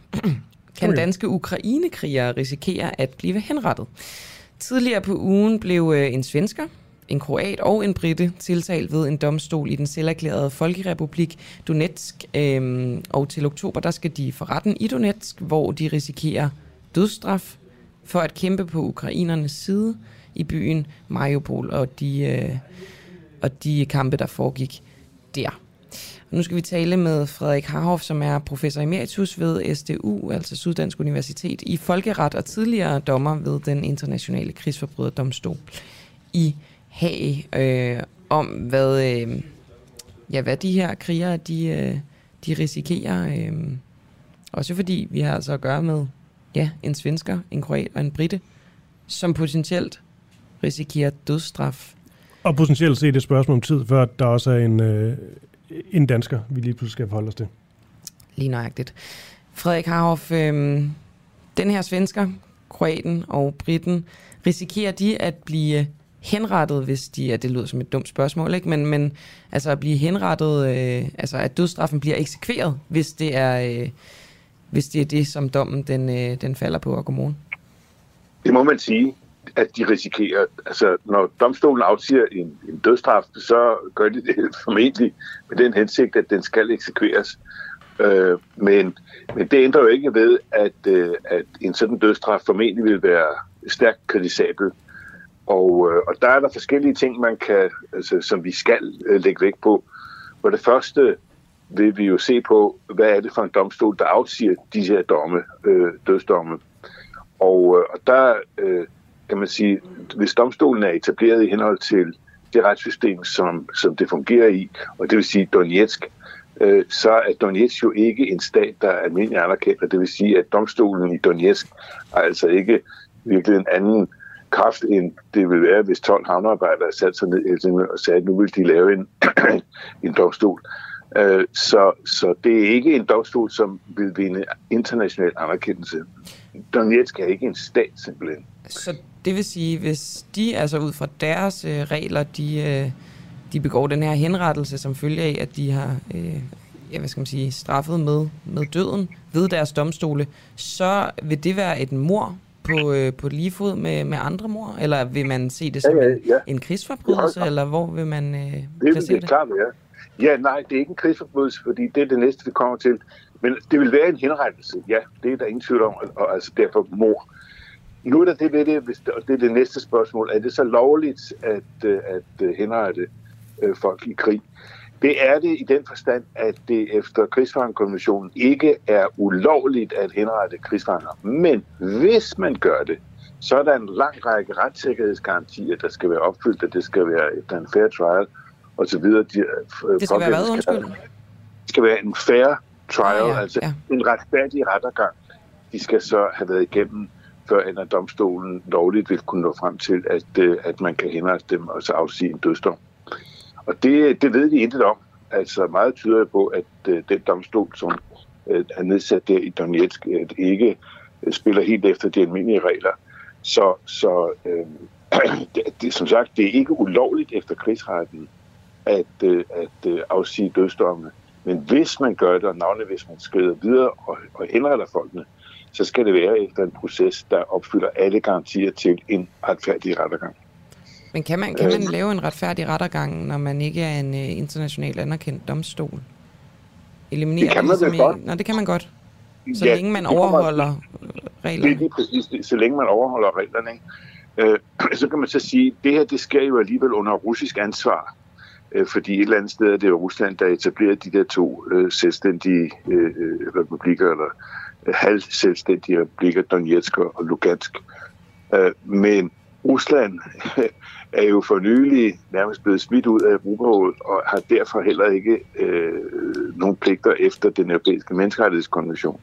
kan danske Ukraine-krigere risikere at blive henrettet? Tidligere på ugen blev en svensker, en kroat og en brite tiltalt ved en domstol i den selverklærede Folkerepublik Donetsk. Øhm, og til oktober, der skal de for retten i Donetsk, hvor de risikerer dødsstraf for at kæmpe på ukrainernes side i byen Mariupol og de, øh, og de kampe, der foregik der. Og nu skal vi tale med Frederik Harhoff, som er professor emeritus ved S D U, altså Syddansk Universitet, i folkeret og tidligere dommer ved den internationale krigsforbryderdomstol i Haag, øh, om hvad, øh, ja, hvad de her krigere de, øh, de risikerer. Øh, også fordi vi har altså at gøre med ja, en svensker, en kroat og en brite, som potentielt risikerer dødsstraf. Og potentielt set et spørgsmål om tid, før der også er en, øh, en dansker, vi lige pludselig skal forholde os til. Lige nøjagtigt. Frederik Harhoff, øh, den her svensker, kroaten og briten, risikerer de at blive henrettet, hvis de, ja, det lyder som et dumt spørgsmål, ikke? Men, men altså at blive henrettet, øh, altså at dødsstraffen bliver eksekveret, hvis det er, øh, hvis det er det, som dommen den, øh, den falder på, og godmorgen. Det må man sige, at de risikerer. Altså, når domstolen afsiger en, en dødsstraf, så gør de det formentlig med den hensigt, at den skal eksekveres. Øh, men, men det ændrer jo ikke ved, at, øh, at en sådan dødsstraf formentlig vil være stærkt kritisabel. Og, øh, og der er der forskellige ting, man kan, altså, som vi skal øh, lægge vægt på. For det første vil vi jo se på, hvad er det for en domstol, der afsiger de her domme, øh, dødsdomme. Og, øh, og der øh, kan man sige, hvis domstolen er etableret i henhold til det retssystem, som, som det fungerer i, og det vil sige Donetsk, øh, så er Donetsk jo ikke en stat, der er almindelig anerkendt, og det vil sige, at domstolen i Donetsk har altså ikke virkelig en anden kraft, end det vil være, hvis tolv havnearbejdere satte sig ned og sagde, at nu vil de lave en, en domstol. Øh, så, så det er ikke en domstol, som vil vinde international anerkendelse. Donetsk er ikke en stat, simpelthen. Så det vil sige, hvis de, altså ud fra deres øh, regler, de, øh, de begår den her henrettelse, som følge af, at de har øh, ja, hvad skal man sige, straffet med, med døden ved deres domstole, så vil det være et mord på, øh, på lige fod med, med andre mord? Eller vil man se det som ja, ja, ja. en, en krigsforbrydelse, ja, eller hvor vil man øh, det placere det? Det er klart, ja. Ja, nej, det er ikke en krigsforbrydelse, fordi det er det næste, vi kommer til. Men det vil være en henrettelse, ja, det er der ingen tvivl om, og altså derfor mord. Nu er der det ved det, og det er det næste spørgsmål. Er det så lovligt at, at henrette folk i krig? Det er det i den forstand, at det efter krigsfangerkonventionen ikke er ulovligt at henrette krigsfanger. Men hvis man gør det, så er der en lang række retssikkerhedsgarantier, der skal være opfyldt, at det skal være efter en fair trial osv. De, det skal være hvad, undskyld? Det skal være en fair trial, oh, ja. altså ja. en retfærdig rettergang, de skal så have været igennem, før end at domstolen lovligt vil kunne nå frem til, at, at man kan henrette dem og så afsige en dødsdom. Og det, det ved de intet om. Altså meget tyder på, at uh, den domstol, som uh, er nedsat der i Donetsk, uh, ikke uh, spiller helt efter de almindelige regler. Så, så uh, det, det, som sagt, det er ikke ulovligt efter krigsretten at, uh, at uh, afsige dødsdomme. Men hvis man gør det, og navnlig hvis man skrider videre og, og henretter folkene, så skal det være efter en proces, der opfylder alle garantier til en retfærdig rettergang. Men kan man, kan man lave en retfærdig rettergang, når man ikke er en uh, internationalt anerkendt domstol? Eliminere det kan man ligesom vel godt. Nå, det kan man godt. Så ja, længe man overholder reglerne. Det er lige præcis det. Så længe man overholder reglerne. Ikke? Øh, så kan man så sige, at det her det sker jo alligevel under russisk ansvar. Øh, fordi et eller andet sted er det jo Rusland, der etablerer de der to øh, selvstændige øh, republikker, eller øh, halvselvstændige republikker, Donetsk og Lugansk. Øh, men Rusland er jo for nylig nærmest blevet smidt ud af Europarådet og har derfor heller ikke øh, nogen pligter efter den europæiske menneskerettighedskonvention.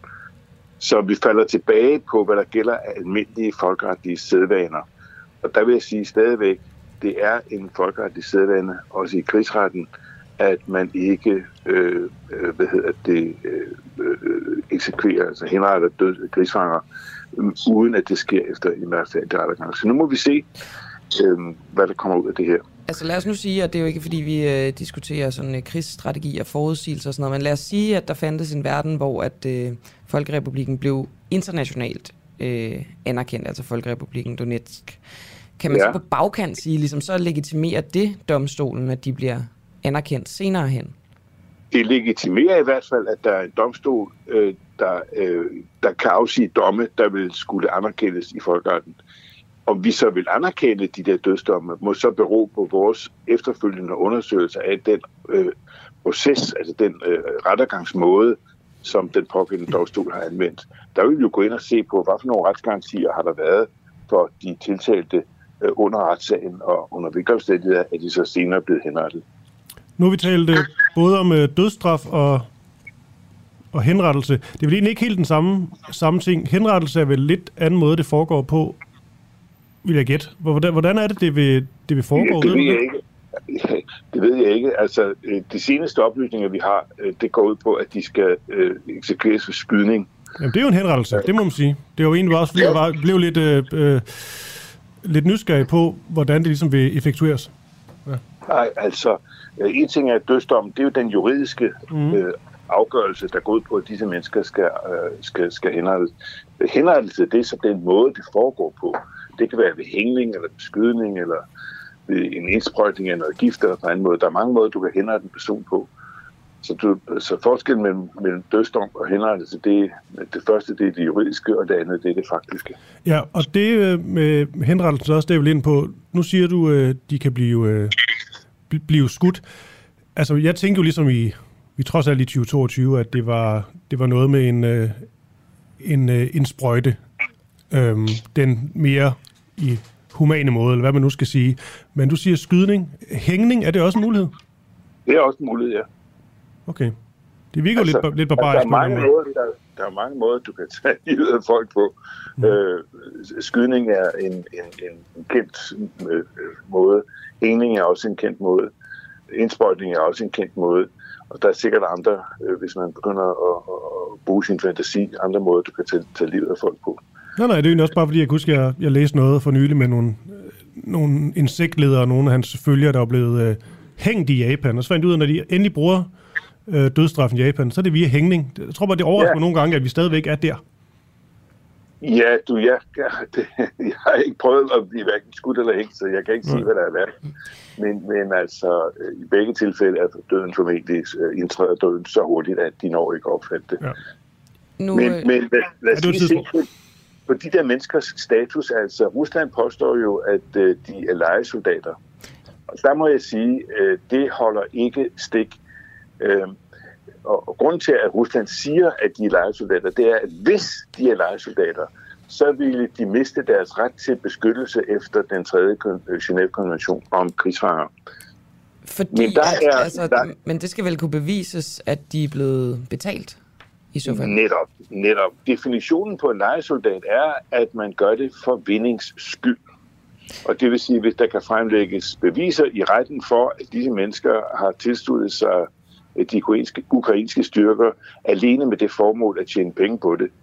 Så vi falder tilbage på, hvad der gælder af almindelige folkeretlige sædvaner. Og der vil jeg sige stadigvæk, det er en folkeretlig sædvane, også i krigsretten, at man ikke øh, hvad hedder det, øh, eksekverer, altså henretter døde krigsfanger, uden at det sker efter en retfærdig rettergang. Så nu må vi se, øh, hvad der kommer ud af det her. Altså lad os nu sige, at det er jo ikke fordi, vi øh, diskuterer sådan øh, krigsstrategi og forudsigelser og sådan noget, men lad os sige, at der fandtes en verden, hvor at øh, Folkerepublikken blev internationalt øh, anerkendt, altså Folkerepublikken Donetsk. Kan man ja. så på bagkant sige, ligesom så legitimerer det domstolen, at de bliver anerkendt senere hen? Det legitimerer i hvert fald, at der er en domstol, øh, der, øh, der kan afsige domme, der vil skulle anerkendes i folkeretten. Om vi så vil anerkende de der dødsdomme, må så bero på vores efterfølgende undersøgelse af den øh, proces, altså den øh, rettergangsmåde, som den pågældende domstol har anvendt. Der vil vi jo gå ind og se på, hvad for nogle retsgarantier har der været for de tiltalte øh, under retssagen, og under hvilke omstændigheder er de så senere blevet henrettet. Nu har vi talt øh, både om øh, dødsstraf og, og henrettelse. Det er vel egentlig ikke helt den samme, samme ting. Henrettelse er vel lidt anden måde, det foregår på, vil jeg gætte. Hvordan, hvordan er det, det vil, det vil foregå? Det ved jeg ikke. Det ved jeg ikke. Altså, de seneste oplysninger, vi har, det går ud på, at de skal øh, eksekveres ved skydning. Jamen, det er jo en henrettelse, det må man sige. Det er jo egentlig også, fordi jeg var, blev lidt, øh, øh, lidt nysgerrig på, hvordan det ligesom vil effektueres. Ja. Nej, altså, en ting er dødsdom, det er jo den juridiske mm. øh, afgørelse, der går ud på, at disse mennesker skal, øh, skal, skal henrettes. Henrettelse, det er så den måde, det foregår på. Det kan være ved hængning, eller beskydning, eller ved en indsprøjtning af noget gift, eller på en anden måde. Der er mange måder, du kan henrette en person på. Så, du, så forskellen mellem, mellem dødsdom og henrettelse, det, det første det er det juridiske, og det andet det er det faktiske. Ja, og det med henrettelsen også, det er vel ind på, nu siger du, at de kan blive, blive skudt. Altså, jeg tænker jo ligesom i, i trods alt i tyve toogtyve, at det var, det var noget med en, en, en sprøjte. Øhm, den mere i humane måde, eller hvad man nu skal sige. Men du siger skydning. Hængning, er det også en mulighed? Det er også en mulighed, ja. Okay. Det virker altså, jo lidt, lidt barbarisk. Der er, mange måder, der, der er mange måder, du kan tage livet af folk på. Mm. Øh, skydning er en, en, en kendt øh, måde. Hængning er også en kendt måde. Indsprøjtning er også en kendt måde. Og der er sikkert andre, øh, hvis man begynder at, at bruge sin fantasi, andre måder, du kan tage, tage livet af folk på. Nej, nej, det er jo også bare, fordi jeg husker, jeg, jeg læste noget for nylig med nogle, nogle insektledere og nogle af hans følgere, der er blevet øh, hængt i Japan. Og så fandt ud af, når de endelig bruger øh, dødsstraffen i Japan, så er det via hængning. Jeg tror bare, det overrasker ja. nogle gange, at vi stadigvæk er der. Ja, du, ja, ja det, jeg har ikke prøvet at blive hverken skudt eller hængt, så jeg kan ikke sige, ja. hvad der er værd. Men, men altså, i begge tilfælde er døden formentlig indtræder døden så hurtigt, at de når ikke at opfatte det. Ja. Nu, men, men lad, lad os lige se på, på de der menneskers status. Altså, Rusland påstår jo, at uh, de er lejesoldater. Og der må jeg sige, uh, det holder ikke stik. Uh, og, og grunden til, at Rusland siger, at de er lejesoldater, det er, at hvis de er lejesoldater, så ville de miste deres ret til beskyttelse efter den tredje Genève-konvention om krigsfanger. Fordi, men, der er, altså, der... men det skal vel kunne bevises, at de er blevet betalt? i så fald? Netop, netop. Definitionen på en lejesoldat er, at man gør det for vindings skyld. Og det vil sige, hvis der kan fremlægges beviser i retten for, at disse mennesker har tilsluttet sig de ukrainske styrker alene med det formål at tjene penge på det,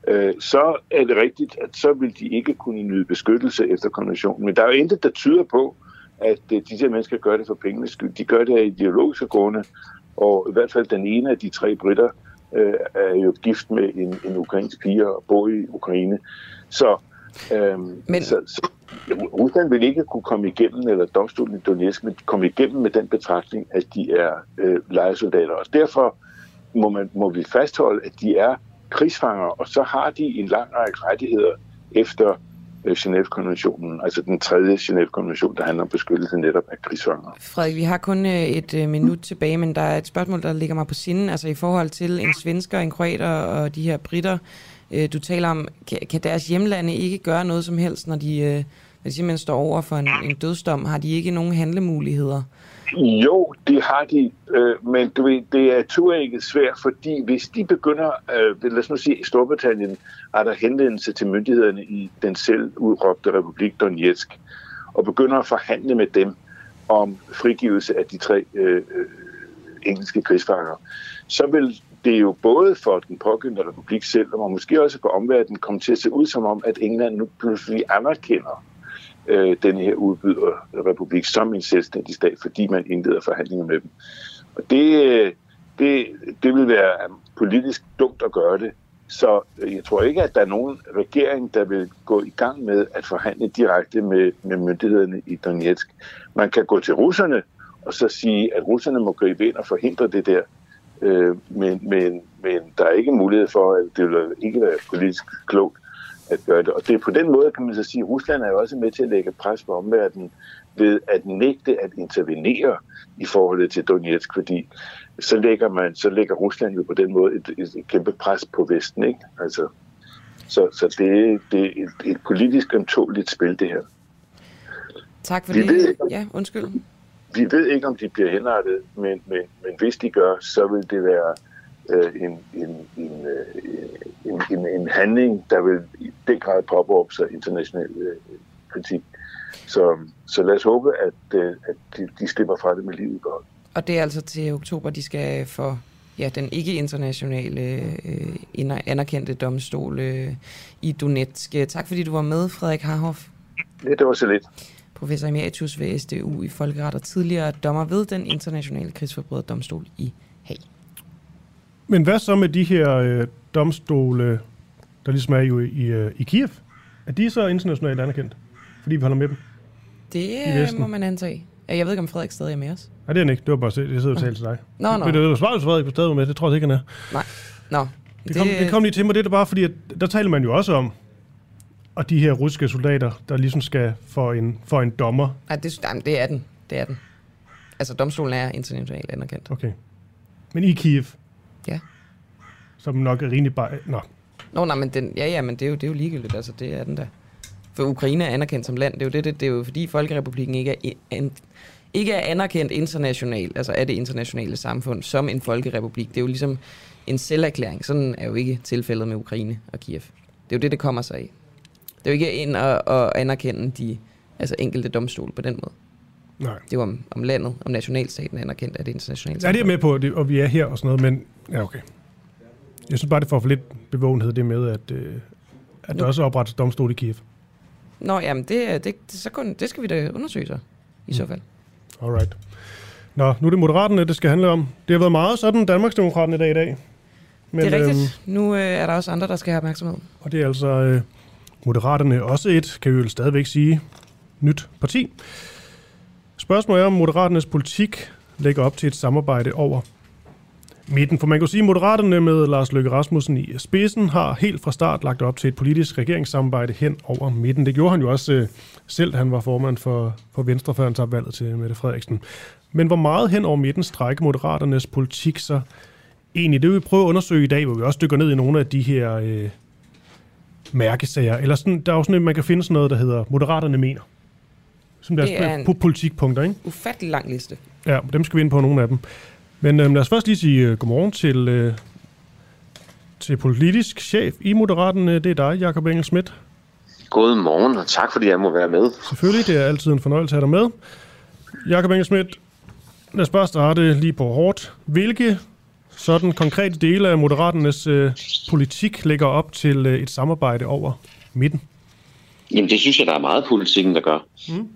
så er det rigtigt, at så vil de ikke kunne nyde beskyttelse efter konventionen. Men der er jo intet, der tyder på, at disse mennesker gør det for pengenes skyld. De gør det af ideologiske grunde, og i hvert fald den ene af de tre britter øh, er jo gift med en, en ukrainsk pige og bor i Ukraine. Så, øhm, Men... så, så Rusland vil ikke kunne komme igennem, eller domstolen i Donetsk vil komme igennem med den betragtning, at de er øh, lejesoldater. Og derfor må, man, må vi fastholde, at de er krigsfanger, og så har de en lang række rettigheder efter Genève-konventionen, altså den tredje Genève-konvention, der handler om beskyttelse netop af krigsfanger. Frederik, vi har kun et minut tilbage, men der er et spørgsmål, der ligger mig på sinde, altså i forhold til en svensker, en kroater og de her britter, du taler om, kan deres hjemlande ikke gøre noget som helst, når de, når de simpelthen står over for en, en dødsdom? Har de ikke nogen handlemuligheder? Jo, det har de, øh, men du ved, det er turægget svært, fordi hvis de begynder, øh, lad os nu sige, i Storbritannien er der henvendelse til myndighederne i den selv udråbte Republik Donetsk, og begynder at forhandle med dem om frigivelse af de tre øh, engelske krigsfanger, så vil det jo både for den pågældende republik selv, og måske også for omverdenen, komme til at se ud som om, at England nu pludselig anerkender øh, den her udbyderrepublik som en selvstændig stat, fordi man indleder forhandlinger med dem. Og det, det, det vil være politisk dumt at gøre det. Så jeg tror ikke, at der er nogen regering, der vil gå i gang med at forhandle direkte med, med myndighederne i Donetsk. Man kan gå til russerne og så sige, at russerne må gribe ind og forhindre det der. Øh, men, men, men der er ikke mulighed for, at det vil ikke være politisk klogt at gøre det. Og det er på den måde, kan man så sige, at Rusland er jo også med til at lægge pres på omverdenen ved at nægte at intervenere i forholdet til Donetsk, fordi så lægger man, så lægger Rusland jo på den måde et, et, et kæmpe pres på Vesten, ikke? Altså, så, så det, det er et, et politisk ømtåligt spil, det her. Tak for vi det. Ved, ja, undskyld. Vi ved ikke, om de bliver henrettet, men, men, men hvis de gør, så vil det være øh, en, en, en, en, en, en handling, der vil i den grad påberåbe sig international øh, kritik. Så, så lad os håbe, at, øh, at de, de slipper fra det med livet godt. Og det er altså til oktober, de skal for ja, den ikke-internationale øh, anerkendte domstol øh, i Donetsk. Tak fordi du var med, Frederik Harhoff. Ja, det var så lidt. Professor emeritus ved S D U i Folkeret og tidligere dommer ved den internationale krigsforbryderdomstol i Haag. Men hvad så med de her øh, domstole, der ligesom er jo i, øh, i Kiev? Er de så internationalt anerkendt, fordi vi holder med dem? Det må man antage. Jeg ved ikke, om Frederik stadig er med os. Nej, det er han ikke. Det var bare, jeg sidder og taler til dig. Nå, nå. Men det var svaret, Frederik på stadig med. Det tror jeg ikke, han er. Nej. Nå. Det kom, det... det kom lige til mig. Det er bare fordi, at der taler man jo også om, og de her russiske soldater, der ligesom skal for en, for en dommer. Nej, det, det er den. Det er den. Altså, domstolen er internationalt anerkendt. Okay. Men i Kiev? Ja. Som nok er rimelig bare... Nå. Nå, nej, men den, ja, ja, men det er jo, det er jo ligegyldigt. Altså, det er den der. For Ukraine er anerkendt som land. Det er jo, det, det, det er jo fordi Folkerepublikken ikke er, en, ikke er anerkendt internationalt, altså af det internationale samfund, som en folkerepublik. Det er jo ligesom en selverklæring. Sådan er jo ikke tilfældet med Ukraine og Kiev. Det er jo det, det kommer sig af. Det er jo ikke ind at, at anerkende de altså enkelte domstole på den måde. Nej. Det er jo om, om landet, om nationalstaten er anerkendt af det internationale samfund. Ja, det er med på, det, og vi er her og sådan noget, men ja, okay. Jeg synes bare, det får for lidt bevågenhed, det med, at, øh, at der også oprettes domstol i Kiev. Nå, jamen, det, det, så kun, det skal vi da undersøge så, i så fald. Alright. Nå, nu er det Moderaterne, det skal handle om. Det har været meget sådan Danmarksdemokraterne i dag i dag. Men, det er rigtigt. Øhm, nu øh, er der også andre, der skal have opmærksomhed. Og det er altså øh, Moderaterne også et, kan vi jo stadigvæk sige, nyt parti. Spørgsmålet er, om Moderaternes politik lægger op til et samarbejde over midten. For man kan sige, at Moderaterne med Lars Løkke Rasmussen i spidsen har helt fra start lagt op til et politisk regeringssamarbejde hen over midten. Det gjorde han jo også øh, selv, da han var formand for, for Venstre, før han tabte valget til Mette Frederiksen. Men hvor meget hen over midten strækker Moderaternes politik så egentlig? Det vil vi prøve at undersøge i dag, hvor vi også dykker ned i nogle af de her øh, mærkesager. Eller sådan, der er jo sådan, at man kan finde sådan noget, der hedder Moderaterne mener. Som deres er en politikpunkter, ikke? Ufattelig lang liste. Ja, dem skal vi ind på nogle af dem. Men øh, lad os først lige sige uh, godmorgen til uh, til politisk chef i Moderaterne. Det er dig, Jakob Engel-Schmidt. God morgen, og tak fordi jeg må være med. Selvfølgelig, det er altid en fornøjelse at have dig med. Jakob Engel-Schmidt, lad os bare starte lige på hårdt. Hvilke sådan konkrete dele af Moderaternes øh, politik lægger op til øh, et samarbejde over midten? Jamen, det synes jeg, der er meget politikken, der gør. Mm.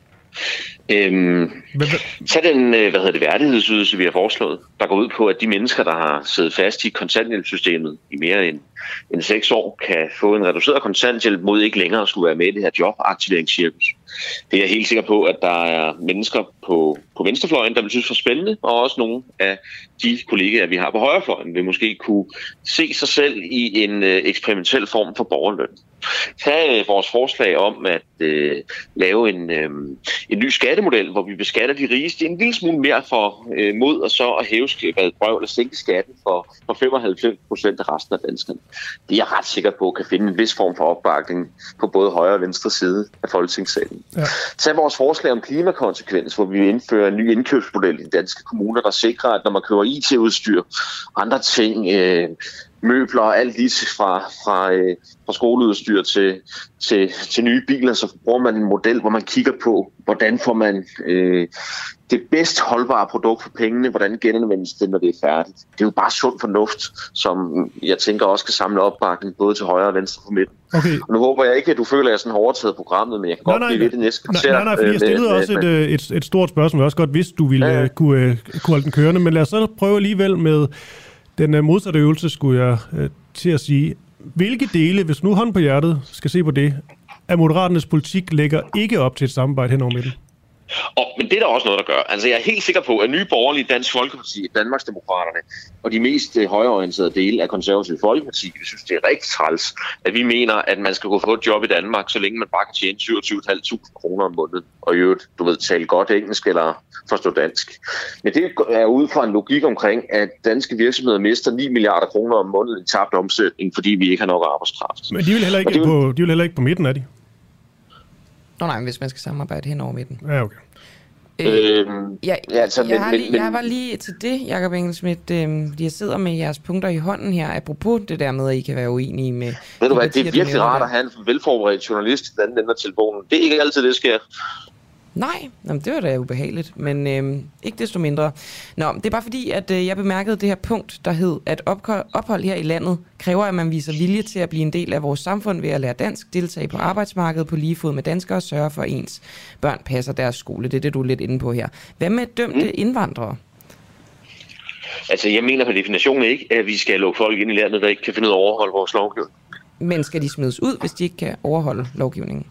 Øhm, så den, hvad hedder det, værdighedsydelse, vi har foreslået, der går ud på, at de mennesker, der har siddet fast i kontanthjælpssystemet i mere end, end seks år, kan få en reduceret kontanthjælp mod ikke længere at skulle være med i det her jobaktiveringscirkus. Det er jeg helt sikker på, at der er mennesker på, på venstrefløjen, der vil synes for spændende, og også nogle af de kollegaer, vi har på højrefløjen, vil måske kunne se sig selv i en øh, eksperimentel form for borgerløn. Tag øh, vores forslag om at øh, lave en, øh, en ny skattemodel, hvor vi beskatter de rigeste en lille smule mere for øh, mod, og så at hæve brøv eller sænke skatten for, for femoghalvfems procent af resten af danskerne. Det er jeg ret sikker på, kan finde en vis form for opbakning på både højre og venstre side af Folketingssalen. Ja. Tag vores forslag om klimakonsekvens, hvor vi indfører en ny indkøbsmodel i de danske kommuner, der sikrer, at når man køber I T-udstyr, andre ting, øh, møbler og alt lige fra, fra, øh, fra skoleudstyr til, til, til nye biler, så bruger man en model, hvor man kigger på, hvordan får man øh, det bedst holdbare produkt for pengene, hvordan genanvendes det, når det er færdigt. Det er jo bare sund fornuft, som jeg tænker også kan samle opbakning både til højre og venstre på midten. Okay. Og nu håber jeg ikke, at du føler, at jeg er sådan overtaget programmet, men jeg kan nej, godt nej, blive ved det næste kvarter. Nej, nej, fordi jeg stillede også et, et, et stort spørgsmål, jeg også godt vidste, du ville ja, ja. kunne, kunne holde den kørende, men lad os så prøve alligevel med den modsatte øvelse, skulle jeg øh, til at sige. Hvilke dele, hvis nu hånden på hjertet skal se på det, af Moderaternes politik lægger ikke op til et samarbejde hen over midten? Og, men det er der også noget, der gør. Altså, jeg er helt sikker på, at Nye Borgerlige, Dansk Folkeparti, Danmarksdemokraterne og de mest øh, højreorienterede dele af Konservative Folkeparti, vi synes, det er rigtig træls, at vi mener, at man skal gå få et job i Danmark, så længe man bare kan tjene syvogtyve tusind fem hundrede kroner om måneden, og i øvrigt, du ved, tale godt engelsk eller forstå dansk. Men det er ud fra en logik omkring, at danske virksomheder mister ni milliarder kroner om måneden i tabt omsætning, fordi vi ikke har nok arbejdskraft. Men de vil heller ikke, vil... På, de vil heller ikke på midten, er de? Nå nej, hvis man skal samarbejde hen over midten. Ja, okay. Øh, jeg, ja, altså, jeg, men, har lige, men, jeg var lige til det, Jakob Engel-Schmidt, øh, jeg sidder med jeres punkter i hånden her, apropos det der med, at I kan være uenige med... Ved du hvad, det er virkelig rart at have en velforberedt journalist i den anden ende af telefonen. Det er ikke altid, det sker. Nej, jamen, det var da ubehageligt, men øh, ikke desto mindre. Nå, det er bare fordi, at øh, jeg bemærkede det her punkt, der hed, at ophold her i landet kræver, at man viser vilje til at blive en del af vores samfund ved at lære dansk, deltage på arbejdsmarkedet på lige fod med danskere og sørge for, at ens børn passer deres skole. Det er det, du er lidt inde på her. Hvad med dømte mm. indvandrere? Altså, jeg mener på definitionen ikke, at vi skal lukke folk ind i landet, der ikke kan finde ud af at overholde vores lovgivning. Men skal de smides ud, hvis de ikke kan overholde lovgivningen?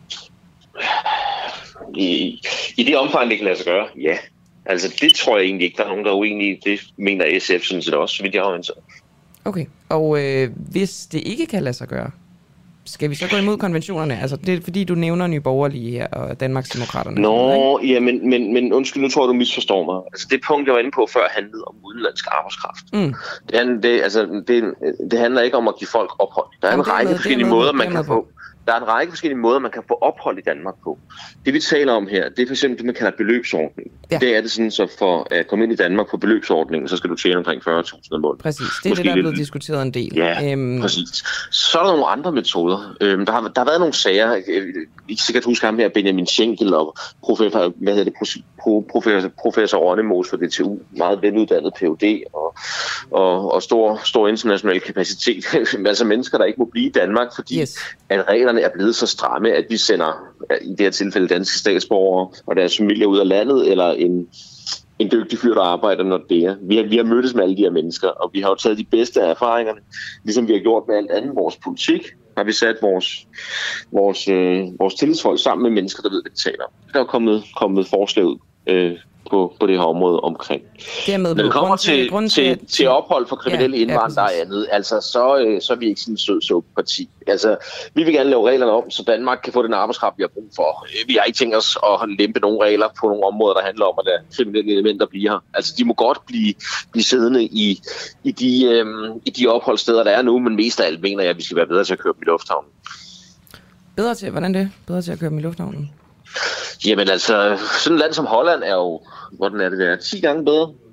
I, I det omfang, det kan lade sig gøre, ja. Altså, det tror jeg egentlig ikke, der er nogen, der er uenige i. Det mener S F sådan set også, så vidt jeg har orienteret. Okay, og øh, hvis det ikke kan lade sig gøre, skal vi så gå imod konventionerne? Altså, det er fordi, du nævner Nye Borgerlige her og Danmarksdemokraterne. Nå, ja, men, men, men undskyld, nu tror jeg, du misforstår mig. Altså, det punkt, jeg var inde på før, handlede om udenlandsk arbejdskraft. Mm. Det, det, altså, det, det handler ikke om at give folk ophold. Der er Jamen, en række forskellige måder, man kan få... Der er en række forskellige måder, man kan få ophold i Danmark på. Det vi taler om her, det er for eksempel det, man kalder beløbsordning. Ja. Det er det sådan, så for at komme ind i Danmark på beløbsordningen, så skal du tjene omkring fyrre tusind om måneden. Præcis, det er Måske det, der er blevet lidt... diskuteret en del. Ja, øhm... præcis. Så er der nogle andre metoder. Øhm, der, har, der har været nogle sager, I kan sikkert huske ham her, Benjamin Schenkel og professor, hvad hedder det, professor, professor Rønnemos for D T U, meget veluddannet P H D og, og, og stor, stor international kapacitet. Altså mennesker, der ikke må blive i Danmark, fordi yes. at reglerne er blevet så stramme, at vi sender i det her tilfælde danske statsborgere og deres familier ud af landet, eller en, en dygtig fyr, der arbejder, når det er. Vi har, vi har mødtes med alle de her mennesker, og vi har jo taget de bedste af erfaringerne, ligesom vi har gjort med alt andet vores politik, har vi sat vores, vores, øh, vores tillidsfolk sammen med mennesker, der ved, hvad de taler om. Der er kommet, kommet forslag ud øh, på, på det her område omkring. Når det kommer til, til, til, til ophold for kriminelle ja, indvandrere og andet, altså, så, øh, så er vi ikke sådan en sød suppeparti. Altså, vi vil gerne lave reglerne om, så Danmark kan få den arbejdskraft, vi har brug for. Vi har ikke tænkt os at lempe nogle regler på nogle områder, der handler om, at der kriminelle elementer bliver her. Altså, de må godt blive, blive siddende i, i, de, øh, i de opholdssteder, der er nu, men mest af alt mener jeg, at vi skal være bedre til at køre dem i lufthavnen. Bedre til? Hvordan det? Bedre til at køre dem i lufthavnen? Jamen altså, sådan et land som Holland er jo, hvordan er det der, ti gange bedre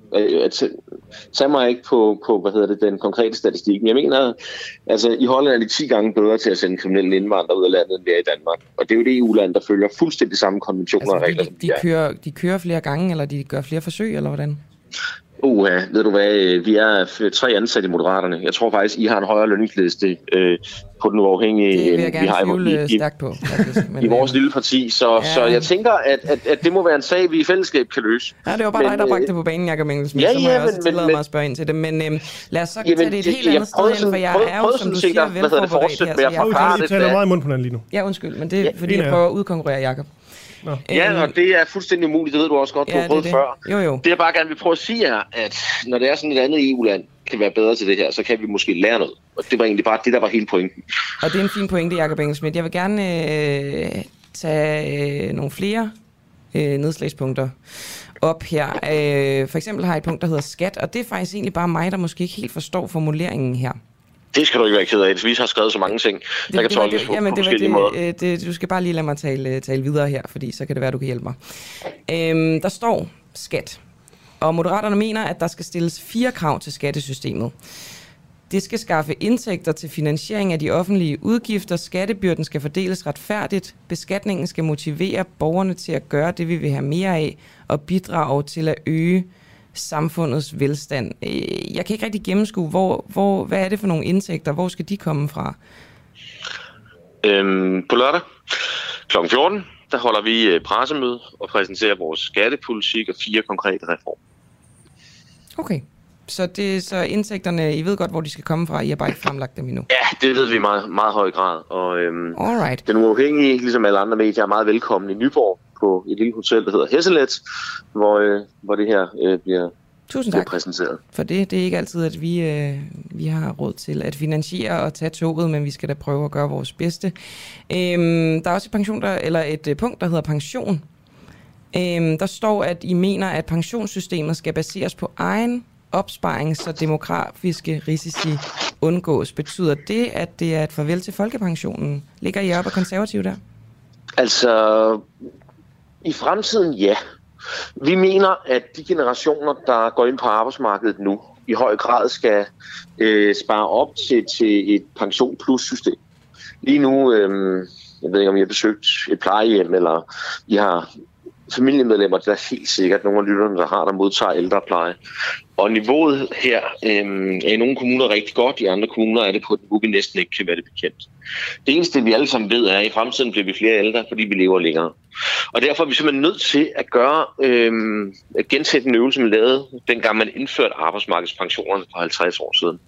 At, tag mig ikke på, på, hvad hedder det, den konkrete statistik, men jeg mener, altså i Holland er de ti gange bedre til at sende kriminelle indvandrere ud af landet, end det er i Danmark. Og det er jo det E U-land, der følger fuldstændig samme konventioner altså, og regler. De, de, de, kører, de kører flere gange, eller de gør flere forsøg, eller hvordan? Uh, ved du hvad, vi er tre ansatte i Moderaterne. Jeg tror faktisk, I har en højere lønningsliste øh, på den uafhængige, det vil jeg vi har tvivle i, i, stærkt på, faktisk, men, i vores lille parti. Så, ja. så jeg tænker, at, at, at det må være en sag, vi i fællesskab kan løse. Ja, det var bare men, dig, der bragte det på banen, Jakob Engelsmith. Ja, så må ja, jeg også men, tillade men, mig at spørge ind til det. Men øhm, lad os så jamen, tage det et helt andet sted hen, for jeg prøv, er jo, som du siger, velforberedt her. Jeg har lige taler meget i munden på den lige nu. Ja, undskyld, men det er, fordi jeg prøver at udkonkurrere Jakob. Nå. Ja, og det er fuldstændig umuligt, det ved du også godt, du ja, har prøvet det før. Jo, jo. Det jeg bare gerne vil prøve at sige er, at når det er sådan et andet E U-land kan være bedre til det her, så kan vi måske lære noget. Og det var egentlig bare det, der var hele pointen. Og det er en fin pointe, Jakob Engelsmith. Jeg vil gerne øh, tage øh, nogle flere øh, nedslagspunkter op her. Øh, for eksempel har jeg et punkt, der hedder skat, og det er faktisk egentlig bare mig, der måske ikke helt forstår formuleringen her. Det skal du ikke være ked af. Vi har skrevet så mange ting, det, der kan tolkes på, på forskellige måder. Det, det, du skal bare lige lade mig tale, tale videre her, fordi så kan det være, du kan hjælpe mig. Øhm, der står skat, og Moderaterne mener, at der skal stilles fire krav til skattesystemet. Det skal skaffe indtægter til finansiering af de offentlige udgifter, skattebyrden skal fordeles retfærdigt, beskatningen skal motivere borgerne til at gøre det, vi vil have mere af, og bidrage til at øge samfundets velstand. Jeg kan ikke rigtig gennemskue, hvor, hvor, hvad er det for nogle indtægter? Hvor skal de komme fra? Øhm, på lørdag klokken fjorten, der holder vi pressemøde og præsenterer vores skattepolitik og fire konkrete reformer. Okay. Så, det, så indtægterne, I ved godt, hvor de skal komme fra, I har bare ikke fremlagt dem endnu? Ja, det ved vi i meget, meget høj grad. Og øhm, Alright. Den Uafhængige, ligesom alle andre medier, er meget velkommen i Nyborg på et lille hotel, der hedder Hesselet, hvor, øh, hvor det her øh, bliver, Tusind bliver tak præsenteret. For det. Det er ikke altid, at vi, øh, vi har råd til at finansiere og tage toget, men vi skal da prøve at gøre vores bedste. Øhm, der er også et, pension, der, eller et øh, punkt, der hedder pension. Øhm, der står, at I mener, at pensionssystemet skal baseres på egen opsparing, så demografiske risici undgås. Betyder det, at det er et farvel til folkepensionen? Ligger I op og konservative der? Altså, i fremtiden ja. Vi mener, at de generationer, der går ind på arbejdsmarkedet nu, i høj grad skal øh, spare op til, til et pension plus system. Lige nu, øh, jeg ved ikke om I har besøgt et plejehjem, eller I har familiemedlemmer, der er helt sikkert nogle af lytterne, der har, der modtager ældrepleje. Og niveauet her øh, er i nogle kommuner rigtig godt, i andre kommuner er det på et niveau, vi næsten ikke kan være det bekendt. Det eneste, vi alle sammen ved, er, at i fremtiden bliver vi flere ældre, fordi vi lever længere. Og derfor er vi simpelthen nødt til at gøre, øh, at gensætte en øvelse, man lavede, dengang man indførte arbejdsmarkedspensionerne for halvtreds år siden.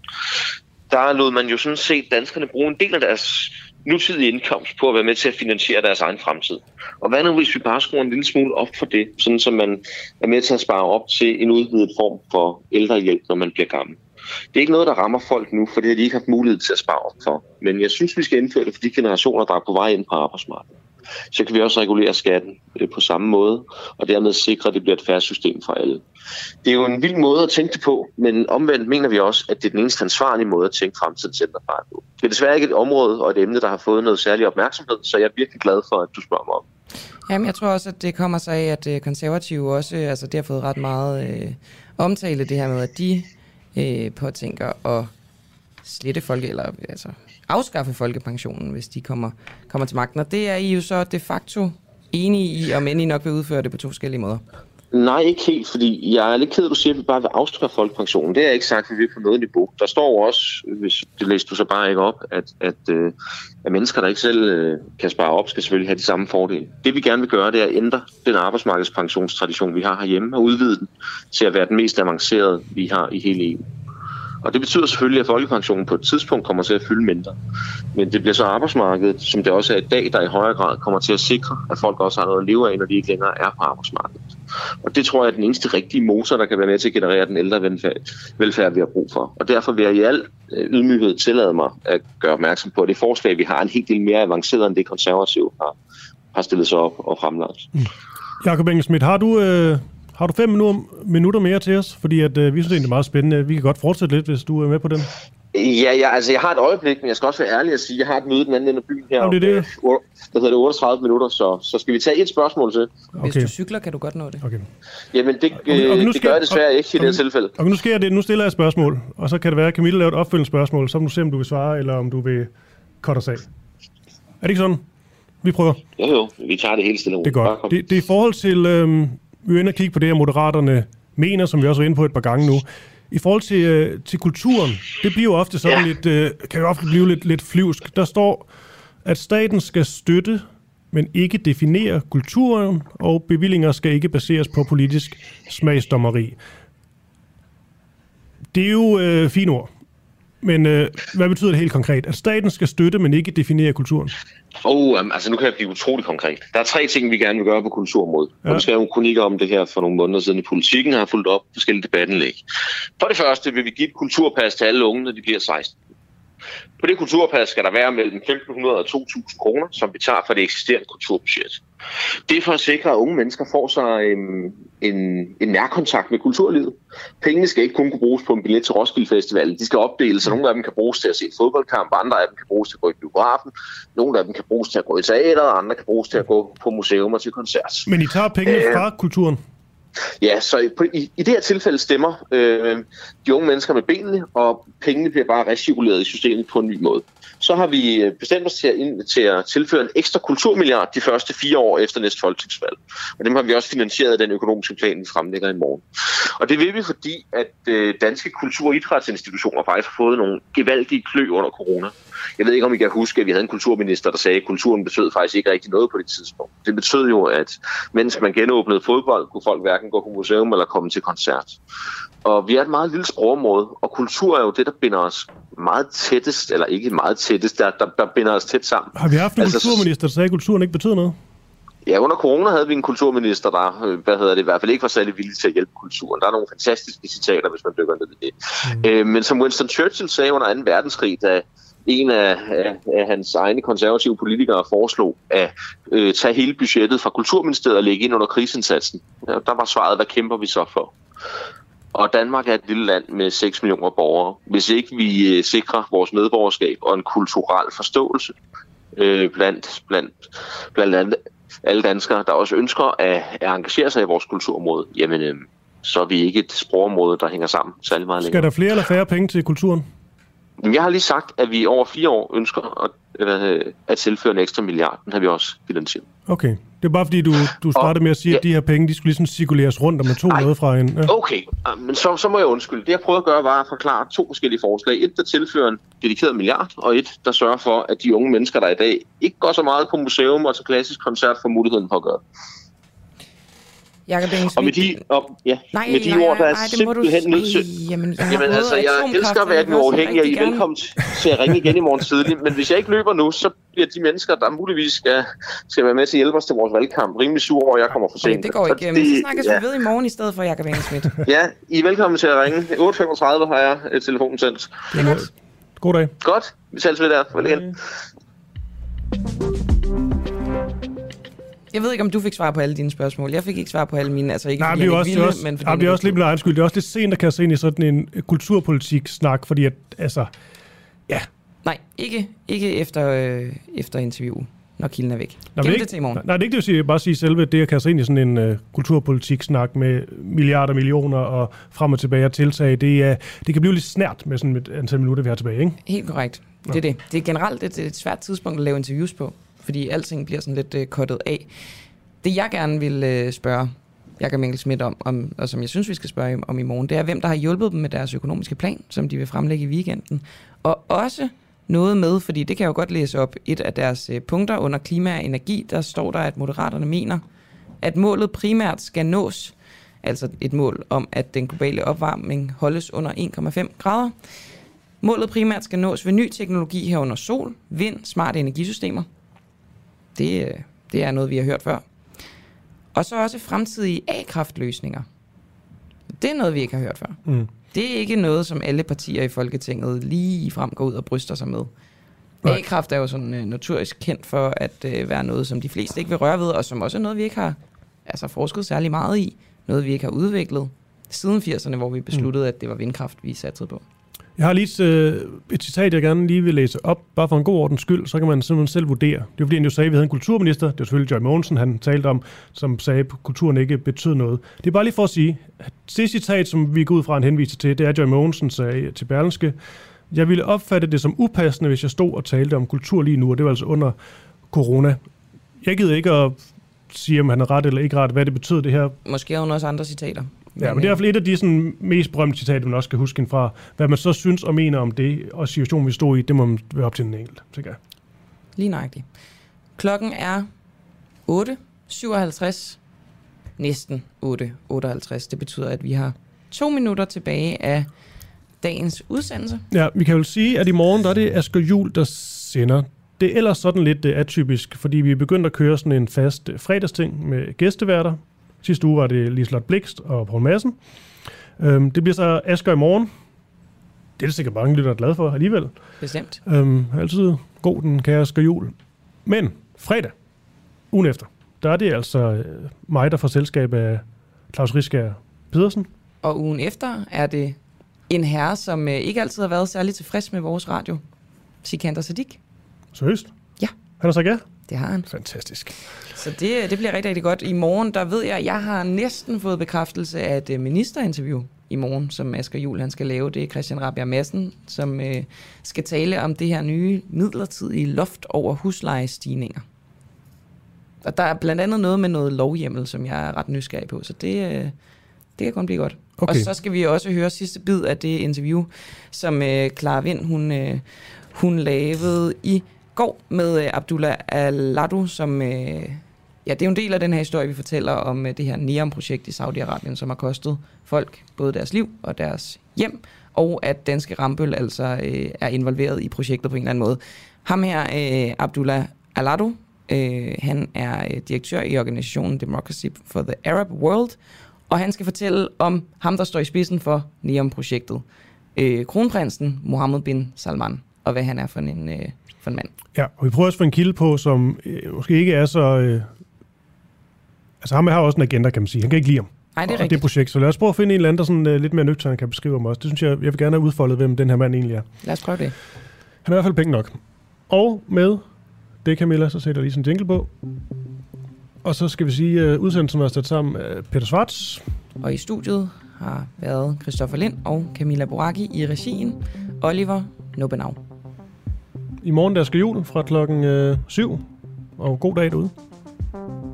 Der lod man jo sådan set danskerne bruge en del af deres nutidig indkomst på at være med til at finansiere deres egen fremtid. Og hvad nu, hvis vi bare skruer en lille smule op for det, sådan så man er med til at spare op til en udvidet form for ældrehjælp, når man bliver gammel. Det er ikke noget, der rammer folk nu, for det har de ikke haft mulighed til at spare op for. Men jeg synes, vi skal indføre det for de generationer, der er på vej ind på arbejdsmarkedet. Så kan vi også regulere skatten på samme måde, og dermed sikre, at det bliver et fair system for alle. Det er jo en vild måde at tænke det på, men omvendt mener vi også, at det er den eneste ansvarlige måde at tænke fremtidens ældrepleje på. Det er desværre ikke et område og et emne, der har fået noget særlig opmærksomhed, så jeg er virkelig glad for, at du spørger mig om. Jamen, jeg tror også, at det kommer sig af, at konservative også, altså det har fået ret meget øh, omtale, det her med, at de øh, påtænker at slette folke, eller altså afskaffe folkepensionen, hvis de kommer, kommer til magten. Og det er I jo så de facto enige i, om end I nok vil udføre det på to forskellige måder. Nej, ikke helt, fordi jeg er lidt ked af, at du siger, at vi bare vil afskaffe folkepensionen. Det er ikke sagt, at vi er på noget niveau. Der står også, hvis det læser du så bare ikke op, at, at, at mennesker, der ikke selv kan spare op, skal selvfølgelig have de samme fordele. Det vi gerne vil gøre, det er at ændre den arbejdsmarkedspensionstradition, vi har herhjemme, og udvide den til at være den mest avancerede, vi har i hele E U. Og det betyder selvfølgelig, at folkepensionen på et tidspunkt kommer til at fylde mindre. Men det bliver så arbejdsmarkedet, som det også er i dag, der i højere grad kommer til at sikre, at folk også har noget at leve af, når de ikke længere er på arbejdsmarkedet. Og det tror jeg er den eneste rigtige motor, der kan være med til at generere den ældre velfærd, velfærd vi har brug for. Og derfor vil jeg i al ydmyghed tillade mig at gøre opmærksom på, at det forslag, vi har, en helt del mere avanceret, end det konservative har, har stillet sig op og fremlagt. Mm. Jakob Engelsmith, har du... Øh Har du fem minutter mere til os? Fordi at, øh, vi synes, det er meget spændende. Vi kan godt fortsætte lidt, hvis du er med på den. Ja, ja, altså jeg har et øjeblik, men jeg skal også være ærlig at sige, at jeg har et møde den anden ende af byen her. Jamen, det er det. Der hedder det otteogtredive minutter, så, så skal vi tage et spørgsmål til. Hvis okay. du cykler, kan du godt nå det. Okay. Jamen, det, okay, okay, det skal, gør jeg desværre okay, ikke i det her tilfælde. Og nu sker jeg det. Nu stiller jeg et spørgsmål, og så kan det være, at Camilla laver et opfølgende spørgsmål, så må du se, om du vil svare, eller om du vil cutte os af. Er det ikke sådan? Vi prøver. Jo, jo. Vi tager det hele stille. Det er godt. Det, det er i forhold til, øhm, vi er inde og kigge på det, at Moderaterne mener, som vi også er inde på et par gange nu. I forhold til, øh, til kulturen, det bliver jo ofte sådan ja. lidt, øh, kan jo ofte blive lidt, lidt flyvsk. Der står, at staten skal støtte, men ikke definere kulturen, og bevillinger skal ikke baseres på politisk smagsdommeri. Det er jo øh, fine ord. Men øh, hvad betyder det helt konkret? At staten skal støtte, men ikke definere kulturen? Oh, um, altså nu kan jeg blive utrolig konkret. Der er tre ting, vi gerne vil gøre på kulturområdet. Ja. Og vi skal jo kronikker om det her for nogle måneder siden i Politikken, har fulgt op forskellige debatindlæg. For det første vil vi give et kulturpas til alle unge, når de bliver seksten. På det kulturpas skal der være mellem femten hundrede og to tusind kroner, som vi tager fra det eksisterende kulturbudget. Det er for at sikre, at unge mennesker får sig en, en, en nærkontakt med kulturlivet. Pengene skal ikke kun kunne bruges på en billet til Roskilde Festival. De skal opdeles, så nogle af dem kan bruges til at se et fodboldkamp, andre af dem kan bruges til at gå i biografen, nogle af dem kan bruges til at gå i teater, og andre kan bruges til at gå på museum og til koncert. Men I tager pengene fra øh, kulturen? Ja, så i, i, i det her tilfælde stemmer øh, de unge mennesker med benene, og pengene bliver bare recirkuleret i systemet på en ny måde. Så har vi bestemt os til at, ind, til at tilføre en ekstra kulturmilliard de første fire år efter næste folketingsvalg. Og dem har vi også finansieret af den økonomiske plan, vi fremlægger i morgen. Og det vil vi, fordi at øh, danske kultur- og idrætsinstitutioner faktisk har fået nogle gevaldige klø under corona. Jeg ved ikke, om I kan huske, at vi havde en kulturminister, der sagde, at kulturen betød faktisk ikke rigtig noget på det tidspunkt. Det betød jo, at mens man genåbnede fodbold, kunne folk hverken gå på museum eller komme til koncert. Og vi er et meget lille sprogområde, og kultur er jo det, der binder os meget tættest, eller ikke meget tættest, der, der, der binder os tæt sammen. Har vi haft en altså, kulturminister, der sagde, at kulturen ikke betyder noget? Ja, under corona havde vi en kulturminister, der hvad hedder det, i hvert fald ikke var særlig villig til at hjælpe kulturen. Der er nogle fantastiske citater, hvis man dykker ned i det. Mm. Øh, men som Winston Churchill sagde under anden verdenskrig, da en af, af, af hans egne konservative politikere foreslog at øh, tage hele budgettet fra Kulturministeriet og lægge ind under krigsindsatsen. Ja, der var svaret, hvad kæmper vi så for? Og Danmark er et lille land med seks millioner borgere. Hvis ikke vi øh, sikrer vores medborgerskab og en kulturel forståelse øh, blandt, blandt, blandt andet alle danskere, der også ønsker at, at engagere sig i vores kulturområde, jamen øh, så er vi ikke et sprogområde, der hænger sammen særlig meget længere. Skal der flere eller færre penge til kulturen? Jeg har lige sagt, at vi over fire år ønsker at, at, at tilføre en ekstra milliard. Den har vi også finansieret. Okay. Det er bare fordi, du, du startede med at sige, ja. at de her penge, de skulle ligesom cirkuleres rundt, og man tog noget fra en... Ja. Okay, men så, så må jeg undskylde. Det jeg prøvede at gøre, var at forklare to forskellige forslag. Et, der tilfører en dedikeret milliard, og et, der sørger for, at de unge mennesker, der i dag ikke går så meget på museum og til klassisk koncert, får muligheden for at gøre. Jakob og med de, og, ja, nej, med de nej, ord, der er nej, simpelthen nødt til... Jamen, jeg, jamen altså, jeg elsker at være den uafhængige, og I er velkommen til at ringe igen i morgen tidlig. Men hvis jeg ikke løber nu, så bliver de mennesker, der muligvis skal, skal være med til at hjælpe os til vores valgkamp, rimelig sure over, at jeg kommer for sent. Okay, det går ikke. Så, det, så snakkes ja. vi ved i morgen i stedet for, Jakob Engelsmidt. Ja, I er velkommen til at ringe. otte femogtredive har jeg et telefonen sendt. Det er godt. God dag. Godt. Vi tales ved der. Farvel. Jeg ved ikke, om du fik svar på alle dine spørgsmål. Jeg fik ikke svar på alle mine. Altså ikke Nej, fordi jeg også, ville, også, men fordi jeg bliver også lidt med egen skyld. Det er også lidt sent at kaste ind i sådan en kulturpolitik-snak, fordi at, altså, ja. Nej, ikke, ikke efter, øh, efter interviewet, når kilden er væk. Nej, Gem det, det til i morgen. Nej, det er ikke det, jeg siger. Bare sige selve det at kaste ind i sådan en uh, kulturpolitik-snak med milliarder, millioner og frem og tilbage og tiltag. Det, uh, det kan blive lidt snært med sådan et antal minutter, vi har tilbage, ikke? Helt korrekt. Det er det. Det er generelt et, et svært tidspunkt at lave interviews på, fordi alting bliver sådan lidt uh, kottet af. Det jeg gerne vil uh, spørge Jakob Engelsmidt om, om, og som jeg synes, vi skal spørge om i morgen, det er, hvem der har hjulpet dem med deres økonomiske plan, som de vil fremlægge i weekenden. Og også noget med, fordi det kan jeg jo godt læse op, et af deres uh, punkter under klima og energi, der står der, at Moderaterne mener, at målet primært skal nås, altså et mål om, at den globale opvarmning holdes under en komma fem grader. Målet primært skal nås ved ny teknologi herunder sol, vind, smarte energisystemer. Det, det er noget, vi har hørt før. Og så også fremtidige A-kraftløsninger. Det er noget, vi ikke har hørt før. Mm. Det er ikke noget, som alle partier i Folketinget lige frem går ud og bryster sig med. Nej. A-kraft er jo sådan uh, notorisk kendt for at uh, være noget, som de fleste ikke vil røre ved, og som også er noget, vi ikke har altså, forsket særlig meget i. Noget, vi ikke har udviklet siden firserne, hvor vi besluttede, mm. at det var vindkraft, vi satte på. Jeg har lige et, øh, et citat, jeg gerne lige vil læse op, bare for en god ordens skyld, så kan man simpelthen selv vurdere. Det var fordi, han jo sagde, at vi havde en kulturminister, det var selvfølgelig Joy Mogensen, han talte om, som sagde, at kulturen ikke betød noget. Det er bare lige for at sige, at det citat, som vi går ud fra en henviser til, det er Joy Mogensen sagde til Berlingske. Jeg ville opfatte det som upassende, hvis jeg stod og talte om kultur lige nu, og det var altså under corona. Jeg gider ikke at sige, om han er ret eller ikke ret, hvad det betød det her. Måske har hun også andre citater. Ja, men det er i hvert fald et af de sådan, mest berømte citater, man også skal huske fra. Hvad man så synes og mener om det, og situationen, vi stod i, det må man være op til den enkelte, tænker jeg. Lige nøjagtigt. Klokken er otte syvoghalvtreds. Næsten otte otteoghalvtreds. Det betyder, at vi har to minutter tilbage af dagens udsendelse. Ja, vi kan jo sige, at i morgen der er det Asger Juhl, der sender. Det er ellers sådan lidt atypisk, fordi vi er begyndt at køre sådan en fast fredagsting med gæsteværter. Sidste uge var det Liselott Blixt og Poul Madsen. Øhm, det bliver så Asger i morgen. Det er det sikkert mange lytter glade for alligevel. Bestemt. Øhm, altid god den kære Asger Juhl. Men fredag, ugen efter, der er det altså øh, mig, der får selskab af Claus Riskær Pedersen. Og ugen efter er det en herre, som øh, ikke altid har været særlig tilfreds med vores radio. Sikander Siddiq. Seriøst? Ja. Han har sagt ja? Det har han. Fantastisk. Så det, det bliver rigtig, rigtig godt. I morgen, der ved jeg, at jeg har næsten fået bekræftelse af et ministerinterview i morgen, som Asger Juhl han skal lave. Det er Christian Rabjerg Madsen, som øh, skal tale om det her nye midlertidige loft over huslejestigninger. Og der er blandt andet noget med noget lovhjemmel, som jeg er ret nysgerrig på, så det, øh, det kan kun blive godt. Okay. Og så skal vi også høre sidste bid af det interview, som øh, Clara Vind, hun, øh, hun lavede i går med øh, Abdullah Al-Ladu, som... Øh, ja, det er jo en del af den her historie, vi fortæller om øh, det her NEOM-projekt i Saudi-Arabien, som har kostet folk både deres liv og deres hjem, og at Danske Rambøll altså øh, er involveret i projektet på en eller anden måde. Ham her, øh, Abdullah Al-Ladu, øh, han er øh, direktør i organisationen Democracy for the Arab World, og han skal fortælle om ham, der står i spidsen for NEOM-projektet. Øh, kronprinsen Mohammed bin Salman, og hvad han er for en, øh, for en mand. Ja, og vi prøver også at få en kilde på, som øh, måske ikke er så... Øh, altså ham har også en agenda, kan man sige. Han kan ikke lide ham. Nej, det er og rigtigt. det projekt. Så lad os prøve at finde en eller anden, der sådan, øh, lidt mere nøgtern kan beskrive ham også. Det synes jeg, jeg vil gerne have udfoldet, hvem den her mand egentlig er. Lad os prøve det. Han er i hvert fald penge nok. Og med det, Camilla, så sætter jeg lige sådan en jingle på. Og så skal vi sige, at uh, udsendelsen var sat sammen af Peter Schwartz. Og i studiet har været Christoffer Lind og Camilla Boracchi i regien. Oliver Nubbenau. I morgen der skal jul fra klokken syv. Og god dag derude.